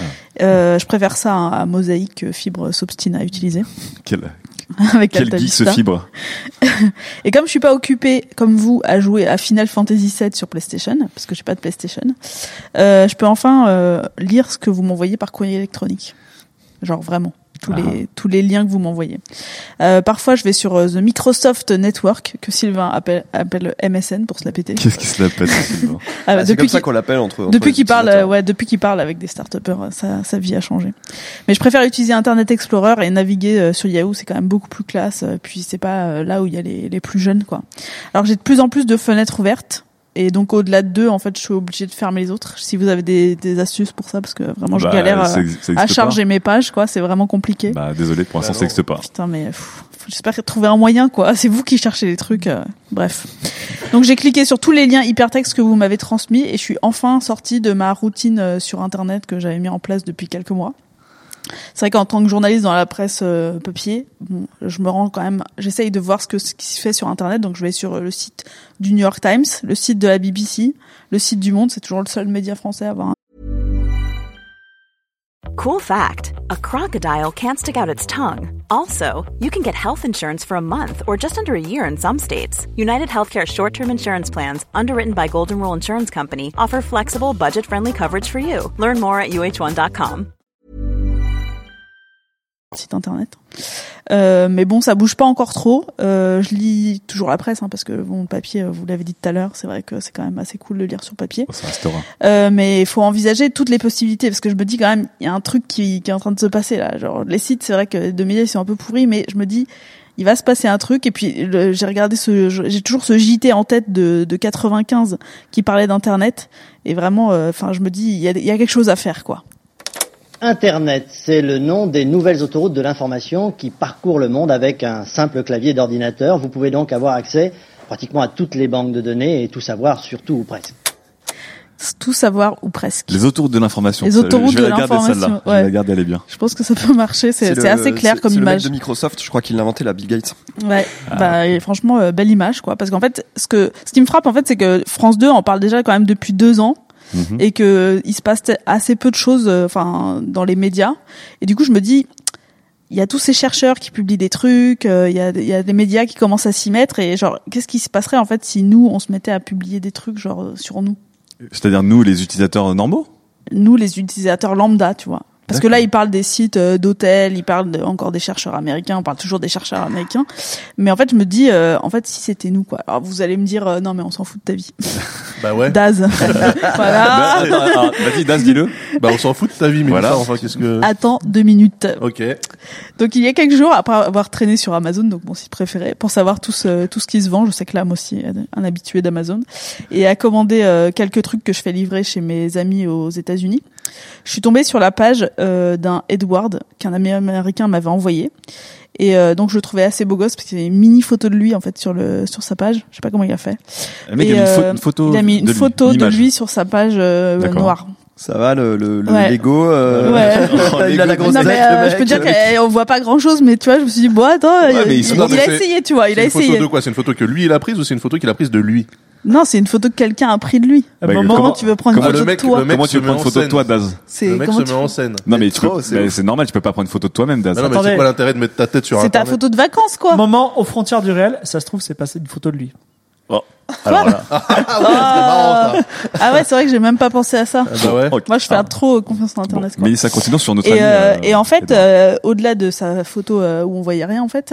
S8: Je préfère ça à Mosaic que Fibre s'obstine à utiliser.
S4: Quel geek ce Fibre.
S8: Et comme je suis pas occupée, comme vous, à jouer à Final Fantasy VII sur PlayStation, parce que j'ai pas de PlayStation, je peux enfin lire ce que vous m'envoyez par courrier électronique. Genre vraiment. Tous les liens que vous m'envoyez. Parfois, je vais sur The Microsoft Network, que Sylvain appelle MSN pour se la péter.
S4: Qu'est-ce qui se la pète, Sylvain?
S6: C'est comme ça qu'on l'appelle entre
S8: depuis qu'il parle avec des start-upers, sa vie a changé. Mais je préfère utiliser Internet Explorer et naviguer sur Yahoo, c'est quand même beaucoup plus classe. Puis c'est pas là où il y a les plus jeunes, quoi. Alors j'ai de plus en plus de fenêtres ouvertes. Et donc au-delà de 2, en fait, je suis obligée de fermer les autres. Si vous avez des astuces pour ça, parce que vraiment je galère à charger mes pages, quoi. C'est vraiment compliqué.
S4: Désolé, pour l'instant ça n'existe pas.
S8: Putain, mais j'espère trouver un moyen, quoi. C'est vous qui cherchez les trucs. Bref. Donc j'ai cliqué sur tous les liens hypertextes que vous m'avez transmis et je suis enfin sortie de ma routine sur Internet que j'avais mis en place depuis quelques mois. C'est vrai qu'en tant que journaliste dans la presse papier, je me rends quand même, j'essaye de voir ce qui se fait sur Internet. Donc je vais sur le site du New York Times, le site de la BBC, le site du Monde. C'est toujours le seul média français à avoir.
S1: Cool fact, a crocodile can't stick out its tongue. Also, you can get health insurance for a month or just under a year in some states. United Healthcare short-term insurance plans, underwritten by Golden Rule Insurance Company, offer flexible, budget-friendly coverage for you. Learn more at uh1.com.
S8: Site internet. Mais bon, ça bouge pas encore trop. Je lis toujours la presse, parce que bon, le papier, vous l'avez dit tout à l'heure, c'est vrai que c'est quand même assez cool de lire sur papier.
S4: Ça restera.
S8: Mais il faut envisager toutes les possibilités, parce que je me dis quand même, il y a un truc qui est en train de se passer là. Genre, les sites, c'est vrai que de médias ils sont un peu pourris, mais je me dis, il va se passer un truc. Et puis j'ai toujours ce JT en tête de 95 qui parlait d'internet. Et vraiment, je me dis, il y a quelque chose à faire, quoi.
S10: Internet, c'est le nom des nouvelles autoroutes de l'information qui parcourent le monde avec un simple clavier d'ordinateur. Vous pouvez donc avoir accès pratiquement à toutes les banques de données et tout savoir sur tout ou presque.
S8: Tout savoir ou presque.
S4: Les autoroutes de l'information.
S8: Les autoroutes de l'information.
S4: Celle-là. Je vais la garder, elle est bien.
S8: Je pense que ça peut marcher. C'est assez clair comme image.
S6: C'est le mec de Microsoft, je crois qu'il l'a inventé, la Bill Gates.
S8: Ouais. Et franchement, belle image, quoi. Parce qu'en fait, ce qui me frappe, en fait, c'est que France 2 en parle déjà quand même depuis 2 ans. Et que il se passe assez peu de choses dans les médias, et du coup je me dis, il y a tous ces chercheurs qui publient des trucs, il y a des médias qui commencent à s'y mettre, et genre qu'est-ce qui se passerait en fait si nous on se mettait à publier des trucs genre sur nous,
S4: c'est-à-dire nous les utilisateurs normaux,
S8: nous les utilisateurs lambda, tu vois. Parce que là, ils parlent des sites d'hôtels, ils parlent encore des chercheurs américains, on parle toujours des chercheurs américains. Mais en fait, je me dis, si c'était nous, quoi. Alors, vous allez me dire, non, mais on s'en fout de ta vie.
S7: Bah ouais.
S8: Daz. Voilà.
S4: Vas-y, Daz, dis-le.
S7: On s'en fout de ta vie, mais
S4: voilà.
S7: qu'est-ce que...
S8: Attends 2 minutes.
S7: Ok.
S8: Donc, il y a quelques jours, après avoir traîné sur Amazon, donc mon site préféré, pour savoir tout ce qui se vend, je sais que Lam aussi est un habitué d'Amazon, et a commandé quelques trucs que je fais livrer chez mes amis aux États-Unis. Je suis tombée sur la page d'un Edward qu'un ami américain m'avait envoyé, et donc je le trouvais assez beau gosse parce qu'il y avait une mini photo de lui en fait sur sa page. Je sais pas comment il a fait.
S4: Le mec a mis une photo.
S8: Il a mis une photo de lui sur sa page noire.
S6: Ça va le
S8: ouais.
S6: Lego
S8: il a la grosse tête. Je peux dire qu'on voit pas grand chose, mais tu vois, je me suis dit bon attends, il a essayé, tu vois, il a essayé.
S7: C'est une photo de quoi? C'est une photo que lui il a prise ou c'est une photo qu'il a prise de lui?
S8: Non, c'est une photo que quelqu'un a pris de lui. Comment tu veux prendre une photo de toi?
S4: Comment tu veux prendre une photo de toi, Daz?
S7: Le mec se met en scène.
S4: Non mais c'est normal, tu peux pas prendre une photo de toi-même, Daz.
S7: Non mais c'est quoi l'intérêt de mettre ta tête sur Internet?
S8: C'est ta photo de vacances quoi.
S5: Moment aux frontières du réel, ça se trouve c'est passé une photo de lui.
S4: Oh. Alors là.
S8: Ah ouais, c'est vrai que j'ai même pas pensé à ça.
S7: Bah ouais.
S8: Moi, je fais trop confiance en Internet.
S4: Bon, mais ça continue sur notre
S8: et en fait, au-delà de sa photo où on voyait rien, en fait,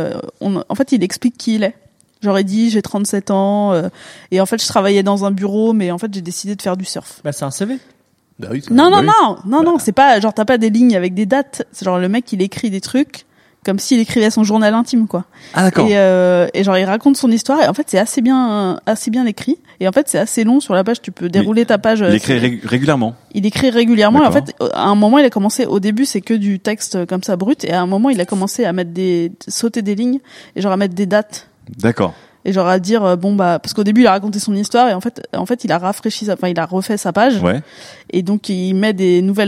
S8: il explique qui il est. J'aurais dit j'ai 37 ans et en fait je travaillais dans un bureau, mais en fait j'ai décidé de faire du surf.
S5: Bah c'est un CV.
S7: Bah oui,
S8: non, c'est pas genre t'as pas des lignes avec des dates. C'est genre le mec il écrit des trucs comme s'il écrivait son journal intime quoi.
S4: Ah d'accord.
S8: Et genre il raconte son histoire et en fait c'est assez bien écrit et en fait c'est assez long sur la page, tu peux dérouler ta page.
S4: Il écrit régulièrement.
S8: Il écrit régulièrement et en fait à un moment il a commencé, au début c'est que du texte comme ça brut et à un moment il a commencé à mettre sauter des lignes et genre à mettre des dates.
S4: D'accord.
S8: Et genre à dire parce qu'au début il a raconté son histoire et en fait il a il a refait sa page.
S4: Ouais.
S8: Et donc il met des nouveaux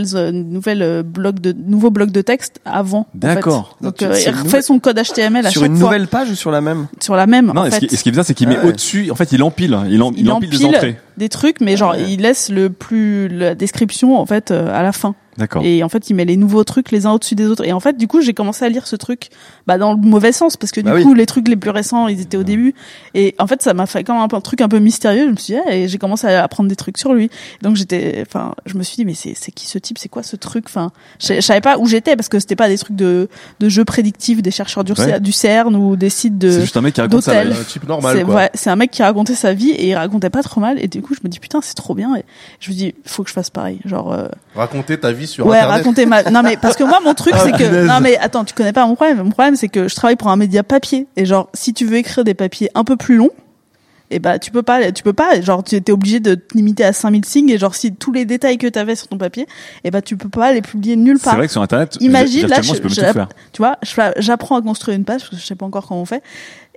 S8: blocs de texte avant.
S4: D'accord.
S8: En fait. Donc il refait son code HTML à chaque fois.
S6: Sur une nouvelle page ou sur la même?
S8: Sur la même.
S4: Non,
S8: en fait.
S4: Ce qui est bizarre, c'est qu'il met au-dessus. En fait, il empile des entrées.
S8: Des trucs, mais genre il laisse la description en fait à la fin.
S4: D'accord.
S8: Et en fait, il met les nouveaux trucs les uns au-dessus des autres. Et en fait, du coup, j'ai commencé à lire ce truc, dans le mauvais sens, parce que du coup, les trucs les plus récents, ils étaient au début. Et en fait, ça m'a fait comme un truc un peu mystérieux. Je me suis dit, et j'ai commencé à apprendre des trucs sur lui. Donc je me suis dit, mais c'est qui ce type? C'est quoi ce truc? Enfin, je savais pas où j'étais parce que c'était pas des trucs de jeux prédictifs des chercheurs du CERN ou des sites de.
S4: C'est juste un mec qui raconte
S7: un type normal.
S8: C'est un mec qui racontait sa vie et il racontait pas trop mal. Et du coup, je me dis, putain, c'est trop bien. Et je me dis, faut que je fasse pareil. Genre.
S7: Raconter ta vie sur Internet.
S8: Non mais parce que moi mon truc c'est que non mais attends, tu connais pas mon problème c'est que je travaille pour un média papier et genre si tu veux écrire des papiers un peu plus longs et tu peux pas genre tu étais obligé de te limiter à 5000 signes et genre si tous les détails que tu avais sur ton papier tu peux pas les publier nulle part.
S4: C'est vrai que sur internet
S8: imagine là
S4: tu vois
S8: j'apprends à construire une page parce que je sais pas encore comment on fait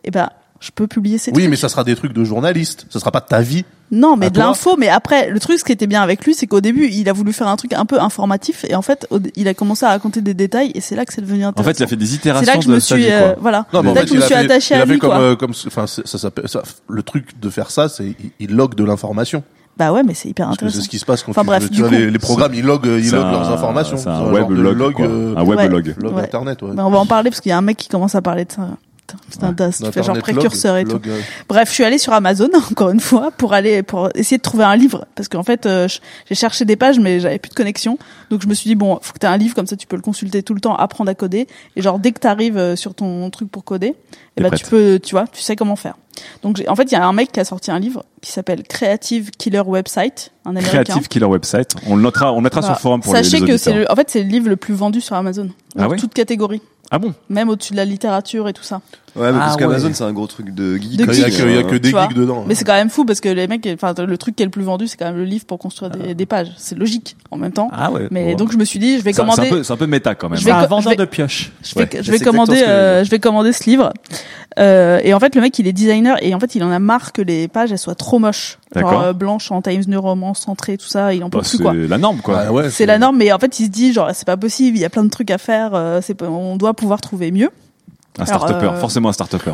S8: je peux publier ces trucs.
S7: Oui, mais ça sera des trucs de journaliste. Ça sera pas de ta vie.
S8: Non, mais de l'info. Mais après, le truc, ce qui était bien avec lui, c'est qu'au début, il a voulu faire un truc un peu informatif. Et en fait, il a commencé à raconter des détails. Et c'est là que c'est devenu intéressant.
S4: En fait, il a fait des itérations.
S8: C'est là que je me suis, voilà.
S7: Non, mais en fait,
S8: je me suis attaché à lui, quoi.
S7: Enfin, ça s'appelle, le truc de faire ça, c'est, il log de l'information.
S8: Bah ouais, mais c'est hyper intéressant.
S7: C'est ce qui se passe quand les programmes, ils loguent leurs informations.
S4: C'est un weblog. Un weblog.
S7: Log internet, ouais.
S8: On va en parler parce qu'il y a un mec qui commence à parler de ça. C'est un DAS, tu fais genre précurseur et tout. Bref, je suis allée sur Amazon, encore une fois, pour essayer de trouver un livre. Parce qu'en fait, j'ai cherché des pages, mais j'avais plus de connexion. Donc je me suis dit, bon, faut que t'aies un livre, comme ça tu peux le consulter tout le temps, apprendre à coder. Et genre, dès que t'arrives sur ton truc pour coder, tu sais comment faire. Donc en fait, il y a un mec qui a sorti un livre qui s'appelle Creative Killer Website, un américain.
S4: Creative Killer Website. On le notera sur le forum pour les auditeurs.
S8: Sachez que c'est le livre le plus vendu sur Amazon. Dans toute catégorie.
S4: Ah bon?
S8: Même au-dessus de la littérature et tout ça.
S6: Ouais, mais parce qu'Amazon, c'est un gros truc de geek.
S7: Il y a que des geeks dedans.
S8: Mais c'est quand même fou parce que les mecs, le truc qui est le plus vendu, c'est quand même le livre pour construire des pages. C'est logique en même temps.
S4: Ah ouais.
S8: Mais donc je me suis dit, je vais commander.
S4: C'est un peu méta quand même.
S5: C'est un vendeur de pioches.
S8: Je vais commander ce livre. Et en fait, le mec, il est designer et en fait, il en a marre que les pages elles soient trop moches. Genre blanches en Times New Roman, centrées, tout ça, il en peut plus quoi.
S4: C'est la norme quoi.
S8: C'est la norme, mais en fait, il se dit genre c'est pas possible, il y a plein de trucs à faire, on doit pouvoir trouver mieux.
S4: Un start-upper, forcément un start-upper.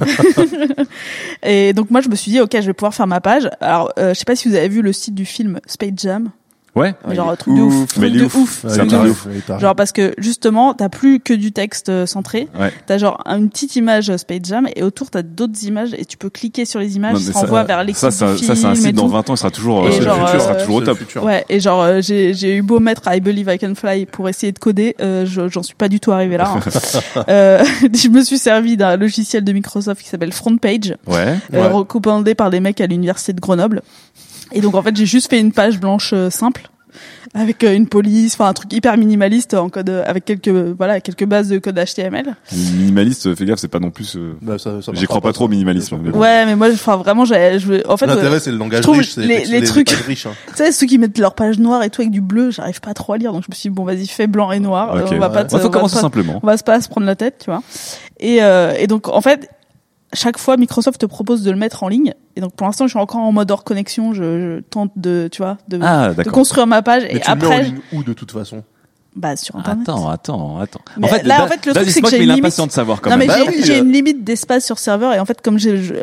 S8: Et donc moi je me suis dit ok, je vais pouvoir faire ma page. Alors je sais pas si vous avez vu le site du film Space Jam.
S4: Ouais.
S8: Genre truc de ouf.
S4: Mais il est ouf.
S7: C'est un truc de ouf.
S8: Genre parce que justement, t'as plus que du texte centré.
S4: Ouais.
S8: T'as genre une petite image Space Jam et autour t'as d'autres images et tu peux cliquer sur les images, ça renvoie vers l'équipe du film.
S4: Ça c'est un site dans 20 ans, il sera toujours au top.
S8: Ouais, et genre j'ai eu beau mettre I Believe I Can Fly pour essayer de coder, j'en suis pas du tout arrivé là. Je me suis servi d'un logiciel de Microsoft qui s'appelle FrontPage. Recommandé par des mecs à l'université de Grenoble. Et donc en fait j'ai juste fait une page blanche simple avec une police, enfin un truc hyper minimaliste en code avec quelques bases de code HTML.
S4: Minimaliste, fais gaffe, c'est pas non plus. J'y crois pas trop au minimalisme.
S8: Ouais, mais moi, enfin vraiment, en fait,
S7: l'intérêt c'est le langage riche, c'est
S8: les trucs
S7: riches. Hein.
S8: Tu sais, ceux qui mettent leur page noire et tout avec du bleu, j'arrive pas trop à lire, donc je me suis dit bon, vas-y, fais blanc et noir.
S4: Okay.
S8: On va pas.
S4: Faut commencer simplement.
S8: On va pas se prendre la tête, tu vois. Et donc en fait. chaque fois Microsoft te propose de le mettre en ligne. Et donc pour l'instant, je suis encore en mode hors connexion. Je tente de construire ma page.
S7: Mais
S8: et
S7: tu
S8: après,
S7: le mets en ligne où de toute façon?
S8: Bah sur internet.
S4: Attends.
S8: Mais en fait, le truc c'est que j'ai une limite.
S4: Impatient de savoir quand
S8: non,
S4: même.
S8: mais j'ai une limite d'espace sur serveur et en fait comme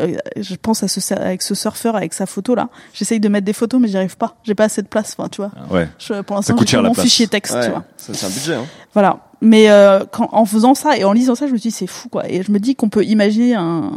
S8: je pense avec ce surfeur avec sa photo là, j'essaye de mettre des photos mais j'y arrive pas. J'ai pas assez de place. Enfin, tu vois.
S4: Ouais.
S8: Pour l'instant, j'ai mon fichier texte.
S6: Ouais,
S8: tu vois.
S6: Ça, c'est un budget. Hein.
S8: Voilà. Mais en faisant ça et en lisant ça, je me dis c'est fou quoi. Et je me dis qu'on peut imaginer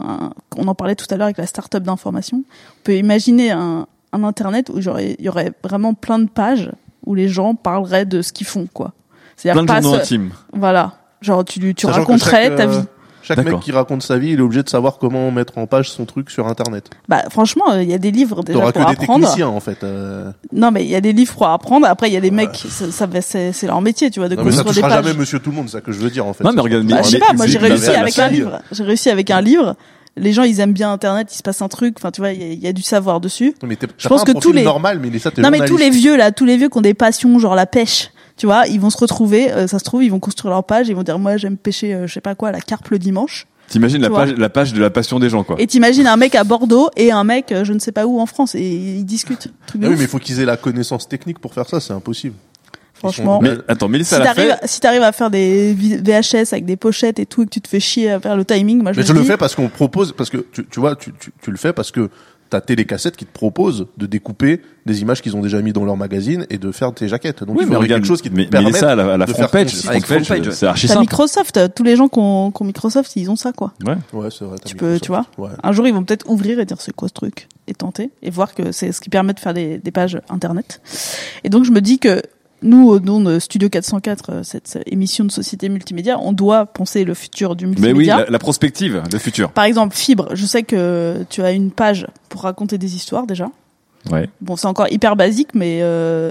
S8: on en parlait tout à l'heure avec la start-up d'information. On peut imaginer un internet où il y aurait vraiment plein de pages où les gens parleraient de ce qu'ils font quoi.
S4: C'est-à-dire plein de journaux intimes.
S8: Voilà. Genre, tu raconterais ta vie.
S7: Chaque mec qui raconte sa vie, il est obligé de savoir comment mettre en page son truc sur Internet.
S8: Bah, franchement, il y a des livres déjà
S7: pour
S8: apprendre.
S7: T'auras que des techniciens, en fait.
S8: Non, mais il y a des livres pour apprendre. Après, il y a des mecs, c'est leur métier, tu vois, de construire des pages.
S7: Mais ça touchera jamais Monsieur Tout le Monde, c'est ça que je veux dire, en fait.
S4: Non, mais regarde,
S8: je sais pas, moi, j'ai réussi avec un livre. J'ai réussi avec un livre. Les gens, ils aiment bien Internet, il se passe un truc. Enfin, tu vois, il y a du savoir dessus.
S7: Mais je pense que tous les normal, mais ça,
S8: non, mais tous les vieux qui ont des passions, genre la pêche. Tu vois, ils vont se retrouver, ça se trouve, ils vont construire leur page, ils vont dire, moi, j'aime pêcher, je sais pas quoi, la carpe le dimanche.
S4: T'imagines la page de la passion des gens, quoi.
S8: Et t'imagines un mec à Bordeaux et un mec, je ne sais pas où en France, et ils discutent.
S7: Oui, mais il faut qu'ils aient la connaissance technique pour faire ça, c'est impossible.
S8: Franchement.
S4: Mais attends, Mélissa
S8: si t'arrives à faire des VHS avec des pochettes et tout, et que tu te fais chier à faire le timing, moi,
S7: je le fais parce qu'on propose, parce que tu vois, tu le fais parce que t'as Télécassette qui te propose de découper des images qu'ils ont déjà mis dans leur magazine et de faire tes jaquettes. Donc,
S4: oui, mais regarde, quelque chose qui te permet ça, la front page, c'est archi simple.
S8: Microsoft, tous les gens qui ont Microsoft, ils ont ça, quoi.
S7: Ouais, c'est vrai.
S8: Tu vois. Ouais. Un jour, ils vont peut-être ouvrir et dire c'est quoi ce truc et tenter et voir que c'est ce qui permet de faire des pages internet. Et donc, je me dis que nous, au nom de Studio 404, cette émission de société multimédia, on doit penser le futur du multimédia.
S4: Mais oui, la prospective, le futur.
S8: Par exemple, Fibre, je sais que tu as une page pour raconter des histoires déjà.
S4: Ouais.
S8: Bon, c'est encore hyper basique, mais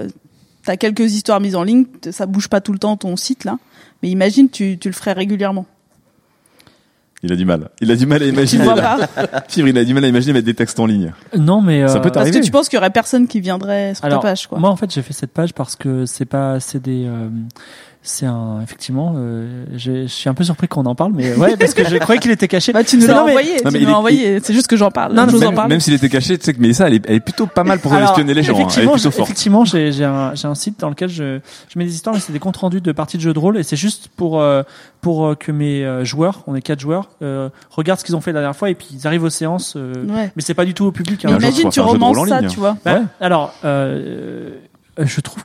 S8: t'as quelques histoires mises en ligne, ça bouge pas tout le temps ton site là. Mais imagine, tu le ferais régulièrement.
S4: Il a du mal à imaginer.
S8: Tu vois pas
S4: Fibre, il a du mal à imaginer mettre des textes en ligne.
S5: Non, mais
S4: ça peut t'arriver.
S8: Parce que tu penses qu'il y aurait personne qui viendrait sur ta page, quoi.
S5: Moi, en fait, j'ai fait cette page parce que effectivement, je suis un peu surpris qu'on en parle, mais ouais, parce que je croyais qu'il était caché.
S8: Bah, tu nous l'as envoyé, c'est juste que j'en parle.
S4: Non, même s'il était caché, tu sais que Mélissa, elle est plutôt pas mal pour questionner les gens, elle est plutôt forte.
S5: Effectivement, j'ai un site dans lequel je mets des histoires, mais c'est des comptes rendus de parties de jeux de rôle, et c'est juste pour que mes joueurs, on est 4 joueurs, regardent ce qu'ils ont fait la dernière fois, et puis ils arrivent aux séances, mais c'est pas du tout au public.
S8: Mais imagine, tu romances ça, tu vois.
S5: Alors, je trouve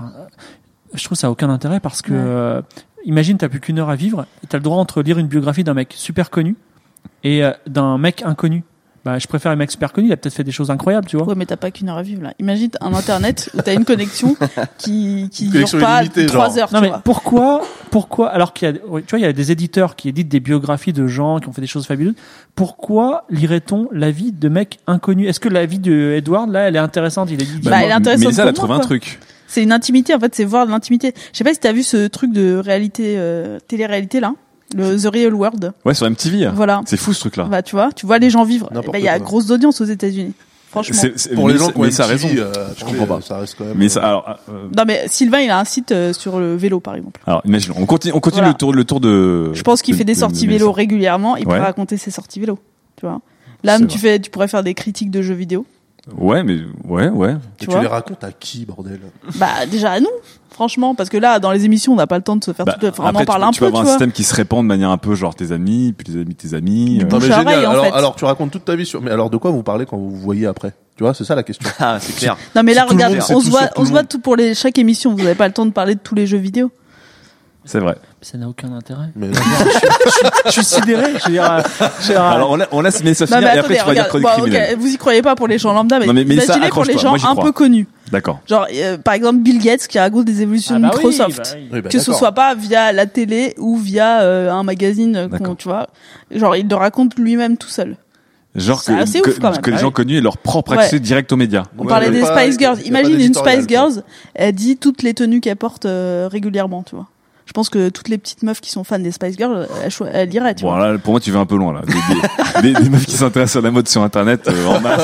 S5: ça a aucun intérêt parce que imagine t'as plus qu'une heure à vivre et t'as le droit entre lire une biographie d'un mec super connu et d'un mec inconnu. Bah, je préfère un mec super connu, il a peut-être fait des choses incroyables, tu vois.
S8: Ouais, mais t'as pas qu'une heure à vivre, là. Imagine un internet où t'as une connexion qui dure pas 3 heures,
S5: non, mais pourquoi, alors qu'il y a, tu vois, il y a des éditeurs qui éditent des biographies de gens qui ont fait des choses fabuleuses. Pourquoi lirait-on la vie de mecs inconnus? Est-ce que la vie de Edward, là, elle est intéressante? Il a dit,
S8: elle est intéressante.
S4: Mais ça, elle a trouvé un truc.
S8: C'est une intimité, en fait, c'est voir de l'intimité. Je sais pas si t'as vu ce truc de réalité, télé-réalité, là. Le The Real World.
S4: Ouais, sur MTV.
S8: Voilà.
S4: C'est fou, ce truc-là.
S8: Bah, tu vois les gens vivre. Il y a grosse audience aux États-Unis. Franchement.
S7: Pour les gens qui ont
S4: ça raison.
S7: Je comprends pas. Ça reste quand même.
S4: Mais ça, alors,
S8: non, mais Sylvain, il a un site sur le vélo, par exemple.
S4: Alors, imagine, on continue voilà. le tour de.
S8: Je pense qu'il fait des sorties vélo régulièrement. Il pourrait raconter ses sorties vélo. Tu vois. Là, tu pourrais faire des critiques de jeux vidéo.
S4: Ouais, mais ouais.
S7: Tu les racontes à qui, bordel?
S8: Bah, déjà à nous. Franchement, parce que là, dans les émissions, on n'a pas le temps de se faire tout. Enfin, on en parle un peu.
S4: Tu peux avoir un système qui se répand de manière un peu genre tes amis, puis les amis de tes amis.
S7: Non, mais génial. Alors, tu racontes toute ta vie mais alors de quoi vous parlez quand vous vous voyez après? Tu vois, c'est ça la question.
S6: Ah, c'est clair.
S8: Non, mais là, regarde, on se voit tout pour chaque émission. Vous n'avez pas le temps de parler de tous les jeux vidéo.
S4: C'est vrai.
S5: Ça n'a aucun intérêt.
S7: Mais
S5: je suis sidéré.
S4: Alors on laisse mais ça finir et après tu vas dire chronique criminelle.
S8: Vous y croyez pas pour les gens lambda, mais imaginez pour les gens un peu connus.
S4: D'accord.
S8: Genre par exemple Bill Gates qui raconte des évolutions de Microsoft, que ce soit pas via la télé ou via un magazine, tu vois. Genre il le raconte lui-même tout seul.
S4: Genre que les gens connus aient leur propre accès direct aux médias.
S8: On parlait des Spice Girls. Imagine une Spice Girls, elle dit toutes les tenues qu'elle porte régulièrement, tu vois. je pense que toutes les petites meufs qui sont fans des Spice Girls, elles liraient, tu vois.
S4: Là, pour moi, tu vas un peu loin, là. Des meufs qui s'intéressent à la mode sur Internet, en masse.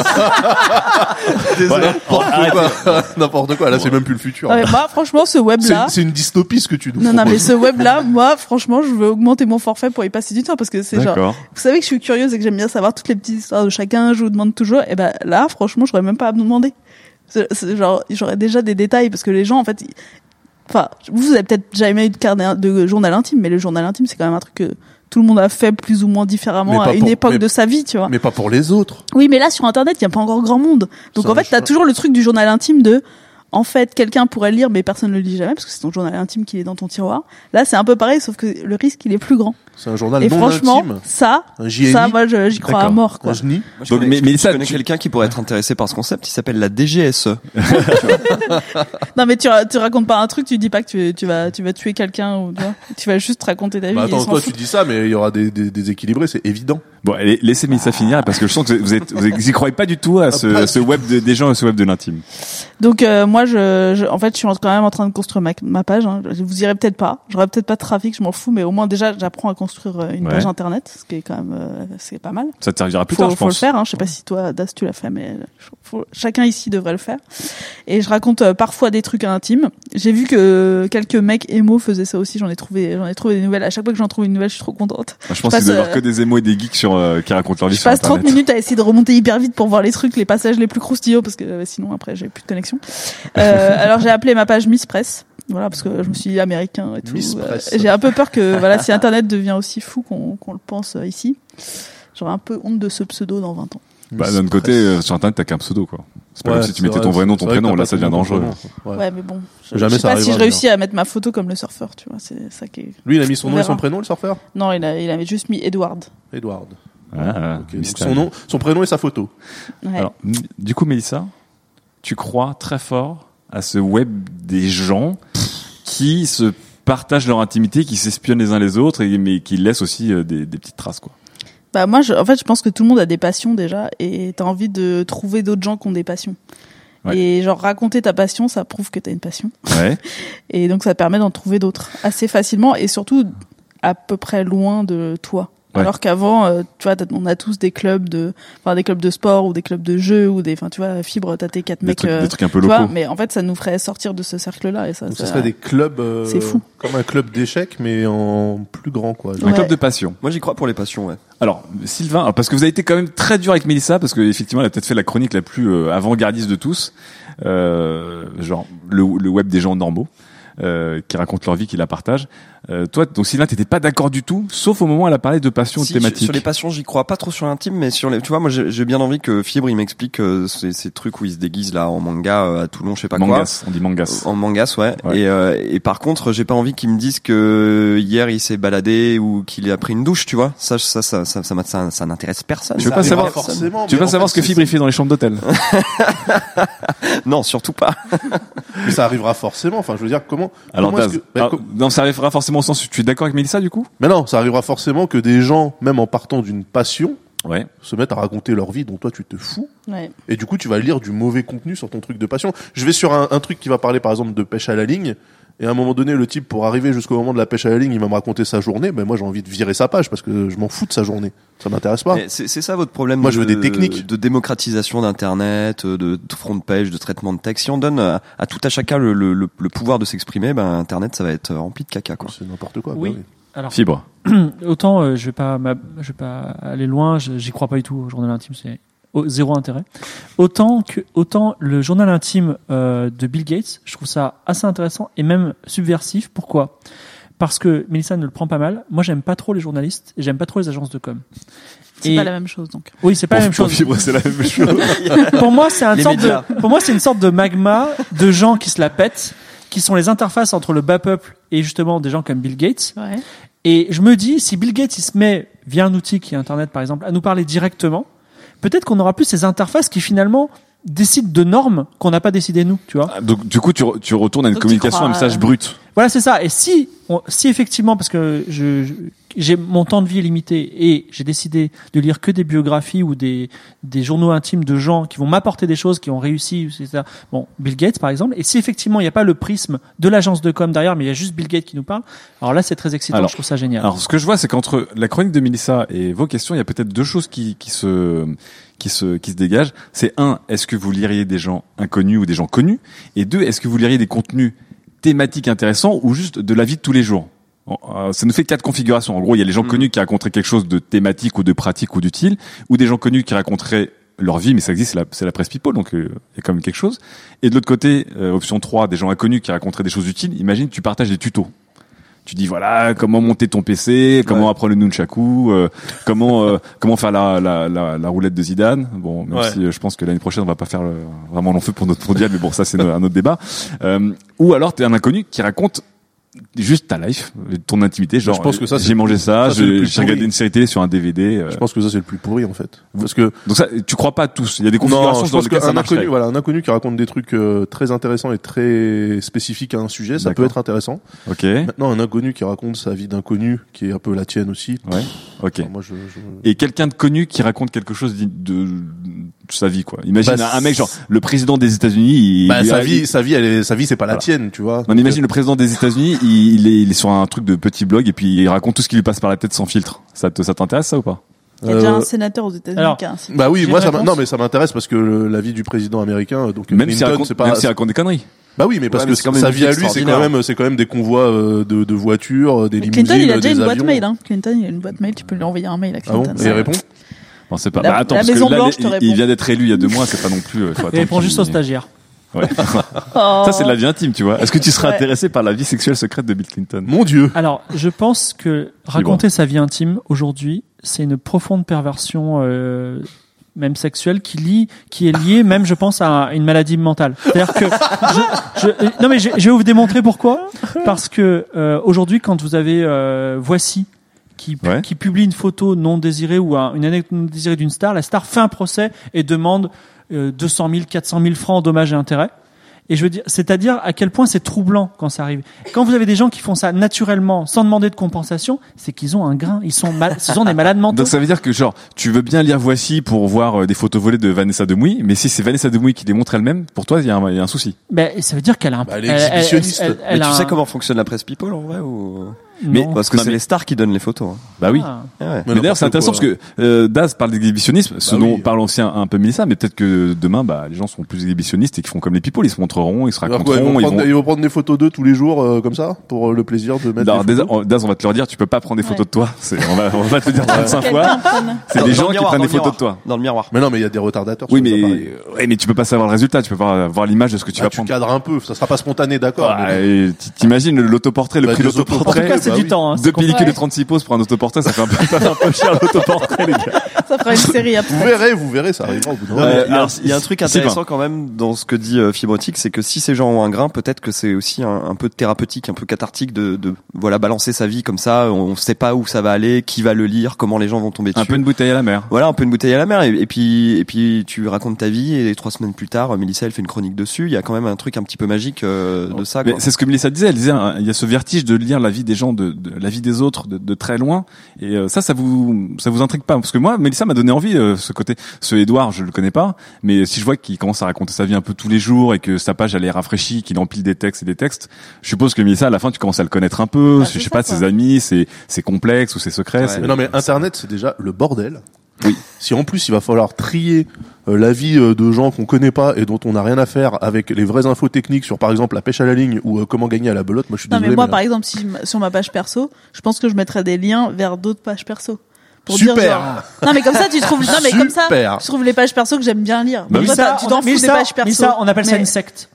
S7: Désolé. N'importe quoi. Là, c'est même plus le futur.
S8: Non, mais moi, franchement, ce web-là.
S7: C'est une dystopie, ce que tu nous
S8: proposes. Non, mais ce web-là, moi, franchement, je veux augmenter mon forfait pour y passer du temps, parce que c'est genre, vous savez que je suis curieuse et que j'aime bien savoir toutes les petites histoires de chacun, je vous demande toujours, et ben, là, franchement, j'aurais même pas à me demander. C'est genre, j'aurais déjà des détails, parce que les gens, en fait, enfin, vous avez peut-être jamais eu de journal intime, mais le journal intime, c'est quand même un truc que tout le monde a fait plus ou moins différemment à une époque de sa vie, tu vois.
S7: Mais pas pour les autres.
S8: Oui, mais là, sur Internet, il y a pas encore grand monde. Donc, en fait, t'as toujours le truc du journal intime de, en fait, quelqu'un pourrait le lire, mais personne ne le lit jamais, parce que c'est ton journal intime qui est dans ton tiroir. Là, c'est un peu pareil, sauf que le risque, il est plus grand.
S7: C'est un journal
S8: et
S7: non
S8: franchement,
S7: intime.
S8: Ça, moi, j'y crois à mort, quoi.
S6: Moi, je connais quelqu'un qui pourrait être intéressé par ce concept, il s'appelle la DGSE.
S8: Non, mais tu racontes pas un truc, tu dis pas que tu vas tuer quelqu'un ou tu vas juste raconter ta vie.
S7: Attends, toi, tu dis ça, mais il y aura des équilibrés, c'est évident.
S4: Bon, allez, laissez Mélissa finir, parce que je sens que vous y croyez pas du tout à ce web des gens et ce web de l'intime.
S8: Donc, moi, en fait, je suis quand même en train de construire ma page, hein. Vous irez peut-être pas. J'aurai peut-être pas de trafic, je m'en fous, mais au moins, déjà, j'apprends à construire une page internet, ce qui est quand même, c'est pas mal.
S4: Ça te servira plus tard, je pense.
S8: Faut le faire, hein. Je sais pas si toi, Das, tu l'as fait, mais chacun ici devrait le faire. Et je raconte parfois des trucs intimes. J'ai vu que quelques mecs émo faisaient ça aussi. J'en ai trouvé des nouvelles. À chaque fois que j'en trouve une nouvelle, je suis trop contente.
S4: Je pense qu'il doit y avoir que des émos et des geeks qui racontent leur vie sur Internet.
S8: Je passe 30 minutes à essayer de remonter hyper vite pour voir les trucs, les passages les plus croustillants, parce que sinon après j'ai plus de connexion. Alors j'ai appelé ma page Miss Press. Voilà, parce que je me suis dit américain et tout. J'ai un peu peur que, voilà, si Internet devient aussi fou qu'on le pense ici, j'aurais un peu honte de ce pseudo dans 20 ans.
S4: Bah, d'un côté, sur Internet, t'as qu'un pseudo, quoi. C'est pas comme si tu mettais ton vrai nom, ton prénom, là, ça devient dangereux.
S8: Ouais, mais bon. Je sais pas si je réussis à mettre ma photo comme le surfeur, tu vois, c'est ça qui est.
S7: Lui, il a mis son nom et son prénom, le surfeur?
S8: Non, il a juste mis Edward.
S7: Okay. Son prénom et sa photo.
S8: Ouais.
S4: Alors, du coup, Mélissa, tu crois très fort à ce web des gens qui se partagent leur intimité, qui s'espionnent les uns les autres, mais qui laissent aussi des petites traces, quoi.
S8: Bah moi, en fait, je pense que tout le monde a des passions déjà, et t'as envie de trouver d'autres gens qui ont des passions. Ouais. Et genre raconter ta passion, ça prouve que t'as une passion.
S4: Ouais.
S8: Et donc ça te permet d'en trouver d'autres assez facilement, et surtout à peu près loin de toi. Ouais. Alors qu'avant, tu vois, on a tous des clubs de sport ou des clubs de jeux ou tu vois, Fibre, t'as tes 4 mecs,
S4: des trucs un peu locaux.
S8: Vois, mais en fait, ça nous ferait sortir de ce cercle-là, et ça
S7: serait des clubs,
S8: c'est fou.
S7: Comme un club d'échecs, mais en plus grand, quoi.
S4: Un club de passion.
S6: Moi, j'y crois pour les passions, ouais.
S4: Alors, Sylvain, parce que vous avez été quand même très dur avec Mélissa, parce que effectivement, elle a peut-être fait la chronique la plus avant-gardiste de tous, genre le web des gens normaux. Qui racontent leur vie, qui la partagent. Toi, donc Sylvain, t'étais pas d'accord du tout, sauf au moment où elle a parlé de passion thématique.
S6: Sur les passions, j'y crois pas trop sur l'intime, mais sur les, tu vois, moi j'ai bien envie que Fibre il m'explique ces trucs où il se déguise là en manga à Toulon, je sais pas
S4: mangas,
S6: quoi.
S4: On dit mangas.
S6: En mangas, ouais. Et par contre, j'ai pas envie qu'il me dise que hier il s'est baladé ou qu'il a pris une douche, tu vois. Ça n'intéresse personne.
S4: Tu veux pas savoir ce que Fibre il fait dans les chambres d'hôtel?
S6: Non, surtout pas.
S7: Mais ça arrivera forcément. Enfin, je veux dire, comment
S4: non, ça arrivera forcément au sens où tu es d'accord avec Mélissa, du coup?
S7: Mais non, ça arrivera forcément que des gens, même en partant d'une passion,
S4: ouais,
S7: se mettent à raconter leur vie dont toi tu te fous.
S8: Ouais.
S7: Et du coup, tu vas lire du mauvais contenu sur ton truc de passion. Je vais sur un truc qui va parler, par exemple, de pêche à la ligne. Et à un moment donné, le type, pour arriver jusqu'au moment de la pêche à la ligne, il va me raconter sa journée. Ben moi, j'ai envie de virer sa page parce que je m'en fous de sa journée. Ça m'intéresse pas.
S6: C'est ça votre problème.
S7: Moi, je veux des techniques
S6: de démocratisation d'Internet, de front page, de traitement de texte. Si on donne à tout à chacun le pouvoir de s'exprimer, ben Internet, ça va être rempli de caca, quoi.
S7: C'est n'importe quoi.
S5: Oui.
S7: Bah, oui.
S4: Alors, Fibre.
S5: Autant je vais pas aller loin. J'y crois pas du tout au journal intime. C'est zéro intérêt. Autant le journal intime de Bill Gates, je trouve ça assez intéressant et même subversif. Pourquoi? Parce que Mélissa ne le prend pas mal. Moi, j'aime pas trop les journalistes et j'aime pas trop les agences de com.
S8: C'est pas la même chose, donc.
S5: Oui, c'est pas la même chose.
S4: Fibre, c'est la même chose.
S5: Pour moi, c'est une sorte de magma de gens qui se la pètent, qui sont les interfaces entre le bas peuple et justement des gens comme Bill Gates.
S8: Ouais.
S5: Et je me dis, si Bill Gates il se met via un outil qui est Internet par exemple à nous parler directement, peut-être qu'on aura plus ces interfaces qui finalement décident de normes qu'on n'a pas décidé nous, tu vois.
S4: Donc du coup tu retournes à une communication, un message brut.
S5: Voilà, c'est ça. Et si effectivement, parce que j'ai mon temps de vie est limité et j'ai décidé de lire que des biographies ou des journaux intimes de gens qui vont m'apporter des choses, qui ont réussi, etc. Bon, Bill Gates par exemple. Et si effectivement il n'y a pas le prisme de l'agence de com derrière, mais il y a juste Bill Gates qui nous parle, alors là c'est très excitant. Je trouve ça génial.
S4: Alors ce que je vois, c'est qu'entre la chronique de Mélissa et vos questions, il y a peut-être deux choses qui se dégagent. C'est un, est-ce que vous liriez des gens inconnus ou des gens connus? Et deux, est-ce que vous liriez des contenus thématiques intéressants ou juste de la vie de tous les jours? Ça nous fait 4 configurations. En gros, il y a les gens connus qui raconteraient quelque chose de thématique ou de pratique ou d'utile, ou des gens connus qui raconteraient leur vie, mais ça existe, c'est la presse people, donc il y a quand même quelque chose. Et de l'autre côté, option 3, des gens inconnus qui raconteraient des choses utiles. Imagine, tu partages des tutos. Tu dis voilà comment monter ton PC, comment apprendre le nunchaku, comment faire la roulette de Zidane. Bon, même si je pense que l'année prochaine on va pas faire vraiment long feu pour notre mondial, mais bon ça c'est un autre débat. Ou alors t'es un inconnu qui raconte juste ta life, ton intimité, genre je pense que ça, j'ai mangé ça, j'ai regardé une série télé sur un DVD.
S7: Je pense que ça c'est le plus pourri en fait. Parce que
S4: donc ça, tu crois pas à tous. Il y a des configurations dans lesquelles ça marche.
S7: Un inconnu qui raconte des trucs très intéressants et très spécifiques à un sujet, ça peut être intéressant.
S4: Ok.
S7: Maintenant un inconnu qui raconte sa vie d'inconnu, qui est un peu la tienne aussi.
S4: Ouais. Ok.
S7: Enfin, moi,
S4: Et quelqu'un de connu qui raconte quelque chose de sa vie quoi. Imagine un mec genre le président des États-Unis.
S7: Sa vie c'est pas la tienne, tu vois.
S4: On imagine le président des États-Unis, il est sur un truc de petit blog et puis il raconte tout ce qui lui passe par la tête sans filtre. Ça t'intéresse ça ou pas?
S8: Il y a déjà un sénateur aux États-Unis.
S7: Bah oui, moi ça m'intéresse parce que la vie du président américain, donc
S4: même s'il raconte des conneries.
S7: Bah oui, mais parce que sa vie à lui, c'est quand même des convois de voitures, des limousines, des avions.
S8: Clinton, il a déjà une boîte mail. Clinton, il a une boîte mail. Tu peux lui envoyer un mail à Clinton.
S7: Ah bon? Et il répond?
S4: Non, c'est pas. Attends, parce que là, il vient d'être élu il y a 2 mois, c'est pas non plus.
S5: Il répond juste aux stagiaires.
S4: Ouais. Ça c'est de la vie intime, tu vois. Est-ce que tu serais intéressé par la vie sexuelle secrète de Bill Clinton?
S7: Mon Dieu.
S5: Alors, je pense que raconter sa vie intime aujourd'hui, c'est une profonde perversion même sexuelle qui est liée même, je pense, à une maladie mentale. C'est-à-dire que non mais je vais vous démontrer pourquoi. Parce que aujourd'hui, quand vous avez Voici qui publie une photo non désirée ou une anecdote non désirée d'une star, la star fait un procès et demande 200 000, 400 000 francs en dommages et intérêts. Et je veux dire, c'est-à-dire à quel point c'est troublant quand ça arrive. Quand vous avez des gens qui font ça naturellement, sans demander de compensation, c'est qu'ils ont un grain, ils sont des malades mentaux.
S4: Donc ça veut dire que genre, tu veux bien lire Voici pour voir des photos volées de Vanessa Demouy, mais si c'est Vanessa Demouy qui les montre elle-même, pour toi il y a un souci.
S5: Ben ça veut dire qu'elle a un.
S7: Elle est exhibitionniste.
S6: Mais tu sais comment fonctionne la presse people en vrai ou? Mais parce que c'est les stars qui donnent les photos.
S4: Bah oui. Mais d'ailleurs c'est intéressant parce que Daz parle d'exhibitionnisme, ce dont parle aussi un peu Mélissa, mais peut-être que demain les gens seront plus exhibitionnistes et qui font comme les people, ils se montreront, ils se raconteront,
S7: ils vont prendre des photos d'eux tous les jours comme ça pour le plaisir de mettre.
S4: Daz, on va te leur dire, tu peux pas prendre des photos de toi. On va te le dire 35 fois. C'est des gens qui prennent des photos de toi
S6: dans le miroir.
S7: Mais non, mais il y a des retardateurs.
S4: Oui, mais tu peux pas savoir le résultat, tu peux pas voir l'image de ce que tu vas prendre.
S7: Tu cadres un peu, ça sera pas spontané, d'accord.
S4: T'imagines l'autoportrait, le prix de l'autoportrait.
S5: En tout cas, c'est du temps.
S4: Que de 36 poses pour un autoportrait, ça fait un peu cher l'autoportrait, les gars.
S8: Ça fera une série après.
S7: Vous verrez, ça arrivera au bout d'un moment.
S6: Il y a un truc intéressant quand même dans ce que dit Fibrotique, c'est que si ces gens ont un grain, peut-être que c'est aussi un peu thérapeutique, un peu cathartique de balancer sa vie comme ça. On sait pas où ça va aller, qui va le lire, comment les gens vont tomber dessus.
S4: Un peu une bouteille à la mer.
S6: Voilà, un peu une bouteille à la mer. Et puis tu racontes ta vie et 3 semaines plus tard, Mélissa elle fait une chronique dessus. Il y a quand même un truc un petit peu magique de ça.
S4: Mais c'est ce que Mélissa disait. Elle disait, il y a ce vertige de lire la vie des gens, de la vie des autres, de très loin. Et ça vous intrigue pas? Parce que moi, Mélissa m'a donné envie ce côté. Ce Édouard, je le connais pas, mais si je vois qu'il commence à raconter sa vie un peu tous les jours et que sa page elle est rafraîchie, qu'il empile des textes et des textes, je suppose que Mélissa à la fin tu commences à le connaître un peu. Je sais pas, ses amis, ses complexes ou ses secrets.
S7: Mais non, mais Internet c'est déjà le bordel.
S4: Oui.
S7: Si en plus il va falloir trier la vie de gens qu'on connaît pas et dont on n'a rien à faire avec les vraies infos techniques sur par exemple la pêche à la ligne ou comment gagner à la belote, moi je suis désolé.
S8: Non mais moi par exemple sur ma page perso, je pense que je mettrais des liens vers d'autres pages perso. Pour
S7: super.
S8: Dire genre... Non mais comme ça tu trouves comme ça je trouve les pages perso que j'aime bien lire.
S5: Mais ça, tu t'en fous des pages perso. Mais ça on appelle ça une secte.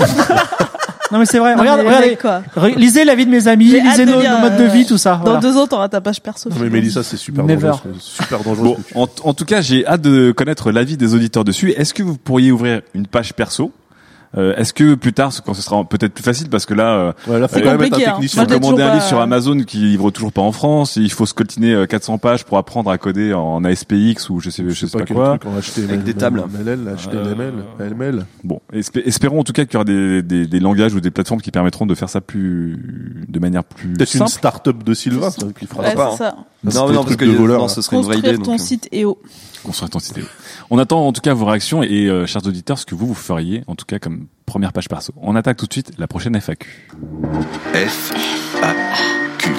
S5: Non mais c'est vrai, regardez, lisez la vie de mes amis, lisez nos modes de vie, tout ça.
S8: Dans 2 ans, t'auras ta page perso.
S7: Non mais Mélissa, c'est super dangereux.
S4: Bon, en tout cas, j'ai hâte de connaître l'avis des auditeurs dessus. Est-ce que vous pourriez ouvrir une page perso Est-ce que plus tard, quand ce sera peut-être plus facile, parce que là,
S8: c'est compliqué.
S4: Il faut commander un livre sur Amazon qui livre toujours pas en France. Il faut scoltiner 400 pages pour apprendre à coder en ASPX ou je sais pas quoi.
S6: Avec des tables.
S7: HTML.
S4: Bon, espérons en tout cas qu'il y aura des langages ou des plateformes qui permettront de faire ça de manière plus
S7: peut-être
S4: simple.
S7: Une start-up de Sylvain qui fera
S8: ça. Ça.
S6: Non, parce que ce serait une vraie idée.
S8: Construire ton site EO.
S4: Construire ton site EO. On attend en tout cas vos réactions et chers auditeurs, ce que vous feriez, en tout cas comme première page perso. On attaque tout de suite la prochaine FAQ. FAQ.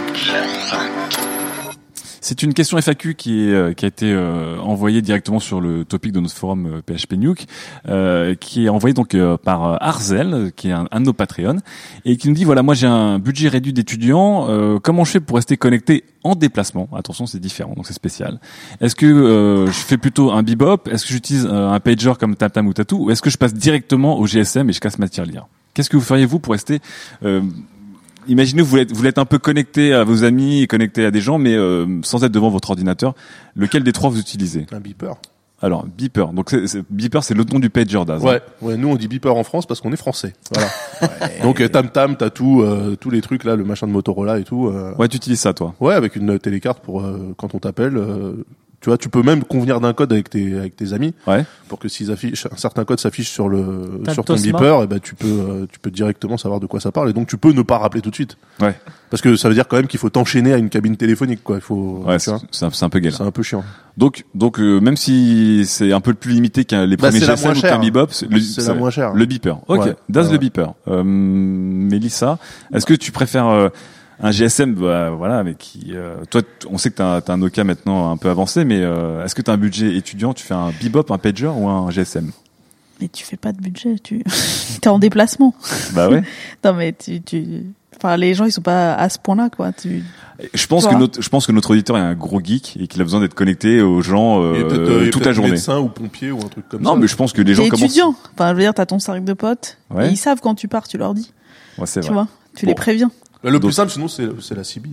S4: C'est une question FAQ qui a été envoyée directement sur le topic de notre forum PHP Nuke, qui est envoyée donc par Arzel, qui est un de nos Patreons, et qui nous dit voilà, moi j'ai un budget réduit d'étudiants, comment je fais pour rester connecté en déplacement? Attention, c'est différent, donc c'est spécial. Est-ce que je fais plutôt un bebop? Est-ce que j'utilise un pager comme TamTam ou Tattoo? Ou est-ce que je passe directement au GSM et je casse ma tirelire? Qu'est-ce que vous feriez vous pour rester imaginez, vous êtes un peu connecté à vos amis, connecté à des gens, mais sans être devant votre ordinateur. Lequel des trois vous utilisez?
S7: Un beeper.
S4: Alors, beeper. Donc, beeper, c'est le nom du pager Daz.
S7: Ouais, nous on dit beeper en France parce qu'on est français. Voilà. Donc TamTam, Tattoo, tous les trucs là, le machin de Motorola et tout.
S4: Ouais, tu utilises ça, toi?
S7: Ouais, avec une télécarte pour quand on t'appelle. Tu vois, tu peux même convenir d'un code avec tes amis.
S4: Ouais.
S7: Pour que s'ils affichent, un certain code s'affiche sur ton beeper, et ben tu peux directement savoir de quoi ça parle, et donc tu peux ne pas rappeler tout de suite.
S4: Ouais.
S7: Parce que ça veut dire quand même qu'il faut t'enchaîner à une cabine téléphonique, quoi. Il faut.
S4: Ouais, c'est un peu galère.
S7: C'est un peu chiant.
S4: Donc, même si c'est un peu plus limité qu'un les premiers GSM ou qu'un bebop,
S7: c'est la moins chère.
S4: Le beeper. Ok. Ouais. Daz le beeper. Mélissa, est-ce que tu préfères, un GSM, voilà, mais qui, toi, on sait que t'as un Nokia maintenant un peu avancé, mais est-ce que t'as un budget étudiant? Tu fais un bebop, un pager ou un GSM?
S8: Mais tu fais pas de budget, t'es en déplacement.
S4: Bah ouais.
S8: Non mais enfin les gens ils sont pas à ce point-là quoi.
S4: Je pense que notre auditeur est un gros geek et qu'il a besoin d'être connecté aux gens toute la journée.
S7: Médecin ou pompier ou un truc comme ça.
S4: Non, mais je pense que les gens commencent.
S8: Étudiant. Enfin, je veux dire, t'as ton cercle de potes. Ouais. Et ils savent quand tu pars, tu leur dis.
S4: Ouais, c'est vrai.
S8: Tu vois, tu les préviens.
S7: Le plus simple, sinon, c'est la CB.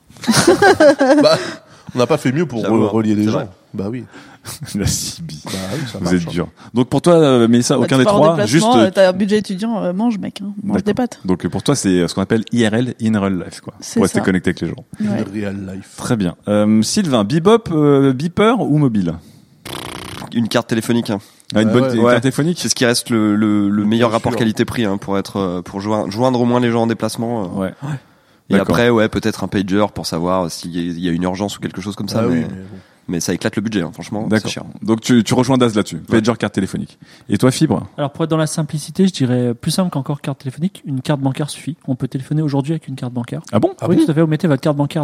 S7: On n'a pas fait mieux pour relier les gens. Vrai. Bah oui.
S4: La CB.
S7: Bah oui, ça
S4: vous
S7: marche.
S4: Êtes dur. Donc pour toi, Mélissa, aucun des trois, juste.
S8: T'as un budget étudiant, mange mec, hein. Mange des pâtes.
S4: Donc pour toi, c'est ce qu'on appelle IRL, in real life, quoi. Pour rester connecté avec les gens.
S7: In real life.
S4: Très bien. Sylvain, bebop, beeper ou mobile?
S6: Une carte téléphonique.
S4: Une bonne carte téléphonique.
S6: C'est ce qui reste le meilleur rapport qualité-prix, hein, pour joindre au moins les gens en déplacement.
S4: Ouais.
S6: Et après, peut-être un pager pour savoir s'il y a une urgence ou quelque chose comme ça. Mais ça éclate le budget, hein, franchement. C'est cher.
S4: Donc tu rejoins Daz là-dessus. Pager, carte téléphonique. Et toi, Fibre?
S5: Alors pour être dans la simplicité, je dirais plus simple qu'encore carte téléphonique. Une carte bancaire suffit. On peut téléphoner aujourd'hui avec une carte bancaire.
S4: Ah bon?
S5: Oui, tout à fait. Vous mettez votre carte bancaire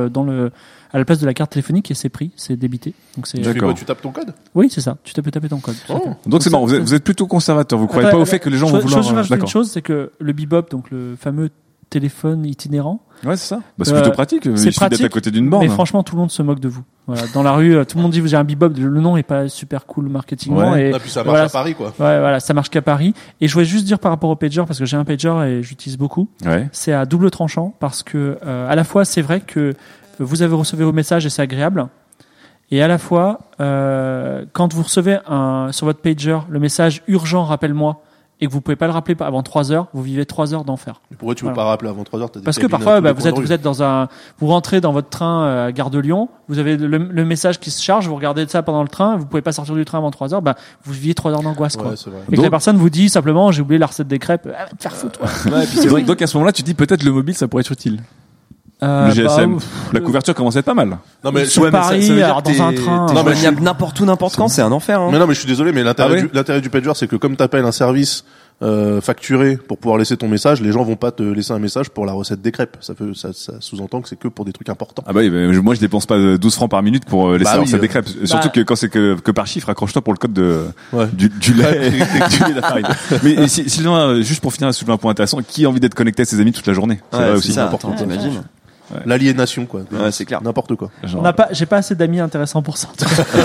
S5: à la place de la carte téléphonique et c'est pris, c'est débité. Donc c'est.
S7: D'accord. Tu tapes ton code?
S5: Oui, c'est ça. Tu peux taper ton code.
S4: Donc c'est marrant. Vous êtes plutôt conservateur. Vous croyez pas au fait que les gens vont vouloir.
S5: Je rajoute une chose, c'est que le bebop, donc le fameux téléphone itinérant.
S4: Ouais, c'est ça. Bah, c'est plutôt pratique. Il suffit d'être à côté d'une borne.
S5: Mais franchement, tout le monde se moque de vous. Voilà. Dans la rue, tout le monde dit j'ai un bebop. Le nom est pas super cool marketingement.
S7: Ouais. Et puis ça marche à Paris, quoi.
S5: Ouais, voilà, ça marche qu'à Paris. Et je voulais juste dire par rapport au pager, parce que j'ai un pager et j'utilise beaucoup.
S4: Ouais.
S5: C'est à double tranchant parce que à la fois c'est vrai que vous recevez vos messages et c'est agréable. Et à la fois, quand vous recevez sur votre pager le message urgent, rappelle-moi, et que vous pouvez pas le rappeler avant 3 heures, vous vivez 3 heures d'enfer.
S7: Mais pourquoi tu veux pas rappeler avant 3 heures?
S5: Parce que parfois, vous êtes vous rentrez dans votre train à Gare de Lyon, vous avez le message qui se charge, vous regardez ça pendant le train, vous pouvez pas sortir du train avant 3 heures, vous vivez 3 heures d'angoisse, quoi.
S7: C'est vrai.
S5: Et que la personne vous dit simplement, j'ai oublié la recette des crêpes, va te faire foutre.
S4: Et puis c'est vrai. Donc à ce moment-là, tu dis peut-être le mobile, ça pourrait être utile. Le GSM, la couverture commence à être pas mal.
S7: Non mais
S5: sur Paris, alors dans un train.
S6: Non mais n'importe où, n'importe quand, c'est un enfer. Hein.
S7: Mais non mais je suis désolé, mais l'intérêt du pager, c'est que comme t'appelles un service facturé pour pouvoir laisser ton message, les gens vont pas te laisser un message pour la recette des crêpes. Ça sous-entend que c'est que pour des trucs importants.
S4: Ah bah oui, moi je dépense pas 12 francs par minute pour laisser la recette des crêpes. Surtout que quand c'est que par chiffre, accroche-toi pour le code du lait, du lait d'appareil. Mais Sylvain, juste pour finir, soulever un point intéressant, qui a envie d'être connecté à ses amis toute la journée?
S6: C'est vrai aussi. Important, t'imagines?
S7: Ouais. L'aliénation, quoi.
S6: Ouais, c'est clair.
S7: N'importe quoi.
S5: J'ai pas assez d'amis intéressants pour ça.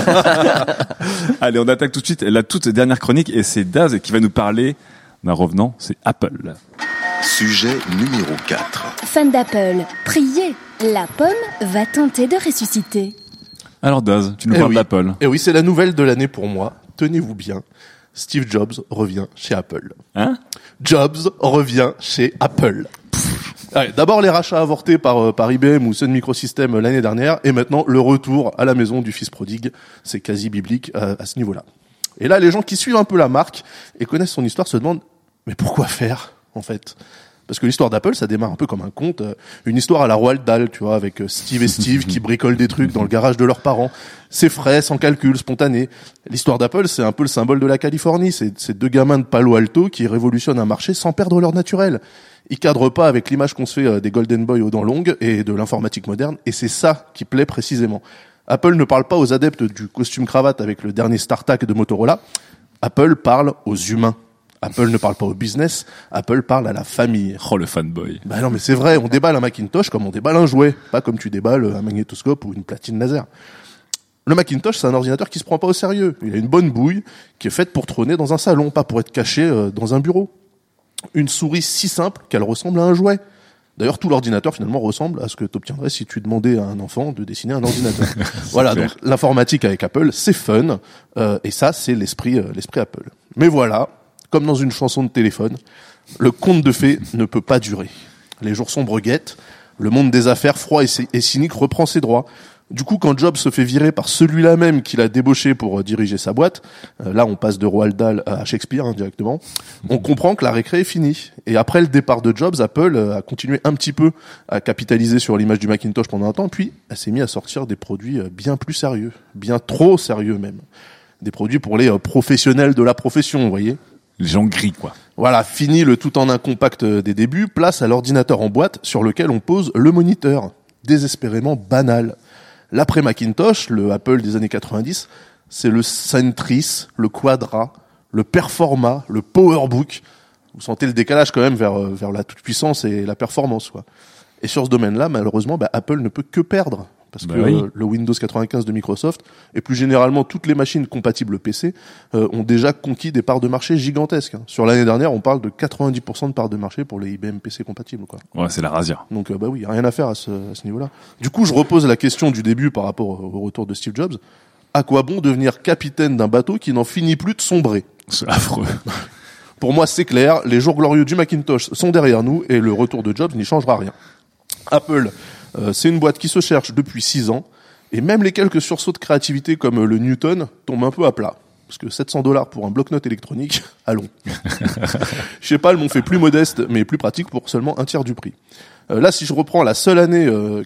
S4: Allez, on attaque tout de suite la toute dernière chronique et c'est Daz qui va nous parler d'un revenant, c'est Apple.
S2: Sujet numéro 4.
S3: Fan d'Apple, priez, la pomme va tenter de ressusciter.
S4: Alors Daz, tu nous parles d'Apple.
S7: Et oui, c'est la nouvelle de l'année pour moi. Tenez-vous bien. Steve Jobs revient chez Apple.
S4: Hein?
S7: Jobs revient chez Apple. Allez, d'abord les rachats avortés par IBM ou Sun Microsystems l'année dernière, et maintenant le retour à la maison du fils prodigue. C'est quasi biblique à ce niveau-là. Et là, les gens qui suivent un peu la marque et connaissent son histoire se demandent mais pourquoi faire en fait? Parce que l'histoire d'Apple, ça démarre un peu comme un conte, une histoire à la Roald Dahl, tu vois, avec Steve et Steve qui bricolent des trucs dans le garage de leurs parents. C'est frais, sans calcul, spontané. L'histoire d'Apple, c'est un peu le symbole de la Californie. C'est deux gamins de Palo Alto qui révolutionnent un marché sans perdre leur naturel. Ils cadrent pas avec l'image qu'on se fait des Golden Boy aux dents longues et de l'informatique moderne, et c'est ça qui plaît précisément. Apple ne parle pas aux adeptes du costume cravate avec le dernier StarTAC de Motorola. Apple parle aux humains. Apple ne parle pas au business, Apple parle à la famille.
S4: Oh, le fanboy.
S7: Bah non, mais c'est vrai, on déballe un Macintosh comme on déballe un jouet, pas comme tu déballes un magnétoscope ou une platine laser. Le Macintosh, c'est un ordinateur qui se prend pas au sérieux. Il a une bonne bouille qui est faite pour trôner dans un salon, pas pour être caché dans un bureau. Une souris si simple qu'elle ressemble à un jouet. D'ailleurs, tout l'ordinateur finalement ressemble à ce que tu obtiendrais si tu demandais à un enfant de dessiner un ordinateur. Voilà, donc l'informatique avec Apple, c'est fun, et ça, c'est l'esprit Apple. Mais voilà, comme dans une chanson de téléphone, le conte de fées ne peut pas durer. Les jours sombres guettent, le monde des affaires froid et cynique reprend ses droits. Du coup, quand Jobs se fait virer par celui-là même qu'il a débauché pour diriger sa boîte, là on passe de Roald Dahl à Shakespeare directement, on comprend que la récré est finie. Et après le départ de Jobs, Apple a continué un petit peu à capitaliser sur l'image du Macintosh pendant un temps, puis elle s'est mise à sortir des produits bien plus sérieux, bien trop sérieux même. Des produits pour les professionnels de la profession, vous voyez.
S4: Les gens gris, quoi.
S7: Voilà, fini le tout en un compact des débuts, place à l'ordinateur en boîte sur lequel on pose le moniteur. Désespérément banal. L'après Macintosh, le Apple des années 90, c'est le Centris, le Quadra, le Performa, le PowerBook. Vous sentez le décalage quand même vers la toute-puissance et la performance, quoi. Et sur ce domaine-là, malheureusement, Apple ne peut que perdre. Parce que le Windows 95 de Microsoft, et plus généralement toutes les machines compatibles PC, ont déjà conquis des parts de marché gigantesques. Sur l'année dernière, on parle de 90% de parts de marché pour les IBM PC compatibles, quoi.
S4: Ouais, c'est la razzia.
S7: Donc oui, rien à faire à ce niveau-là. Du coup, je repose la question du début par rapport au retour de Steve Jobs. À quoi bon devenir capitaine d'un bateau qui n'en finit plus de sombrer?
S4: C'est affreux.
S7: Pour moi, c'est clair, les jours glorieux du Macintosh sont derrière nous et le retour de Jobs n'y changera rien. Apple, c'est une boîte qui se cherche depuis 6 ans, et même les quelques sursauts de créativité comme le Newton tombent un peu à plat. Parce que $700 pour un bloc-notes électronique, allons. Je sais pas, elles m'ont fait plus modeste, mais plus pratique pour seulement un tiers du prix. Là, si je reprends la seule année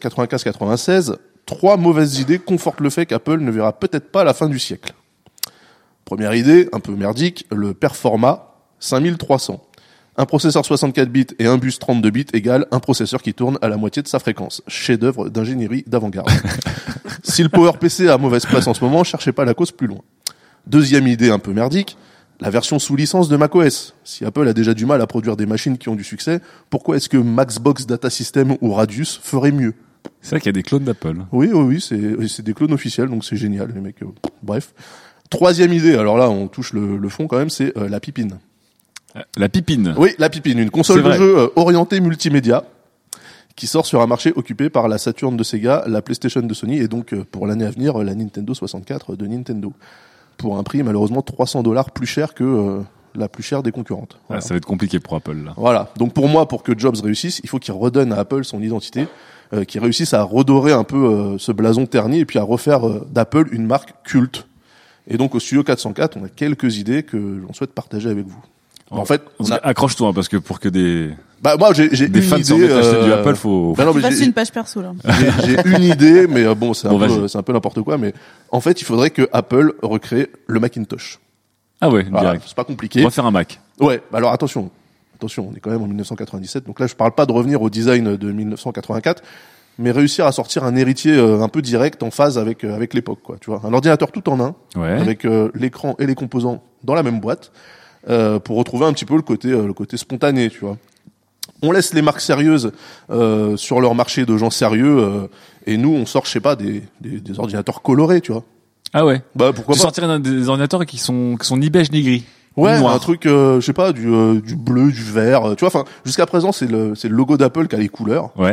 S7: 95-96, 3 mauvaises idées confortent le fait qu'Apple ne verra peut-être pas la fin du siècle. Première idée, un peu merdique, le Performa 5300. Un processeur 64 bits et un bus 32 bits égale un processeur qui tourne à la moitié de sa fréquence. Chef-d'œuvre d'ingénierie d'avant-garde. Si le PowerPC a mauvaise presse en ce moment, cherchez pas la cause plus loin. Deuxième idée un peu merdique, la version sous licence de macOS. Si Apple a déjà du mal à produire des machines qui ont du succès, pourquoi est-ce que Maxbox Data System ou Radius ferait mieux?
S4: C'est vrai qu'il y a des clones d'Apple.
S7: Oui, c'est des clones officiels, donc c'est génial, les mecs. Bref. Troisième idée, alors là, on touche le fond quand même, c'est la pipine.
S4: La pipine.
S7: Oui, la pipine, une console de jeu orientée multimédia qui sort sur un marché occupé par la Saturn de Sega, la PlayStation de Sony et donc pour l'année à venir la Nintendo 64 de Nintendo. Pour un prix malheureusement $300 plus cher que la plus chère des concurrentes. Voilà.
S4: Ça va être compliqué pour Apple là.
S7: Voilà. Donc pour moi, pour que Jobs réussisse, il faut qu'il redonne à Apple son identité, qu'il réussisse à redorer un peu ce blason terni et puis à refaire d'Apple une marque culte. Et donc au Studio 404, on a quelques idées que l'on souhaite partager avec vous. En fait,
S4: accroche-toi parce que pour que des
S7: moi j'ai
S4: des fans s'en mettent à acheter du Apple, faut
S8: passer une page perso là.
S7: J'ai une idée, mais bon, c'est un peu n'importe quoi. Mais en fait, il faudrait que Apple recrée le Macintosh.
S4: Ah ouais,
S7: voilà,
S4: direct.
S7: C'est pas compliqué.
S4: On va faire un Mac.
S7: Ouais. Alors attention, on est quand même en 1997. Donc là, je parle pas de revenir au design de 1984, mais réussir à sortir un héritier un peu direct en phase avec l'époque, quoi. Tu vois, un ordinateur tout en un, avec l'écran et les composants dans la même boîte. Pour retrouver un petit peu le côté spontané, tu vois. On laisse les marques sérieuses sur leur marché de gens sérieux et nous on sort, je sais pas, des ordinateurs colorés, tu vois.
S4: Ah ouais.
S7: Pourquoi pas
S4: sortir des ordinateurs qui sont ni beige ni gris.
S7: Ouais, un truc je sais pas, du bleu, du vert, tu vois. Enfin, jusqu'à présent c'est le logo d'Apple qui a les couleurs.
S4: Ouais.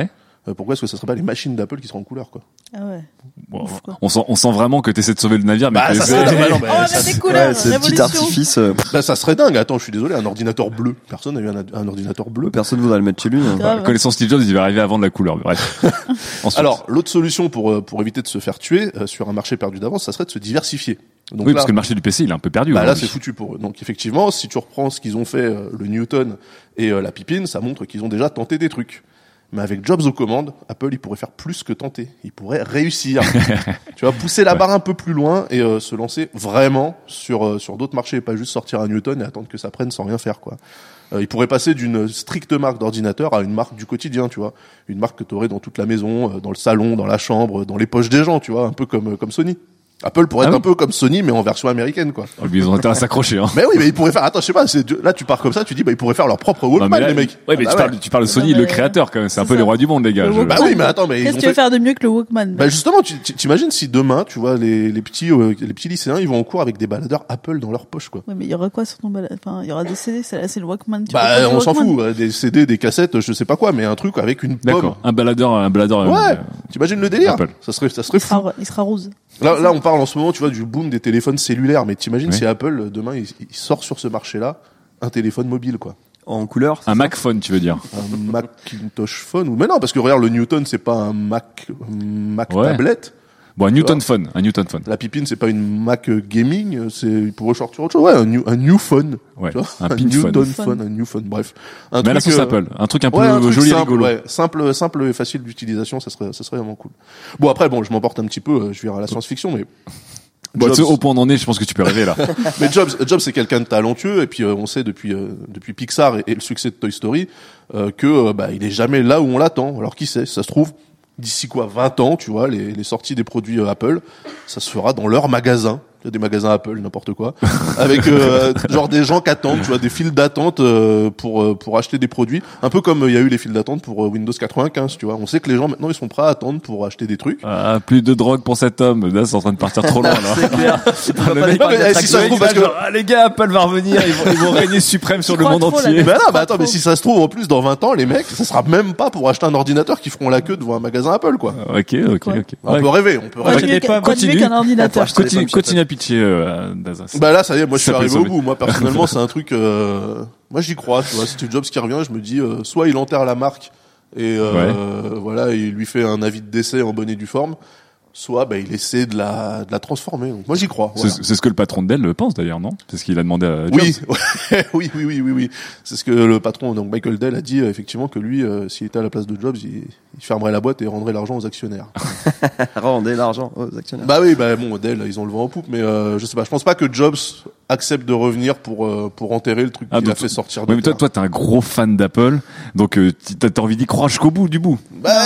S7: pourquoi est-ce que ça serait pas les machines d'Apple qui seraient en couleur, quoi?
S8: Ah ouais.
S4: Bon, on sent vraiment que t'essaies de sauver le navire, mais
S7: ça serait dingue.
S8: On va mettre des couleurs,
S6: c'est petit artifice.
S7: Ça serait dingue. Attends, je suis désolé, un ordinateur bleu. Personne n'a eu un ordinateur bleu.
S6: Personne voudrait le mettre chez lui.
S4: Connaissant Steve Jobs, il va arriver avant de la couleur. Bref.
S7: Alors, l'autre solution pour éviter de se faire tuer sur un marché perdu d'avance, ça serait de se diversifier. Donc
S4: oui, parce que le marché du PC, il est un peu perdu.
S7: Là, c'est foutu pour eux. Donc, effectivement, si tu reprends ce qu'ils ont fait, le Newton et la Pippin, ça montre qu'ils ont déjà tenté des trucs. Mais avec Jobs aux commandes, Apple, il pourrait faire plus que tenter. Il pourrait réussir. Tu vois, pousser la barre un peu plus loin et se lancer vraiment sur d'autres marchés et pas juste sortir un Newton et attendre que ça prenne sans rien faire, quoi. Il pourrait passer d'une stricte marque d'ordinateur à une marque du quotidien, tu vois. Une marque que tu aurais dans toute la maison, dans le salon, dans la chambre, dans les poches des gens, tu vois, un peu comme Sony. Apple pourrait être un peu comme Sony, mais en version américaine, quoi.
S4: Oh, ils ont intérêt à s'accrocher, hein.
S7: Mais oui, mais ils pourraient faire, attends, je sais pas, là, tu pars comme ça, tu dis, ils pourraient faire leur propre Walkman, les mecs.
S4: Ouais, mais tu parles de Sony, le créateur, quand même. C'est un peu les rois du monde, les gars.
S7: Bah oui, mais attends, mais
S8: qu'est-ce que tu veux faire de mieux que le Walkman?
S7: Bah justement, t'imagines si demain, tu vois, les petits lycéens, ils vont en cours avec des baladeurs Apple dans leur poche, quoi.
S8: Ouais, mais il y aura quoi sur ton baladeur? Enfin, il y aura des CD, c'est le Walkman.
S7: Bah, on s'en fout, des CD, des cassettes, je sais pas quoi, mais un truc avec une pomme.
S4: D'accord. Un baladeur.
S7: Ouais. T'imagines le délire?
S4: Apple.
S7: Ça serait fou.
S8: Il sera rose.
S7: Là, on parle en ce moment, tu vois, du boom des téléphones cellulaires, mais t'imagines si Apple, demain, il sort sur ce marché-là un téléphone mobile, quoi.
S6: En couleur?
S4: Un Mac phone, tu veux dire?
S7: Un Macintosh phone, mais non, parce que regarde, le Newton, c'est pas un Mac tablette.
S4: Bon, un Newton phone.
S7: La Pippin, c'est pas une Mac gaming, il pourrait sortir autre chose. Ouais, un new phone.
S4: Ouais.
S7: Tu vois,
S4: un
S7: Newton phone, un new phone, bref.
S4: Mais à la sauce Apple. Un truc un peu joli et rigolo.
S7: Ouais, simple et facile d'utilisation, ça serait vraiment cool. Bon, après, je m'emporte un petit peu, je vais à la science-fiction, mais.
S4: Bon, au point où on en est, je pense que tu peux rêver, là.
S7: Mais Jobs, c'est quelqu'un de talentueux, et puis, on sait depuis Pixar et le succès de Toy Story, il est jamais là où on l'attend. Alors, qui sait, ça se trouve, d'ici 20 ans, tu vois, les sorties des produits Apple, ça se fera dans leur magasin. Il y a des magasins Apple, n'importe quoi, avec genre des gens qui attendent, tu vois, des files d'attente pour acheter des produits, un peu comme il y a eu les files d'attente pour Windows 95, tu vois. On sait que les gens maintenant ils sont prêts à attendre pour acheter des trucs.
S4: Ah, plus de drogue pour cet homme. Là, c'est en train de partir trop loin, là.
S6: C'est clair.
S4: Le mec, si ça se trouve, parce que les gars, Apple va revenir, ils vont régner suprême sur le monde entier.
S7: Mais non, mais attends, mais si ça se trouve en plus dans 20 ans, les mecs, ça sera même pas pour acheter un ordinateur qui feront la queue devant un magasin Apple, quoi.
S4: Ok.
S7: On peut rêver.
S8: Continue qu'un ordinateur.
S4: Continue à pitcher.
S7: Bah là, ça y est, moi je suis arrivé au bout. Moi personnellement, c'est un truc. Moi j'y crois. Tu vois, Steve Jobs qui revient, je me dis, soit il enterre la marque et voilà, il lui fait un avis de décès en bonne et due forme, soit il essaie de la transformer. Donc moi j'y crois. Voilà.
S4: C'est ce que le patron de Dell pense d'ailleurs, non? C'est ce qu'il a demandé à Jobs.
S7: Oui. C'est ce que le patron, donc Michael Dell, a dit effectivement que lui, s'il était à la place de Jobs, il fermerait la boîte et rendrait l'argent aux actionnaires.
S6: Rendez l'argent aux actionnaires.
S7: Bah oui, Dell, ils ont le vent en poupe, mais je sais pas. Je pense pas que Jobs accepte de revenir pour enterrer le truc qu'il a fait sortir de terre.
S4: Mais toi, t'es un gros fan d'Apple, donc t'as envie d'y croire jusqu'au bout du bout.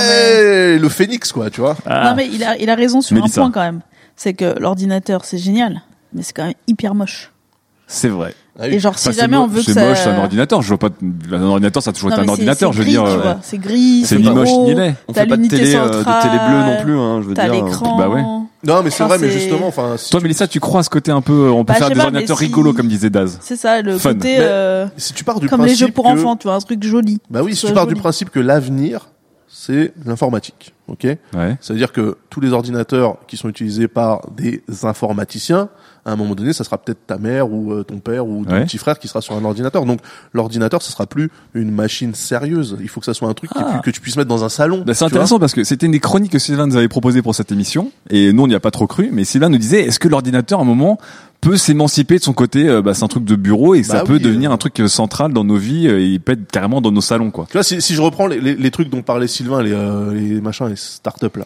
S7: Le phénix, quoi, tu vois.
S8: Non, mais il a raison sur un point quand même. C'est que l'ordinateur, c'est génial, mais c'est quand même hyper moche.
S4: C'est vrai.
S8: Et genre, si jamais on veut que ça...
S4: C'est moche, c'est un ordinateur. Je vois pas, un ordinateur, ça a toujours été un ordinateur, je veux dire.
S8: C'est gris,
S4: c'est ni moche ni laid.
S6: On fait pas de télé bleue non plus, hein, je veux dire.
S8: T'as l'écran.
S4: Bah ouais.
S7: Non, mais c'est vrai, mais justement,
S4: toi, Mélissa, tu crois à ce côté un peu, on peut faire des ordinateurs rigolos, comme disait Daz.
S8: C'est ça, le côté,
S7: si tu pars du
S8: comme les jeux pour enfants, tu vois, un truc joli.
S7: Bah oui, si tu pars du principe que l'avenir, c'est l'informatique, ok? Ouais. Ça veut dire que tous les ordinateurs qui sont utilisés par des informaticiens, à un moment donné, ça sera peut-être ta mère ou ton père ou ton petit frère qui sera sur un ordinateur. Donc, l'ordinateur, ça sera plus une machine sérieuse. Il faut que ça soit un truc que tu puisses mettre dans un salon.
S4: Bah, c'est intéressant parce que c'était une des chroniques que Sylvain nous avait proposées pour cette émission. Et nous, on n'y a pas trop cru. Mais Sylvain nous disait, est-ce que l'ordinateur, à un moment, peut s'émanciper de son côté, c'est un truc de bureau et ça peut devenir un truc central dans nos vies et il peut être carrément dans nos salons, quoi.
S7: Tu vois, si je reprends les trucs dont parlait Sylvain, les machins, les startups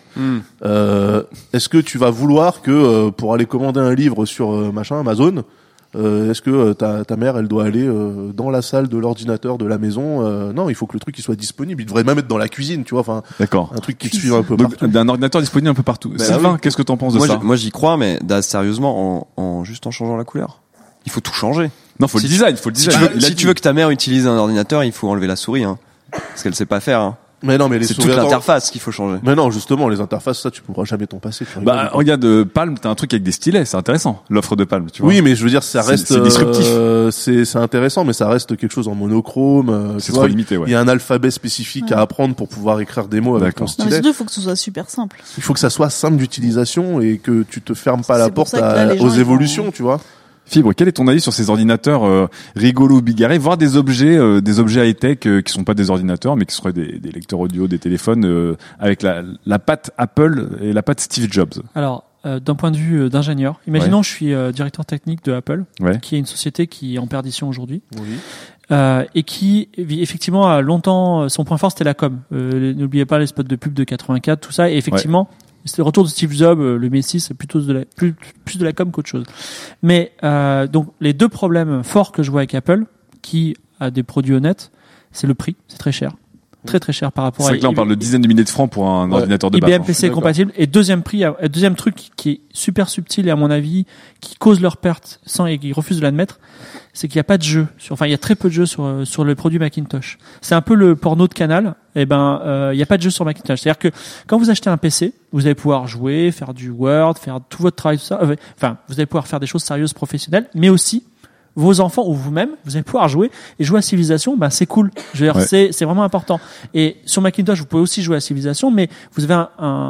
S7: là, est-ce que tu vas vouloir que pour aller commander un livre sur Amazon, est-ce que ta mère elle doit aller dans la salle de l'ordinateur de la maison? Non, il faut que le truc il soit disponible. Il devrait même être dans la cuisine, tu vois. Enfin,
S4: d'accord.
S7: Un truc qui te suit un peu partout.
S4: Un ordinateur disponible un peu partout. Sylvain, qu'est-ce que t'en penses de ça?
S6: Moi j'y crois, mais sérieusement, juste en changeant la couleur. Il faut tout changer.
S4: Non, faut le design.
S6: Si tu veux que ta mère utilise un ordinateur, il faut enlever la souris, hein, parce qu'elle sait pas faire. Hein.
S7: Mais non, mais
S6: c'est toute l'interface qu'il faut changer.
S7: Mais non, justement, les interfaces, ça, tu pourras jamais t'en passer.
S4: Regarde, Palm, t'as un truc avec des stylets, c'est intéressant. L'offre de Palm, tu vois.
S7: Oui, mais je veux dire, ça reste,
S4: c'est disruptif.
S7: C'est intéressant, mais ça reste quelque chose en monochrome.
S4: C'est trop limité, ouais.
S7: Il y a un alphabet spécifique à apprendre pour pouvoir écrire des mots avec ton stylet.
S8: Mais surtout, il faut que ce soit super simple.
S7: Il faut que ça soit simple d'utilisation et que tu te fermes pas la porte aux évolutions, tu vois.
S4: Fibre, quel est ton avis sur ces ordinateurs rigolos, bigarrés, voire des objets high-tech qui sont pas des ordinateurs, mais qui seraient des lecteurs audio, des téléphones avec la patte Apple et la patte Steve Jobs.
S5: Alors, d'un point de vue d'ingénieur, imaginons je suis directeur technique de Apple, qui est une société qui est en perdition aujourd'hui. Oui. Et qui effectivement a longtemps son point fort c'était la com. N'oubliez pas les spots de pub de 84, tout ça. Et effectivement. Ouais. C'était le retour de Steve Jobs, le Messi, c'est plutôt plus de la com qu'autre chose. Mais donc les deux problèmes forts que je vois avec Apple, qui a des produits honnêtes, c'est le prix, c'est très cher. Très très cher par rapport à...
S4: C'est vrai que là on parle de dizaines de milliers de francs pour un ordinateur de base.
S5: IBM PC compatible. Et deuxième truc qui est super subtil et à mon avis qui cause leur perte et qui refuse de l'admettre, c'est qu'il n'y a pas de jeu. Il y a très peu de jeux sur le produit Macintosh. C'est un peu le porno de Canal. Il n'y a pas de jeu sur Macintosh. C'est-à-dire que quand vous achetez un PC, vous allez pouvoir jouer, faire du Word, faire tout votre travail, tout ça. Vous allez pouvoir faire des choses sérieuses, professionnelles, mais aussi vos enfants ou vous-même, vous allez pouvoir jouer et jouer à Civilization, c'est cool. Je veux dire, c'est vraiment important. Et sur Macintosh, vous pouvez aussi jouer à Civilization, mais vous avez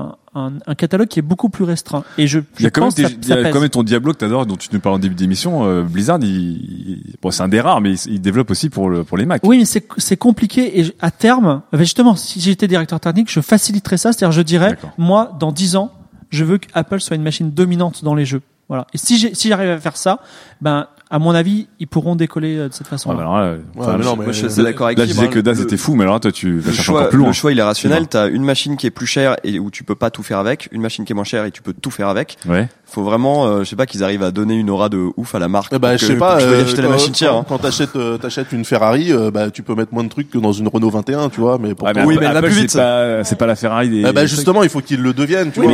S5: un catalogue qui est beaucoup plus restreint. Et je
S4: il y a
S5: pense
S4: il y a quand même ton Diablo que t'adores, dont tu nous parles en début d'émission. Blizzard, c'est un des rares, mais il développe aussi pour les Mac.
S5: Oui, mais c'est compliqué et à terme, justement, si j'étais directeur technique, je faciliterais ça. C'est-à-dire, je dirais, moi, dans 10 ans, je veux qu'Apple soit une machine dominante dans les jeux. Voilà. Et si j'arrive à faire ça, à mon avis, ils pourront décoller de cette façon-là.
S6: Je suis d'accord avec
S4: là, je disais que Daz était fou, mais alors toi, tu vas chercher encore plus loin.
S6: Le choix, il est rationnel. T'as une machine qui est plus chère et où tu peux pas tout faire avec, une machine qui est moins chère et tu peux tout faire avec.
S4: Ouais.
S6: Faut vraiment, je sais pas, qu'ils arrivent à donner une aura de ouf à la marque.
S7: Je sais pas,
S6: acheter la machine chère.
S7: Quand t'achètes une Ferrari, tu peux mettre moins de trucs que dans une Renault 21, tu vois, mais
S4: oui, mais elle va plus vite. C'est pas la Ferrari
S7: justement, il faut qu'ils le deviennent, tu vois.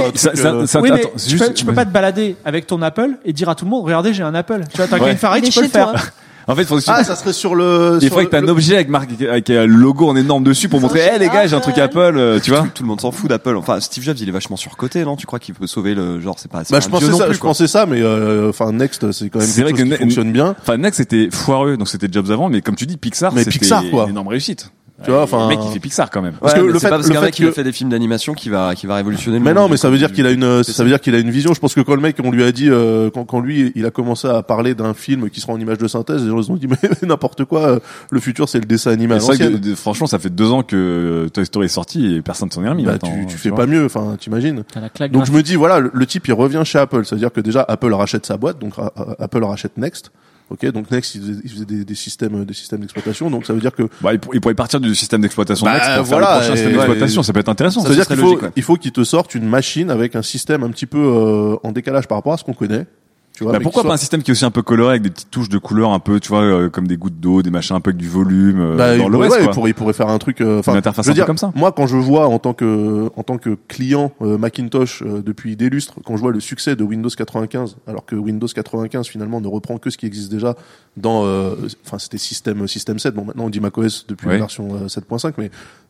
S5: Tu peux pas te balader avec ton Apple et dire à tout le monde, regardez, j'ai un Apple. Tu vois, t'as une Ferrari, tu peux le faire.
S4: En fait,
S7: ça serait sur le...
S4: Il faudrait que t'aies un objet avec le logo en énorme dessus pour montrer, les gars, j'ai un truc Apple, tu vois.
S6: Tout le monde s'en fout d'Apple. Enfin, Steve Jobs, il est vachement surcoté, non? Tu crois qu'il peut sauver c'est pas,
S7: je pensais ça, mais, Next, c'est quand même quelque chose qui fonctionne bien.
S4: Enfin, Next, c'était foireux, donc c'était Jobs avant, mais comme tu dis, Pixar, c'était une énorme réussite.
S7: Tu vois,
S4: le mec, il fait Pixar quand même.
S6: Parce que le fait qu'il fait des films d'animation qui va révolutionner le monde.
S7: Mais non, mais ça veut dire qu'il a une vision. Je pense que quand le mec, on lui a dit, quand lui, il a commencé à parler d'un film qui sera en image de synthèse, les gens ils ont dit, mais n'importe quoi, le futur c'est le dessin animé à l'ancienne.
S4: Franchement, ça fait 2 ans que Toy Story est sorti et personne s'en est remis.
S7: Tu fais pas mieux, t'imagines. Donc je me dis, voilà, le type, il revient chez Apple. Ça veut dire que déjà, Apple rachète sa boîte, donc Apple rachète Next. Ok, donc Next, il faisait des systèmes d'exploitation, donc ça veut dire que
S4: il pourrait partir du système d'exploitation Next pour faire le prochain système d'exploitation, ça peut être intéressant.
S7: Ça veut dire qu'il faut qu'il te sorte une machine avec un système un petit peu en décalage par rapport à ce qu'on connaît. Tu vois,
S4: pourquoi pas un système qui est aussi un peu coloré avec des petites touches de couleurs un peu, tu vois, comme des gouttes d'eau, des machins un peu avec du volume dans l'OS,
S7: il pourrait faire un truc
S4: une interface un peu comme ça.
S7: Moi, quand je vois en tant que client Macintosh depuis des lustres, quand je vois le succès de Windows 95, alors que Windows 95 finalement ne reprend que ce qui existe déjà dans c'était système 7. Bon, maintenant on dit macOS depuis la version 7.5, mais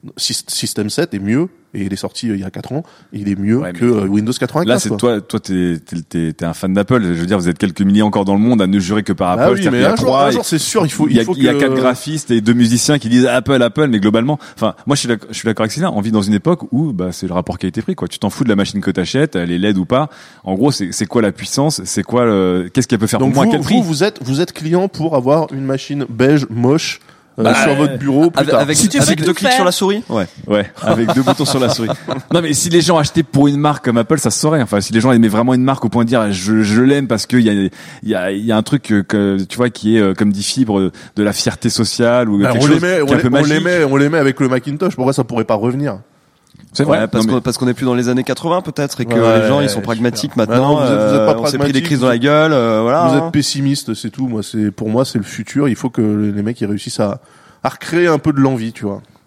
S7: System 7 est mieux et il est sorti il y a 4 ans, il est mieux que Windows 95.
S4: Là, c'est toi t'es un fan d'Apple, je veux dire, vous êtes quelques milliers encore dans le monde à ne jurer que par Apple.
S7: Oui, mais un jour, c'est sûr, il
S4: y a 4 graphistes et 2 musiciens qui disent Apple, mais globalement, moi je suis d'accord avec Céline, on vit dans une époque où c'est le rapport qualité-prix, quoi. Tu t'en fous de la machine que t'achètes, elle est LED ou pas. En gros, c'est quoi la puissance, c'est quoi qu'est-ce qu'elle peut faire pour moi, à quel prix?
S7: Vous êtes client pour avoir une machine beige moche sur votre bureau plus tard.
S6: Avec 2 clics sur la souris.
S4: Ouais, avec 2 boutons sur la souris. Non, mais si les gens achetaient pour une marque comme Apple, ça se saurait. Enfin, si les gens aimaient vraiment une marque au point de dire je l'aime parce que il y a un truc que tu vois qui est comme dit Fibre de la fierté sociale ou quelque chose qui est un peu magique.
S7: On l'aimait avec le Macintosh. Pourquoi ça pourrait pas revenir?
S6: C'est vrai, parce qu'on est plus dans les années 80 peut-être et que les gens ils sont pragmatiques maintenant.
S7: Vous êtes pas
S6: on s'est pris des crises dans la gueule, voilà.
S7: Vous êtes pessimiste, c'est tout. Pour moi c'est le futur. Il faut que les mecs ils réussissent à recréer un peu de l'envie, tu vois.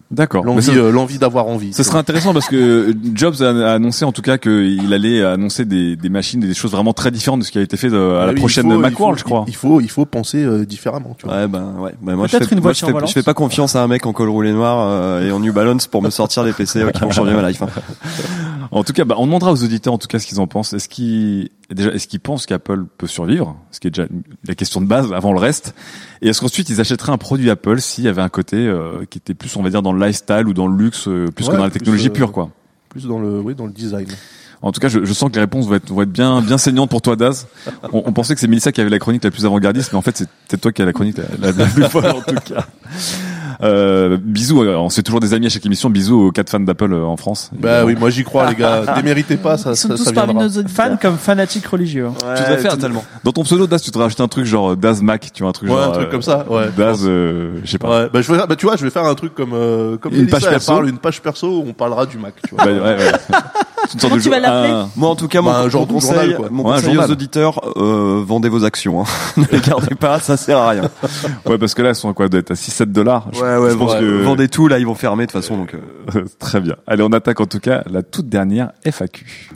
S4: D'accord.
S7: L'envie d'avoir envie.
S4: Ce serait intéressant parce que Jobs a annoncé en tout cas qu'il allait annoncer des machines et des choses vraiment très différentes de ce qui a été fait à la prochaine Macworld, je crois.
S7: Il faut penser différemment, tu vois.
S6: Moi je fais pas confiance à un mec en col roulé noir et en New Balance pour me sortir des PC qui vont changer ma life.
S4: En tout cas, on demandera aux auditeurs en tout cas ce qu'ils en pensent. Est-ce qu'ils pensent qu'Apple peut survivre, ce qui est déjà la question de base avant le reste, et est-ce qu'ensuite ils achèteraient un produit Apple s'il y avait un côté qui était plus, on va dire, dans le lifestyle ou dans le luxe, plus que dans la technologie pure, quoi.
S7: Plus dans le design.
S4: En tout cas, je sens que les réponses vont être bien saignantes pour toi, Daz. On pensait que c'est Mélissa qui avait la chronique la plus avant-gardiste, mais en fait, c'est peut-être toi qui as la chronique la plus folle, en tout cas. Bisous, on se fait toujours des amis à chaque émission. Bisous aux 4 fans d'Apple en France.
S7: Oui, moi j'y crois, les gars. Déméritez pas, ça viendra.
S5: Fans comme fanatiques religieux.
S4: Tu devrais faire tellement. Dans ton pseudo Daz, tu devrais rajouter un truc genre Daz Mac, tu vois, un truc genre.
S7: Un truc comme ça. Ouais.
S4: Daz, je sais pas.
S7: Tu vois, je vais faire un truc comme
S4: une page perso.
S7: Une page perso où on parlera du Mac, tu vois.
S8: Comment tu vas l'appeler?
S6: Moi, en tout cas, mon conseil aux auditeurs, vendez vos actions. Ne les gardez pas, ça sert à rien.
S4: Ouais, parce que là, elles sont à quoi? Doit être à $6-7.
S6: Je pense que vendez tout, là, ils vont fermer de toute façon, donc.
S4: Très bien. Allez, on attaque en tout cas la toute dernière FAQ.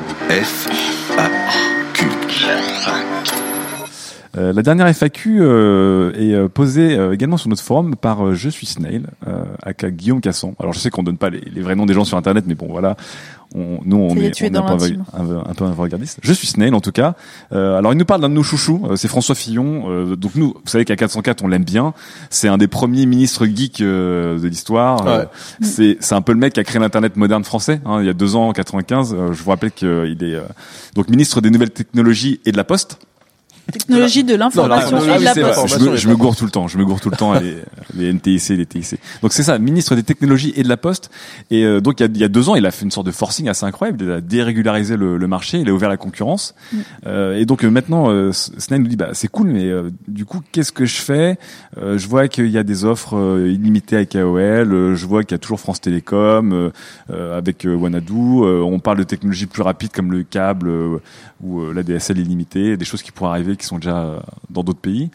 S4: La dernière FAQ est posée également sur notre forum par Je suis Snail, aka Guillaume Casson. Alors je sais qu'on donne pas les vrais noms des gens sur internet, mais bon voilà, on est un peu avant-gardiste. Je suis Snail en tout cas. Alors il nous parle d'un de nos chouchous, c'est François Fillon. Donc nous, vous savez qu'à 404 on l'aime bien. C'est un des premiers ministres geeks de l'histoire. C'est un peu le mec qui a créé l'internet moderne français. Il y a 2 ans, en 95. Je vous rappelle qu'il est donc ministre des nouvelles technologies et de la Poste.
S8: Technologie de l'information et de la poste.
S4: Je me gourre tout le temps. Les NTIC, les TIC. Donc c'est ça, ministre des technologies et de la Poste. Et donc il y a 2 ans, il a fait une sorte de forcing assez incroyable. Il a dérégularisé le marché, il a ouvert la concurrence. Et donc maintenant, Snail nous dit c'est cool, mais du coup qu'est-ce que je fais? Je vois qu'il y a des offres illimitées avec AOL. Je vois qu'il y a toujours France Télécom avec Wanadoo. On parle de technologies plus rapides comme le câble ou la DSL illimitée, des choses qui pourraient arriver qui sont déjà dans d'autres pays.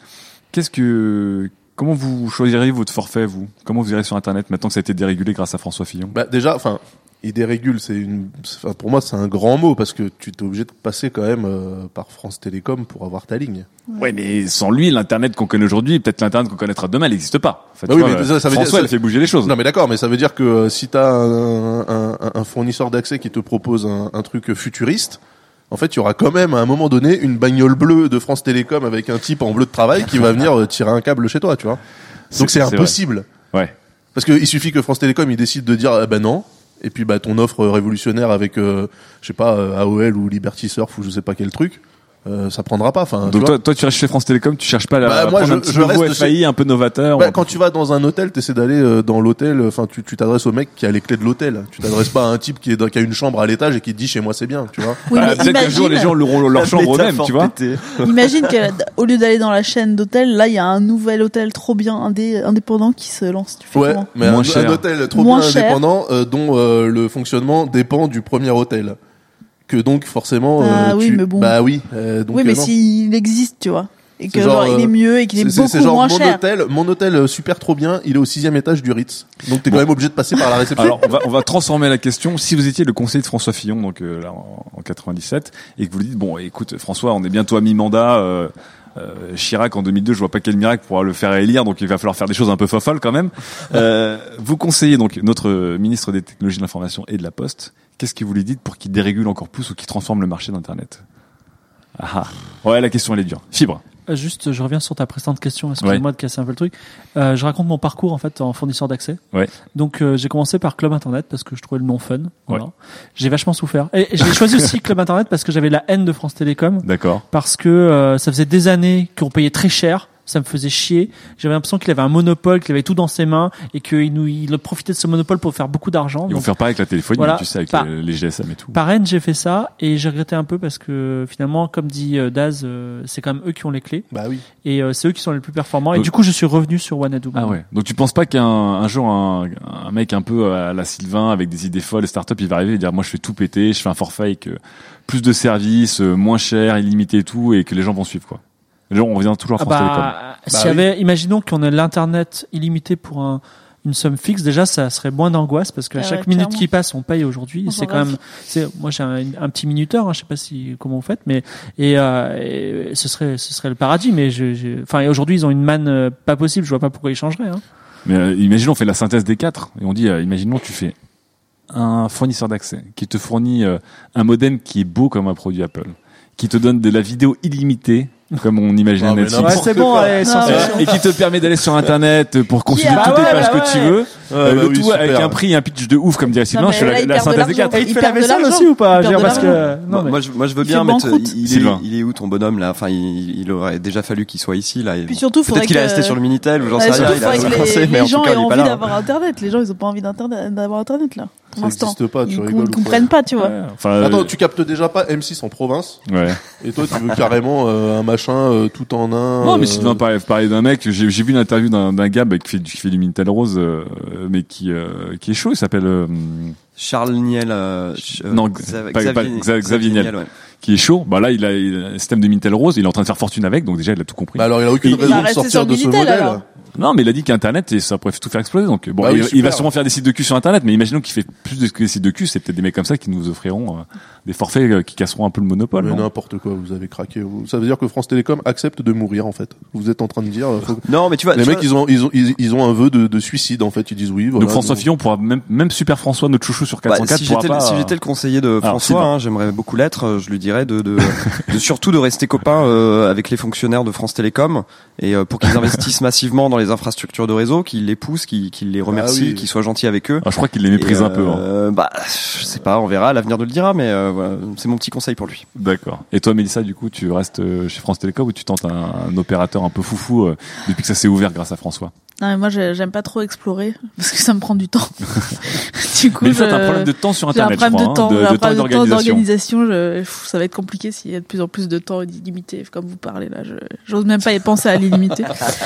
S4: Comment vous choisiriez votre forfait, vous? Comment vous irez sur Internet maintenant que ça a été dérégulé grâce à François Fillon?
S7: Déjà, il dérégule, pour moi c'est un grand mot parce que tu t'es obligé de passer quand même par France Télécom pour avoir ta ligne.
S4: Ouais, mais sans lui, l'internet qu'on connaît aujourd'hui, peut-être l'internet qu'on connaîtra demain, il n'existe pas. En fait, François, elle fait bouger les choses.
S7: Non, mais d'accord, mais ça veut dire que si t'as un fournisseur d'accès qui te propose un truc futuriste, en fait, il y aura quand même à un moment donné une bagnole bleue de France Télécom avec un type en bleu de travail qui va venir tirer un câble chez toi, tu vois. Donc c'est impossible.
S4: Ouais.
S7: Parce que il suffit que France Télécom il décide de dire non. Et puis ton offre révolutionnaire avec je sais pas AOL ou Liberty Surf ou je sais pas quel truc. Ça prendra pas.
S4: Donc toi tu restes chez France Télécom, tu cherches pas à prendre un petit nouveau FAI un peu novateur.
S7: Quand tu vas dans un hôtel, t'essaies d'aller dans l'hôtel. Enfin, tu t'adresses au mec qui a les clés de l'hôtel. Tu t'adresses pas à un type qui a une chambre à l'étage et qui te dit chez moi c'est bien, tu vois.
S8: Oui,
S4: peut-être qu'un jour les gens loueront leur chambre eux-mêmes, tu vois.
S8: Imagine qu'au lieu d'aller dans la chaîne d'hôtels, là il y a un nouvel hôtel trop bien indépendant qui se lance. Tu fais comment?
S7: Mais un hôtel trop bien indépendant dont le fonctionnement dépend du premier hôtel. Que donc forcément
S8: mais s'il existe, tu vois, et que il est mieux et qu'il est beaucoup moins cher.
S7: Mon hôtel super trop bien, il est au 6e étage du Ritz. Donc t'es quand même obligé de passer par la réception.
S4: Alors on va transformer la question. Si vous étiez le conseiller de François Fillon, donc là en 97, et que vous lui dites écoute François, on est bientôt à mi-mandat. Chirac en 2002, je vois pas quel miracle pourra le faire élire, donc il va falloir faire des choses un peu folles quand même. Vous conseillez donc notre ministre des Technologies de l'Information et de la Poste. Qu'est-ce que vous lui dites pour qu'il dérégule encore plus ou qu'il transforme le marché d'Internet? Ouais, la question elle est dure. Fibre.
S5: Juste, je reviens sur ta précédente question. Excusez-moi de casser un peu le truc. Je raconte mon parcours en fait en fournisseur d'accès.
S4: Ouais.
S5: Donc j'ai commencé par Club Internet parce que je trouvais le nom fun. Voilà. Ouais. J'ai vachement souffert. Et j'ai choisi aussi Club Internet parce que j'avais la haine de France Télécom.
S4: D'accord.
S5: Parce que ça faisait des années qu'on payait très cher. Ça me faisait chier. J'avais l'impression qu'il avait un monopole, qu'il avait tout dans ses mains et qu'il profitait de ce monopole pour faire beaucoup d'argent.
S4: Ils vont faire pareil avec la téléphonie, voilà, tu sais, avec les GSM et tout.
S5: Par haine, j'ai fait ça et j'ai regretté un peu parce que finalement, comme dit Daz, c'est quand même eux qui ont les clés.
S7: Bah oui.
S5: Et c'est eux qui sont les plus performants. Et du coup, je suis revenu sur Wanadoo.
S4: Ah ouais. Donc tu penses pas qu'un jour un mec un peu à la Sylvain avec des idées folles, start-up, il va arriver et dire moi je fais tout péter, je fais un forfait avec plus de services, moins cher, illimité et tout, et que les gens vont suivre quoi. On revient toujours à France Télécom.
S5: S'il y avait, imaginons qu'on ait l'internet illimité pour une somme fixe, déjà ça serait moins d'angoisse parce qu'à chaque minute qui passe, on paye aujourd'hui. C'est quand même, moi j'ai un petit minuteur, je sais pas comment vous faites, mais et ce serait le paradis. Mais enfin aujourd'hui ils ont une manne pas possible. Je vois pas pourquoi ils changeraient.
S4: Mais imaginons on fait la synthèse des 4 et on dit imaginons tu fais un fournisseur d'accès qui te fournit un modem qui est beau comme un produit Apple, qui te donne de la vidéo illimitée comme on imagine Netflix.
S5: C'est bon,
S4: et qui te permet d'aller sur Internet pour consulter toutes les pages que tu veux. Le tout avec un prix et un pitch de ouf, comme dirait Sylvain. Je fais la synthèse des 4.
S5: Et il fait la vaisselle aussi ou pas? Parce que
S6: moi je veux bien mettre. Il est où ton bonhomme là? Enfin, il aurait déjà fallu qu'il soit ici là.
S8: Puis surtout,
S6: peut-être qu'il est resté sur le Minitel ou j'en sais rien.
S8: Les gens aient envie d'avoir Internet. Les gens, ils ont pas envie d'avoir Internet là. Pour l'instant, ils ne comprennent pas, tu vois.
S7: Attends, tu captes déjà pas M6 en province.
S4: Ouais.
S7: Et toi, tu veux carrément un machin tout en un.
S4: Non, mais Sylvain parlait d'un mec. J'ai vu une interview d'un gars qui fait du Minitel Rose, mais qui est chaud. Il s'appelle
S6: Charles Niel.
S4: Non, Xavier Niel. Ouais. Qui est chaud. Bah là, il a un système de Minitel Rose. Il est en train de faire fortune avec. Donc déjà, il a tout compris.
S7: Bah alors, il a aucune raison de sortir de ce modèle.
S4: Non, mais il a dit qu'Internet, et ça pourrait tout faire exploser. Donc, bon, il va sûrement faire des sites de cul sur Internet, mais imaginons qu'il fait plus que des sites de cul, c'est peut-être des mecs comme ça qui nous offriront des forfaits qui casseront un peu le monopole.
S7: Mais n'importe quoi, vous avez craqué. Ça veut dire que France Télécom accepte de mourir, en fait. Vous êtes en train de dire,
S6: non, mais tu vois,
S7: les mecs, ils ont un vœu de suicide, en fait. Ils disent oui, voilà.
S4: Donc François Fillon pourra même Super François, notre chouchou sur 404,
S6: si j'étais le conseiller de François, j'aimerais beaucoup l'être, je lui dirais surtout de rester copain, avec les fonctionnaires de France Télécom, et pour qu'ils investissent massivement dans les infrastructures de réseau, qu'il les pousse, qu'il les remercie, qu'il soit gentil avec eux.
S4: Je crois qu'il les méprise un peu.
S6: Je sais pas, on verra, l'avenir de le dira, mais voilà, c'est mon petit conseil pour lui.
S4: D'accord. Et toi, Mélissa, du coup, tu restes chez France Télécom ou tu tentes un opérateur un peu foufou depuis que ça s'est ouvert grâce à François?
S8: Non, mais moi, j'aime pas trop explorer parce que ça me prend du temps. Du coup,
S4: mais t'as un problème de temps sur Internet,
S8: j'ai un problème
S4: de temps
S8: d'organisation. Ça va être compliqué s'il y a de plus en plus de temps illimité, comme vous parlez là. J'ose même pas y penser à l'illimité.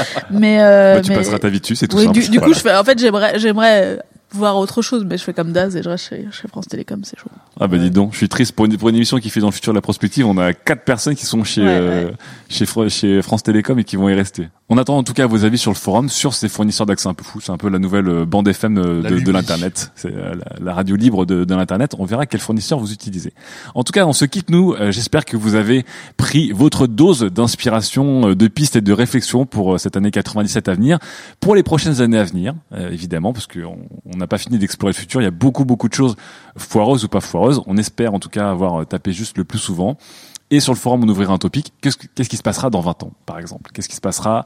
S8: Mais
S4: tu passeras ta vie dessus, c'est tout
S8: simple.
S4: Du
S8: coup, j'aimerais voir autre chose, mais je fais comme Daz et je reste chez France Télécom, c'est chaud.
S4: Ah bah dis donc, je suis triste pour une émission qui fait dans le futur de la prospective, on a 4 personnes qui sont chez France Télécom et qui vont y rester. On attend en tout cas vos avis sur le forum, sur ces fournisseurs d'accès un peu fous. C'est un peu la nouvelle bande FM de l'internet. C'est la radio libre de l'internet. On verra quel fournisseur vous utilisez. En tout cas, on se quitte nous. J'espère que vous avez pris votre dose d'inspiration, de pistes et de réflexion pour cette année 97 à venir, pour les prochaines années à venir, évidemment, parce qu'on n'a pas fini d'explorer le futur. Il y a beaucoup de choses foireuses ou pas foireuses. On espère en tout cas avoir tapé juste le plus souvent. Et sur le forum, on ouvrira un topic. Qu'est-ce qui se passera dans 20 ans, par exemple? Qu'est-ce qui se passera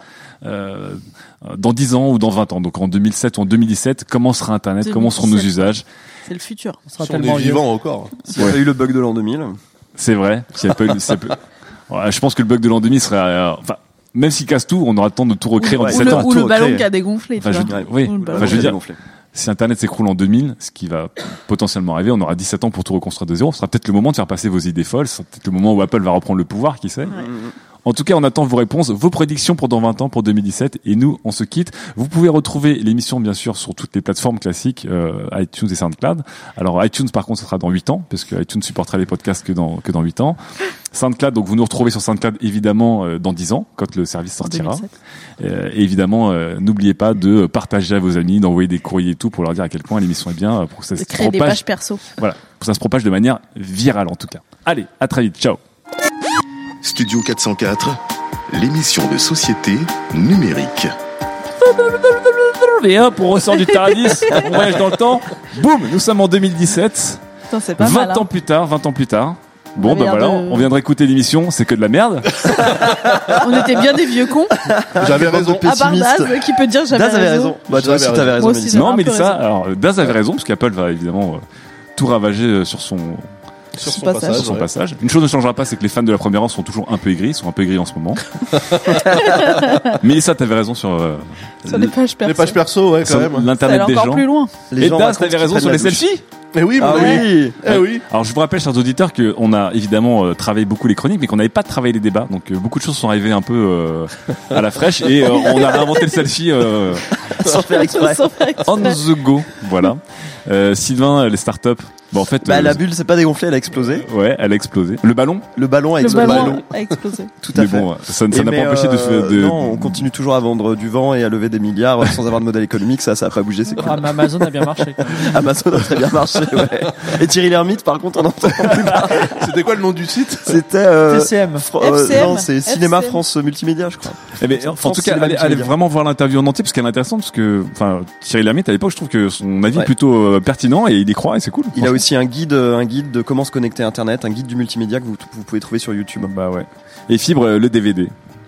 S4: dans 10 ans ou dans 20 ans? Donc en 2007 ou en 2017, comment sera Internet? 2017. Comment seront nos usages?
S8: C'est le futur.
S7: On sera tellement vivants encore.
S6: S'il y avait eu le bug de l'an 2000.
S4: C'est vrai. S'il y a pas eu, je pense que le bug de l'an 2000 serait... même s'il casse tout, on aura le temps de tout recréer en 17 ans.
S8: Ou le ballon qui a dégonflé.
S4: Je veux dire... Si Internet s'écroule en 2000, ce qui va potentiellement arriver, on aura 17 ans pour tout reconstruire de zéro. Ce sera peut-être le moment de faire passer vos idées folles. Ce sera peut-être le moment où Apple va reprendre le pouvoir, qui sait. Ouais. En tout cas, on attend vos réponses, vos prédictions pour dans 20 ans, pour 2017. Et nous, on se quitte. Vous pouvez retrouver l'émission, bien sûr, sur toutes les plateformes classiques, iTunes et SoundCloud. Alors, iTunes, par contre, ce sera dans 8 ans, parce que iTunes supportera les podcasts que dans 8 ans. SoundCloud, donc vous nous retrouvez sur SoundCloud, évidemment, dans 10 ans, quand le service sortira. Et évidemment, n'oubliez pas de partager à vos amis, d'envoyer des courriers et tout pour leur dire à quel point l'émission est bien, pour que ça se propage.
S8: Créer des pages perso.
S4: Voilà. Pour que ça se propage de manière virale, en tout cas. Allez, à très vite. Ciao.
S2: Studio 404, l'émission de société numérique.
S4: Et hop, on ressort du Tardis, on voyage dans le temps. Boum, nous sommes en 2017.
S8: Putain, c'est pas
S4: 20
S8: mal,
S4: ans plus tard. Bon, ben voilà, on vient de réécouter l'émission, c'est que de la merde.
S8: On était bien des vieux cons.
S7: J'avais raison.
S8: À part Daz, qui peut dire j'avais raison.
S6: Bah, toi aussi, t'avais raison.
S4: Non, Mélissa, alors, Daz avait raison, parce qu'Apple va évidemment tout ravager sur son passage. Une chose ne changera pas, c'est que les fans de la première heure sont toujours un peu aigris, en ce moment. Mélissa, t'avais raison sur
S8: les pages perso.
S7: Les pages perso, ouais, quand même.
S4: L'internet des gens.
S8: Plus loin.
S4: Et Daz, t'avais raison sur les selfies.
S7: Mais oui, oui.
S4: Alors je vous rappelle, chers auditeurs, qu'on a évidemment travaillé beaucoup les chroniques, mais qu'on n'avait pas travaillé les débats. Donc beaucoup de choses sont arrivées un peu à la fraîche et on a réinventé le selfie
S6: sans faire exprès.
S4: On the go. Voilà. Sylvain, les startups. Bon, en fait,
S6: la bulle s'est pas dégonflée, elle a explosé.
S4: Ouais, elle a explosé. Le ballon
S6: a explosé.
S8: Le ballon a explosé.
S6: Tout à fait.
S4: Bon, ça n'a pas empêché de...
S6: Non, on continue toujours à vendre du vent et à lever des milliards sans avoir de modèle économique. Ça a pas bougé, c'est cool.
S5: Amazon a bien marché. Quand même.
S6: Amazon a très bien marché, ouais. Et Thierry Lhermitte, par contre, on n'entend plus parler.
S7: C'était quoi le nom du site?
S6: C'était
S5: TCM.
S6: Non, c'est Cinéma France Multimédia, je crois.
S4: En tout cas, allez vraiment voir l'interview en entier parce qu'elle est intéressante parce que, Thierry Lhermitte, à l'époque, je trouve que son avis est plutôt pertinent et il y croit et c'est cool.
S6: Il a aussi un guide de comment se connecter à Internet, un guide du multimédia que vous pouvez trouver sur YouTube.
S4: Bah ouais. Et Fibre, le DVD.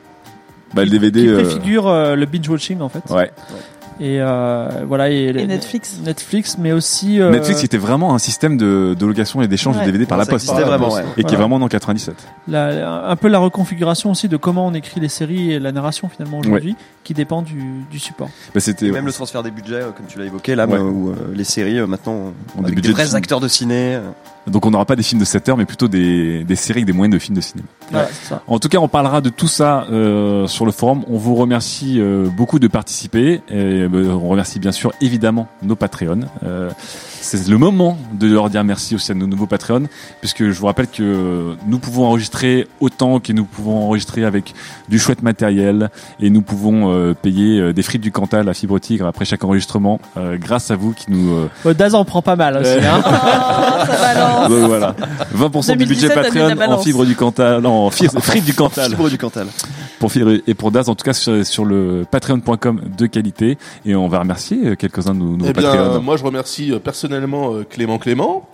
S4: Le DVD.
S5: Qui préfigure le binge watching en fait.
S4: Ouais.
S5: Et voilà.
S8: Et Netflix.
S5: Netflix, mais aussi.
S4: Netflix, qui était vraiment un système de location et d'échange de DVD par la poste.
S6: Existait vraiment, ouais.
S4: Et qui est vraiment en 97.
S5: Un peu la reconfiguration aussi de comment on écrit les séries et la narration finalement aujourd'hui, qui dépend du support.
S6: C'était même le transfert des budgets, comme tu l'as évoqué là, où les séries maintenant ont des vrais acteurs de ciné.
S4: Donc on n'aura pas des films de 7 heures, mais plutôt des séries avec des moyens de films de cinéma.
S5: Ouais, c'est ça.
S4: En tout cas, on parlera de tout ça sur le forum. On vous remercie beaucoup de participer. Et, on remercie bien sûr évidemment nos Patreons. C'est le moment de leur dire merci aussi à nos nouveaux Patreons, puisque je vous rappelle que nous pouvons enregistrer autant que nous pouvons enregistrer avec du chouette matériel et nous pouvons payer des frites du Cantal à Fibre Tigre après chaque enregistrement grâce à vous qui nous...
S5: Daz en prend pas mal aussi. Hein.
S8: Ça balance.
S4: Donc, voilà. 20% du budget Patreon en Fibre du Cantal, en frites du Cantal.
S6: Fibre du Cantal.
S4: Pour Fibre et pour Daz, en tout cas sur le patreon.com de qualité. Et on va remercier quelques-uns de nos Patreons.
S7: Moi je remercie personnellement Clément,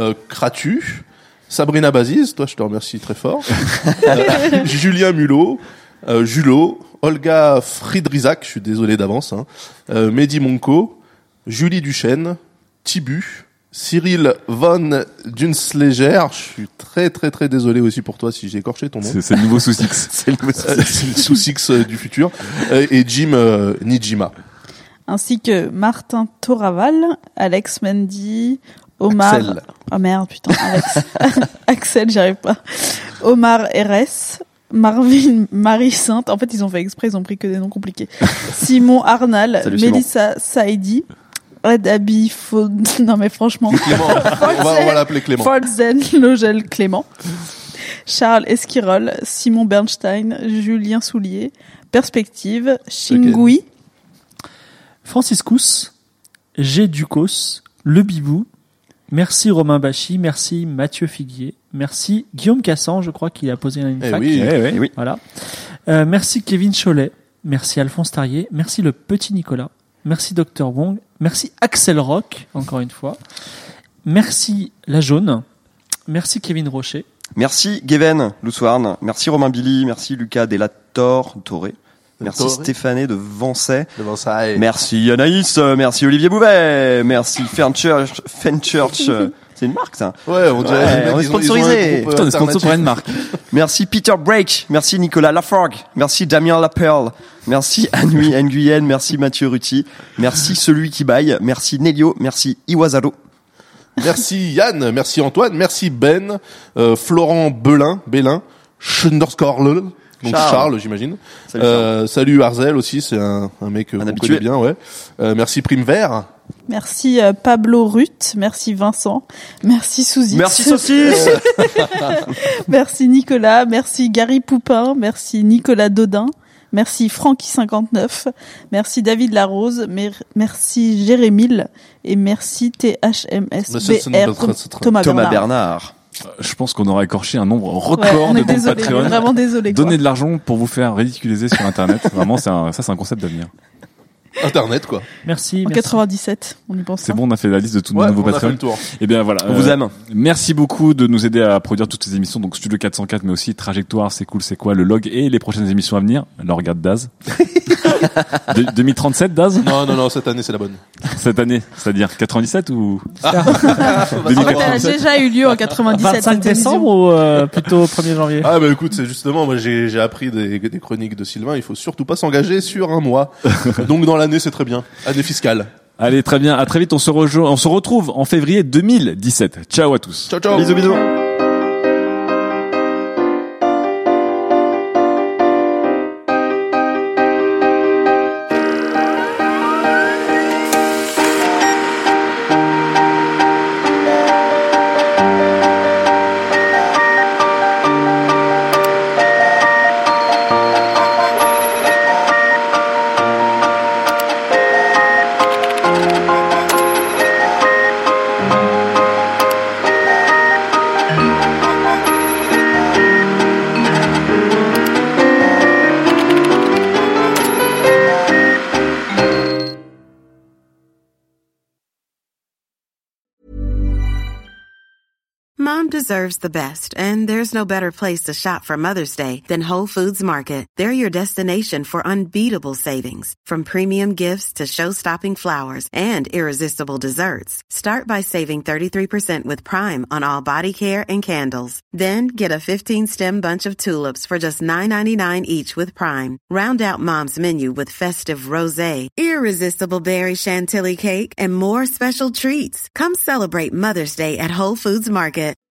S7: Kratu, Sabrina Baziz, toi je te remercie très fort, Julien Mulot, Julot, Olga Friedrichak, je suis désolé d'avance, Mehdi Monco, Julie Duchesne, Tibu, Cyril Von Dunsleger, je suis très très très désolé aussi pour toi si j'ai écorché ton nom.
S4: C'est le nouveau sous-six.
S7: C'est le sous-six du futur. Et Jim Nijima.
S8: Ainsi que Martin Toraval, Alex Mendy, Omar...
S7: Axel.
S8: Oh merde, putain, Alex. Axel, j'y arrive pas. Omar RS, Marvin Marie Sainte. En fait, ils ont fait exprès, ils ont pris que des noms compliqués. Simon Arnal, Mélissa Saidi, Adabi non mais franchement.
S7: Clément. on va l'appeler Clément.
S8: Folzen Logel Clément. Charles Esquirol, Simon Bernstein, Julien Soulier, Perspective, Shingui,
S5: Franciscus, G. Ducos, Le Bibou, merci Romain Bachy, merci Mathieu Figuier, merci Guillaume Cassan, je crois qu'il a posé une fac.
S6: Oui.
S5: Voilà. Merci Kevin Cholet, merci Alphonse Tarier, merci le petit Nicolas, merci Dr Wong, merci Axel Rock, encore une fois, merci La Jaune, merci Kevin Rocher,
S6: merci Geven Louswarn, merci Romain Billy, merci Lucas Delator Toré. Merci Stéphane de Vancey. Merci Anaïs. Merci Olivier Bouvet. Merci Fenchurch. C'est une marque, ça.
S7: Ouais, on dirait.
S6: On est sponsorisé.
S4: Putain, on est sponsor pour une marque.
S6: Merci Peter Break. Merci Nicolas Laforgue. Merci Damien Laperle. Merci Anouy Nguyen. Merci Mathieu Ruti. Merci Celui qui baille. Merci Nelio. Merci Iwasado.
S7: Merci Yann. Merci Antoine. Merci Ben. Florent Bélin. Schndorskorle. Donc Charles j'imagine. Salut Arzel aussi, c'est un mec qu'on connaît bien, ouais. Merci Prime Vert.
S8: Merci Pablo Ruth, merci Vincent, merci Souzix.
S6: Merci Saucisse.
S8: Merci Nicolas, merci Gary Poupin, merci Nicolas Dodin, merci Francky59, merci David Larose, merci Jérémile et merci THMSBR Thomas Bernard.
S4: Je pense qu'on aura écorché un nombre record de dons Patreon.
S8: Vraiment désolé.
S4: Donnez de l'argent pour vous faire ridiculiser sur Internet. Vraiment, c'est un concept d'avenir.
S7: Internet, quoi.
S5: Merci.
S8: En 97, on y pense.
S4: C'est bon, on a fait la liste de tous nos nouveaux Patreons. Et bien voilà.
S6: On vous aime.
S4: Merci beaucoup de nous aider à produire toutes ces émissions. Donc Studio 404, mais aussi Trajectoire, C'est cool, c'est quoi, le log et les prochaines émissions à venir. Le regard de Daz. 2037, Daz?
S7: Non, cette année, c'est la bonne.
S4: Cette année, c'est-à-dire 97 ou?
S8: En fait, elle a déjà eu lieu en 97.
S5: 25 décembre ou plutôt 1er janvier?
S7: Ah bah écoute, c'est justement, moi j'ai appris des chroniques de Sylvain, il faut surtout pas s'engager sur un mois. Donc dans l'année, c'est très bien. Année fiscale.
S4: Allez, très bien. À très vite. On se retrouve en février 2017. Ciao à tous.
S7: Ciao.
S6: Bisous.
S12: deserves the best, and there's no better place to shop for Mother's Day than Whole Foods Market. They're your destination for unbeatable savings, from premium gifts to show-stopping flowers and irresistible desserts. Start by saving 33% with Prime on all body care and candles. Then get a 15-stem bunch of tulips for just $9.99 each with Prime. Round out Mom's menu with festive rosé, irresistible berry chantilly cake, and more special treats. Come celebrate Mother's Day at Whole Foods Market.